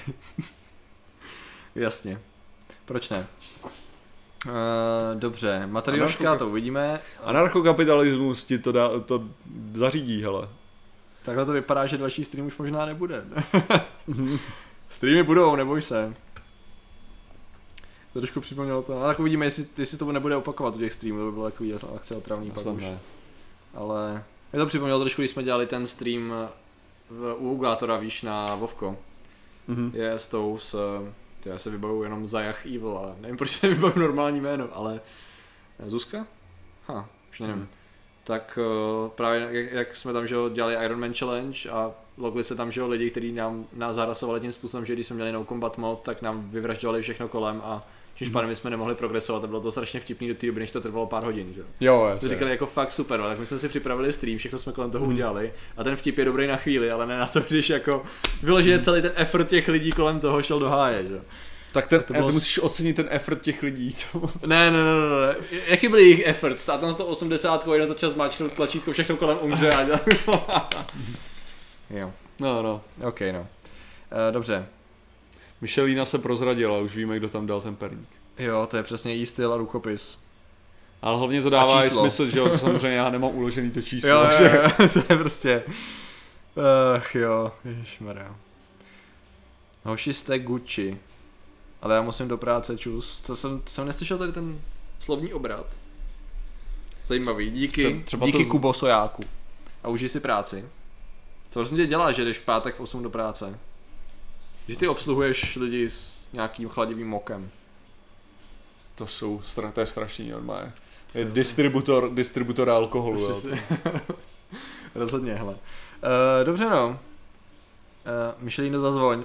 Jasně. Proč ne? Uh, dobře, Matrioška, to uvidíme. Anarchokapitalismus ti to, dá, to zařídí, hele. Takhle to vypadá, že další stream už možná nebude. Streamy budou, neboj se. To trošku připomnělo to, ale tak uvidíme, jestli, jestli to nebude opakovat u těch streamů, to by bylo takový akce otravný pak už. Ne. Ale mě to připomnělo trošku, když jsme dělali ten stream v, u Ugátora, víš, na Vovko. Mm-hmm. Je s tou s... Já se vybavuju jenom Zajach Evil a nevím, proč se vybavuju normální jméno, ale... Zuzka? Ha, už nevím. Mm. Tak uh, právě jak, jak jsme tam, že jo, dělali Iron Man Challenge a logli se tam, že jo, lidi, kteří nám, nás zahrasovali tím způsobem, že když jsme měli no combat mod, tak nám vyvražďovali všechno kolem a čímž pádem my jsme nemohli progresovat a bylo to strašně vtipný do té doby, než to trvalo pár hodin, že jo. Jo, jasně. To říkali jako fakt super, tak my jsme si připravili stream, všechno jsme kolem toho mm. udělali a ten vtip je dobrý na chvíli, ale ne na to, když jako vyloženě celý ten effort těch lidí kolem toho šel do háje, že jo. Tak, ten, tak to bylo... ty musíš ocenit ten effort těch lidí, co? Ne, ne, ne, ne, ne. Jaký byly jejich efforts? Stát tam sto osmdesát, jeden za čas máčknout tlačítko, všechno kolem umře a dělat. Jo. No, no. Ok, no. Uh, dobře. Michelina se prozradila, už víme, kdo tam dal ten perník. Jo, to je přesně její styl a rukopis. Ale hlavně to dává i smysl, že jo, samozřejmě já nemám uložený to číslo. Jo, jo, jo, to je prostě... Ach jo, ježišmarja. Hoši jste Gucci. Ale já musím do práce, čus. Co jsem, jsem neslyšel tady ten slovní obrat. Zajímavý, díky, třeba díky to... Kubo Sojáku. A užij si práci. Co vlastně tě dělá, že jdeš v pátek v osm do práce? Že ty obsluhuješ lidi s nějakým chladivým mokem. To jsou, to je strašný normálně. Je distributor, distributor alkoholu. Jo. Rozhodně, hele. Uh, dobře no. Uh, Michelino, zazvoň.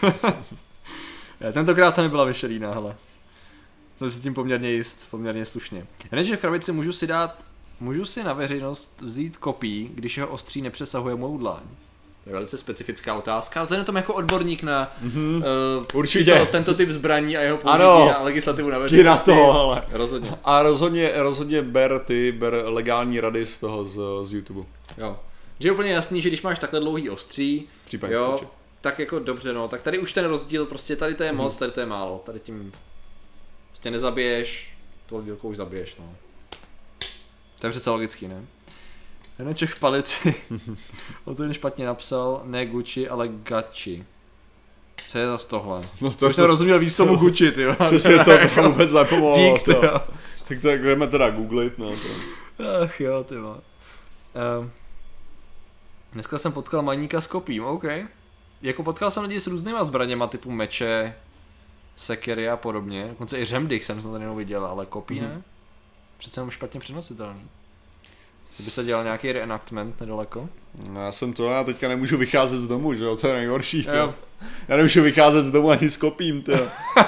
Tentokrát to nebyla Michelina, hele. Jsem si tím poměrně jist, poměrně slušně. Jenže v krabici můžu si dát, můžu si na veřejnost vzít kopii, když jeho ostří nepřesahuje mou dlaň. To je velice specifická otázka. Vzhledem tomu jako odborník na mm-hmm. uh, Určitě. Tyto, tento typ zbraní a jeho použití a legislativu na veřejnosti. Na toho, ale. Rozhodně. A rozhodně, rozhodně ber ty, ber legální rady z toho, z, z YouTube. Jo. Že je úplně jasný, že když máš takhle dlouhý ostří, jo, tak jako dobře, no, tak tady už ten rozdíl, prostě tady to je moc, tady to je málo, tady tím prostě nezabiješ, tohle dílkou už zabiješ, no. To je přece logický, ne? Heneček v palici, on to jen špatně napsal, ne Gucci, ale Gachi. Co je zase tohle? No to už jsem rozuměl víc tomu Gucci, ty jo. Přesně to, to vůbec nepomohlo. Dík, ty jo. Tak to jdeme teda googlit, no. To. Ach jo, ty jo. Um, dneska jsem potkal maníka s kopím, OK. Jako potkal jsem lidi s různýma zbraněma typu meče, sekery a podobně. Dokonce i řemdyk jsem snad jenom viděl, ale kopí ne. Mm-hmm. Přece jenom špatně přenositelný. Kdyby se dělal nějaký reenactment nedaleko. No já jsem to, já teďka nemůžu vycházet z domu, že jo, to je nejhorší, to. Já nemůžu vycházet z domu ani s kopím, to.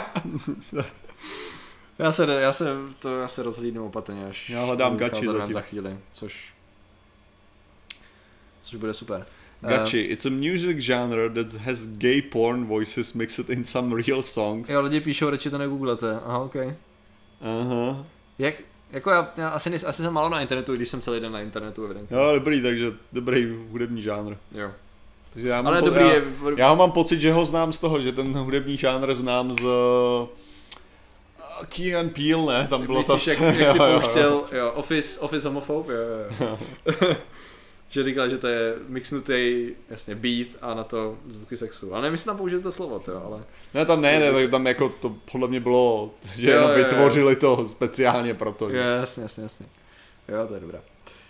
já se, já se, to, já se rozhlídnu opatrně, až já hledám Gachi za chvíli, což, což bude super. Gachi, it's a music genre that has gay porn voices mixed in some real songs. Jo, lidi píšou, radši to negooglete, aha, ok. Aha. Jak, jako já, já asi, asi jsem málo na internetu, když jsem celý den na internetu, evidentně. Jo, dobrý, takže dobrý hudební žánr. Jo. Takže já mám ale po, dobrý já, je... já ho mám pocit, že ho znám z toho, že ten hudební žánr znám z... Key and Peele, ne? Tam bylo ta... Jak, jak si pouštěl, jo, Office, Office homophobe, jo, jo. jo. Že říkal, že to je mixnutý, jasně, beat a na to zvuky sexu. Ale nevím, jestli tam použili to slovo, to, ale... Ne, tam ne, ne, tak tam jako to podle mě bylo, že jo, jenom vytvořili jo. to speciálně pro to. Jo, jasně, jasně, jasně. Jo, to je dobré.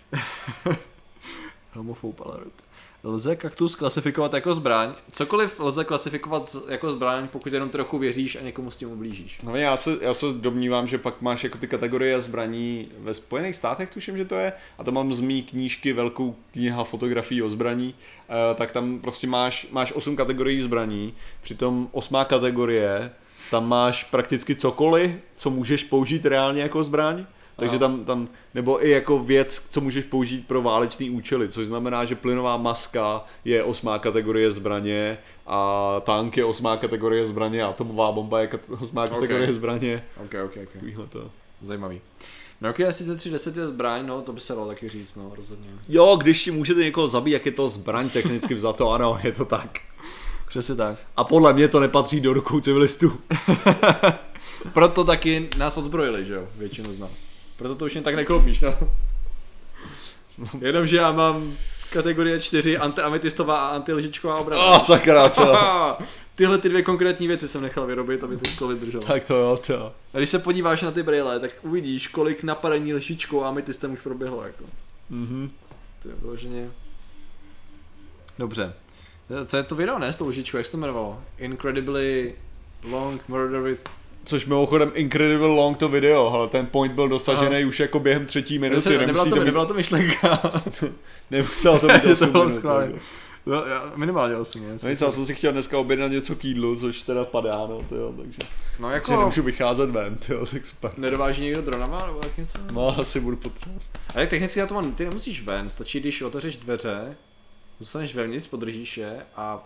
Homophobe alert. Lze kaktus klasifikovat jako zbraň? Cokoliv lze klasifikovat jako zbraň, pokud jenom trochu věříš a někomu s tím ublížíš. No já se, já se domnívám, že pak máš jako ty kategorie zbraní ve Spojených státech, tuším, že to je, a tam mám z mý knížky velkou kniha fotografií o zbraní, uh, tak tam prostě máš, máš osm kategorií zbraní, přitom osmá kategorie, tam máš prakticky cokoliv, co můžeš použít reálně jako zbraň. Takže Aha. tam, tam, nebo i jako věc, co můžeš použít pro válečný účely, což znamená, že plynová maska je osmá kategorie zbraně a tank je osmá kategorie zbraně a atomová bomba je kat- osmá Okay. kategorie zbraně. Ok, ok, ok. Takovýhle to. Zajímavý. Nokia třicet tři deset je zbraň, no to by se dalo taky říct, no rozhodně. Jo, když ti můžete někoho zabít, jak je to zbraň technicky vzato, ano, je to tak. Přesně tak. A podle mě to nepatří do rukou civilistů. Proto taky nás odzbrojili, že jo, většinu z nás. Proto to už jen tak nekoupíš, no. Jenomže já mám kategorie čtyři antiametistová a antilžičková obrana. A oh, sakra, to. Tyhle ty dvě konkrétní věci jsem nechal vyrobit, aby to školy drželo. Tak to jo, to. A když se podíváš na ty brýle, tak uvidíš, kolik napadení lžičkou a ametistem už proběhlo, jako. Mhm. To je vyloženě... Dobře. Co je to video, ne, s tou lžičkou, jak se to jmenovalo? Incredibly long murder with... Což mimochodem incredible long to video, ale ten point byl dosažený už jako během třetí minuty. Se, nebyla, Nemusí to, to být, nebyla to myšlenka. nemuselo to být Je to osm bylo minut. skvělé. takže. No, já, minimálně osm, jasně. No nic, já jsem si chtěl dneska objednat něco k jídlu, což teda padá, no, tyjo, takže. No Jako... jako... nemůžu vycházet ven, tyjo, tak super. Nedováží někdo dronama, nebo tak něco? No, asi budu potřebovat. Ale technicky já to mám, ty nemusíš ven, stačí, když otevřeš dveře, zůstaneš vevnitř, podržíš je a...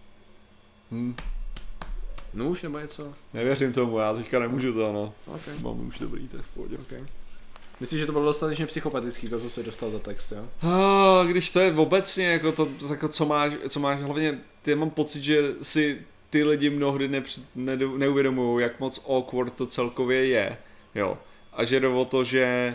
Hm, Nůž nebo něco? nevěřím tomu, já teďka nemůžu to, no. Okay. Mám už dobrý, to je v pohodě. Okay. Myslíš, že to bylo dostatečně psychopatický, to, co jsi dostal za text, jo? Ah, když to je obecně, jako to, jako co máš, co máš hlavně, ty mám pocit, že si ty lidi mnohdy nepři, ne, neuvědomují, jak moc awkward to celkově je, jo. A že jde o to, že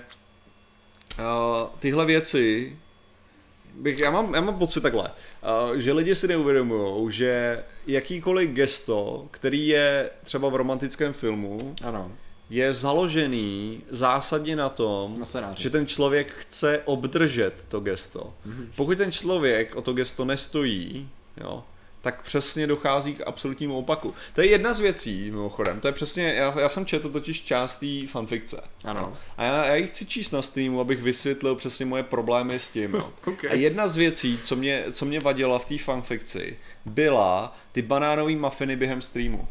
uh, tyhle věci, bych, já, mám, já mám pocit takhle, uh, že lidi si neuvědomují, že jakýkoliv gesto, který je třeba v romantickém filmu, Ano. je založený zásadně na tom, Na scénáři. že ten člověk chce obdržet to gesto. Mhm. Pokud ten člověk o to gesto nestojí, jo, tak přesně dochází k absolutnímu opaku. To je jedna z věcí, mimochodem, to je přesně, já, já jsem četl totiž část té fanfikce. Ano. Jo. A já, já ji chci číst na streamu, abych vysvětlil přesně moje problémy s tím. Jo. Okay. A jedna z věcí, co mě, co mě vadila v té fanfikci, byla ty banánové mafiny během streamu.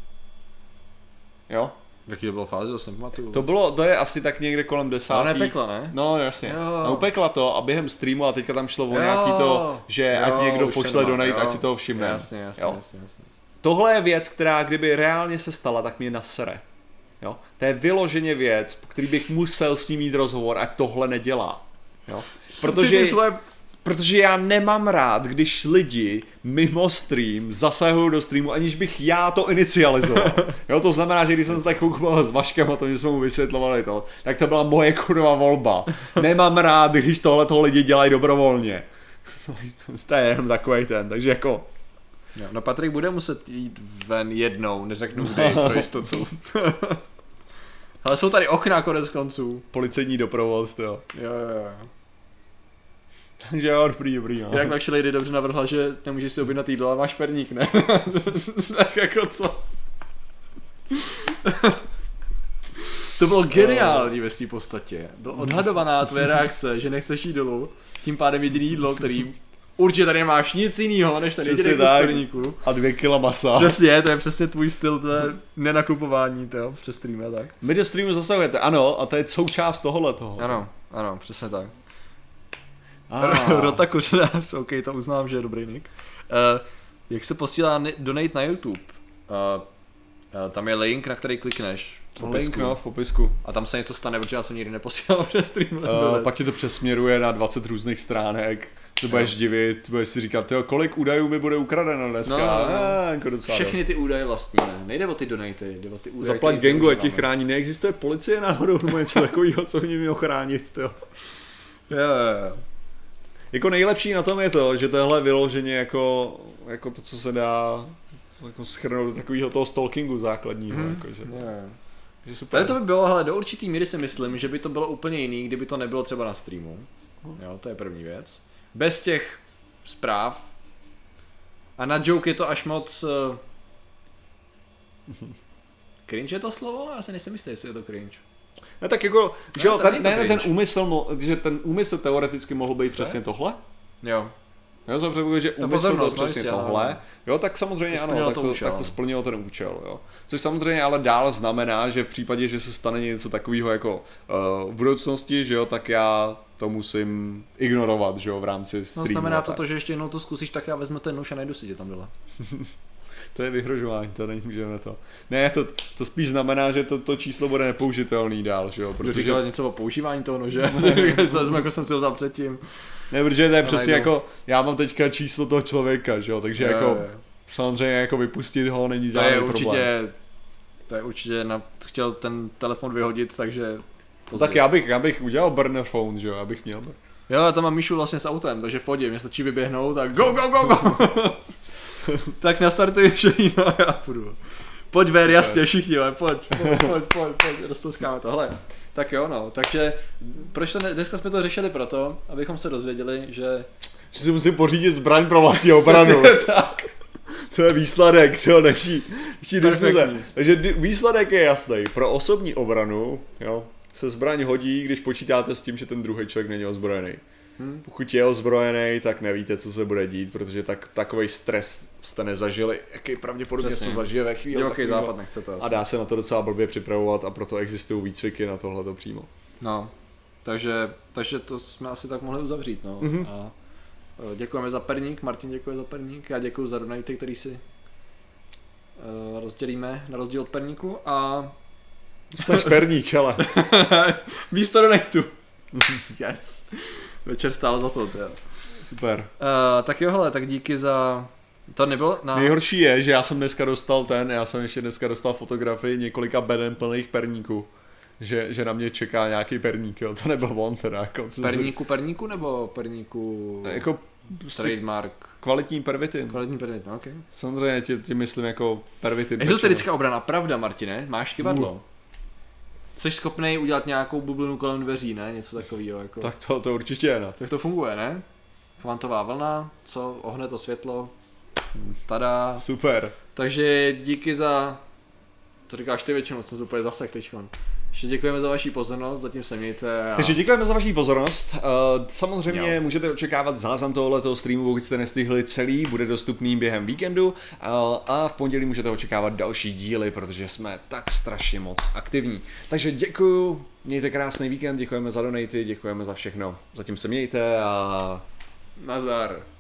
Jo? V jaký to bylo fázi, to jsem pamatuju. To bylo, to je asi tak někde kolem desátý. Ale nepekla, ne? No jasně. Jo. A upekla to a během streamu a teďka tam šlo o Jo. nějaký to, že Jo, ať někdo už pošle jsem donate, jo. ať si toho všimne. Jasně, jasně, Jo. jasně, jasně. Tohle je věc, která kdyby reálně se stala, tak mě nasere. Jo? To je vyloženě věc, po který bych musel s ním mít rozhovor, ať tohle nedělá. Jo? Protože, svoje... protože já nemám rád, když lidi mimo stream zasahují do streamu, aniž bych já to inicializoval. Jo, to znamená, že když jsem se tak koukal s Vaškem a to, že jsme mu vysvětlovali to, tak to byla moje kurva volba. Nemám rád, když tohle toho lidi dělají dobrovolně. To je jenom takový ten, takže jako... Jo, no Patrik bude muset jít ven jednou, neřeknu kdy, pro jistotu. Ale jsou tady okna konec konců. Policejní doprovod, to jo. Jo, jo, jo. Takže jo, dobrý, dobrý, no. Jak naše lady dobře navrhla, že nemůžeš si objednat jídlo, ale máš perník, ne? Tak jako co? To bylo geniální ve svý podstatě. Byla odhadovaná tvoje reakce, že nechceš jít dolů, tím pádem jediný jídlo, který určitě tady nemáš nic jiného, než ten Přesně jediný kus tak. perníku. A dvě kila masa. Přesně, to je přesně tvůj styl, to je nenakupování, to jo, přes stream a tak. My do streamu zasahujete, ano, a to je součást tohohle toho. Ano, ano, přesně tak. Ah. Rota kořenář, ok, to uznám, že je dobrý nick. Uh, jak se posílá ne- donate na YouTube? Uh, uh, tam je link, na který klikneš v Link, popisku. no, v popisku. A tam se něco stane, protože já jsem nikdy neposílal přes stream. Uh, pak ti to přesměruje na dvacet různých stránek, se budeš divit, budeš si říkat, tyjo, kolik údajů mi bude ukradeno dneska. No, no, no. Ah, jako docela Všechny dost. ty údaje vlastní, ne? Nejde o ty donaty, jde o ty údaje. Zaplať který gangu, ať ti zneužíváme. chrání. Neexistuje policie náhodou nebo něco takového, co mě mělo chránit, tyjo. Jo, jo, jo. Jako nejlepší na tom je to, že tohle je vyloženě jako, jako to, co se dá jako schrnout do takového toho stalkingu základního. Mhm. Jakože, Jo, jo. že super. Tady to by bylo, hele, do určitý míry si myslím, že by to bylo úplně jiný, kdyby to nebylo třeba na streamu. Jo, to je první věc. Bez těch zpráv. A na joke je to až moc... Uh... Cringe je to slovo? Já se nejsem jistý, jestli je to cringe. Ne, tak jako, že jo, to není ten, to ne, ten cringe. úmysl, mo- že ten úmysl teoreticky mohl být přesně tohle. Jo. Jo, za předpokladu, že Ta úmysl byl pozornost, přesně no, tohle, ano. jo, tak samozřejmě To ano, splnilo tak to to, účel. tak to splnilo ten účel, jo. Což samozřejmě ale dál znamená, že v případě, že se stane něco takového jako uh, v budoucnosti, že jo, tak já to musím ignorovat, že jo, v rámci streamu. No znamená a to tak. to, že ještě jednou to zkusíš, tak já vezmu ten nůž a najdu si tě tam dole. To je vyhrožování, to není, že ne to. Ne, to, to spíš znamená, že to, to číslo bude nepoužitelný dál, že jo, Protože... protože... Říkala něco o používání toho nože, vezmu, jako jsem si ho vzal předtím. Ne, protože to je No, přesně najdu. jako, já mám teďka číslo toho člověka, že jo, takže Jo, jako, jo. samozřejmě jako vypustit ho není To žádný je problém. určitě, to je určitě, na, chtěl ten telefon vyhodit, takže... No, tak já bych, já bych udělal burner phone, že jo, já bych měl. Jo, já tam mám Míšu vlastně s autem, takže v pohodě, mě stačí vyběhnout a go, go, go, go! Tak nastartuji všechno a já půjdu. Pojď ver, jasně, všichni, ale pojď, pojď, pojď, pojď, pojď, roztleskáme tohle. Tak jo, no, takže proč to ne, dneska jsme to řešili proto, abychom se dozvěděli, že... Že si musím pořídit zbraň pro vlastní obranu. tak. To je výsledek, to naší, naší diskuze. Perfektní. Takže di- výsledek je jasný. Pro osobní obranu, jo, se zbraň hodí, když počítáte s tím, že ten druhý člověk není ozbrojený. Hmm. Pokud je ozbrojený, tak nevíte, co se bude dít, protože tak, takovej stres jste nezažili, jaký pravděpodobně Přesně. se zažije ve chvíli. Divoký takovýho. západ nechce to asi. A dá se na to docela blbě připravovat a proto existují výcviky na tohleto přímo. No, takže, takže to jsme asi tak mohli uzavřít, no. Mhm. A e, děkujeme za perník, Martin děkuje za perník, já děkuji za donaty, který si uh, rozdělíme na rozdíl od perníku a Snaž perník, ale. místo donatů. Yes. Večer stál za to, jo. Super. Uh, tak jo, hele, tak díky za... To nebylo na... Nejhorší je, že já jsem dneska dostal ten, já jsem ještě dneska dostal fotografii několika beden plných perníků. Že, že na mě čeká nějaký perník, jo. To nebyl on teda. Jako, co Perníku, perníku nebo perníku... Se, jako prostě Trademark. kvalitní pervitin. Kvalitní perník, no, okay. Samozřejmě tě, tě myslím jako pervitin. Ezoterická obrana, pravda, Martine, máš kivadlo. Jsi schopnej udělat nějakou bublinu kolem dveří, ne? Něco takového. Jako. Tak to, to určitě je, ne? Tak to funguje, ne? Kvantová vlna, co ohne to světlo. Tada. Super. Takže díky za... To říkáš ty většinou, jsem se úplně zasek teďkon. Ještě děkujeme za vaši pozornost, zatím se mějte a... Takže děkujeme za vaši pozornost. Uh, samozřejmě Jo. můžete očekávat záznam tohoto streamu, pokud jste nestihli celý, bude dostupný během víkendu. Uh, a v pondělí můžete očekávat další díly, protože jsme tak strašně moc aktivní. Takže děkuju, mějte krásný víkend, děkujeme za donaty, děkujeme za všechno. Zatím se mějte a... Nazdar.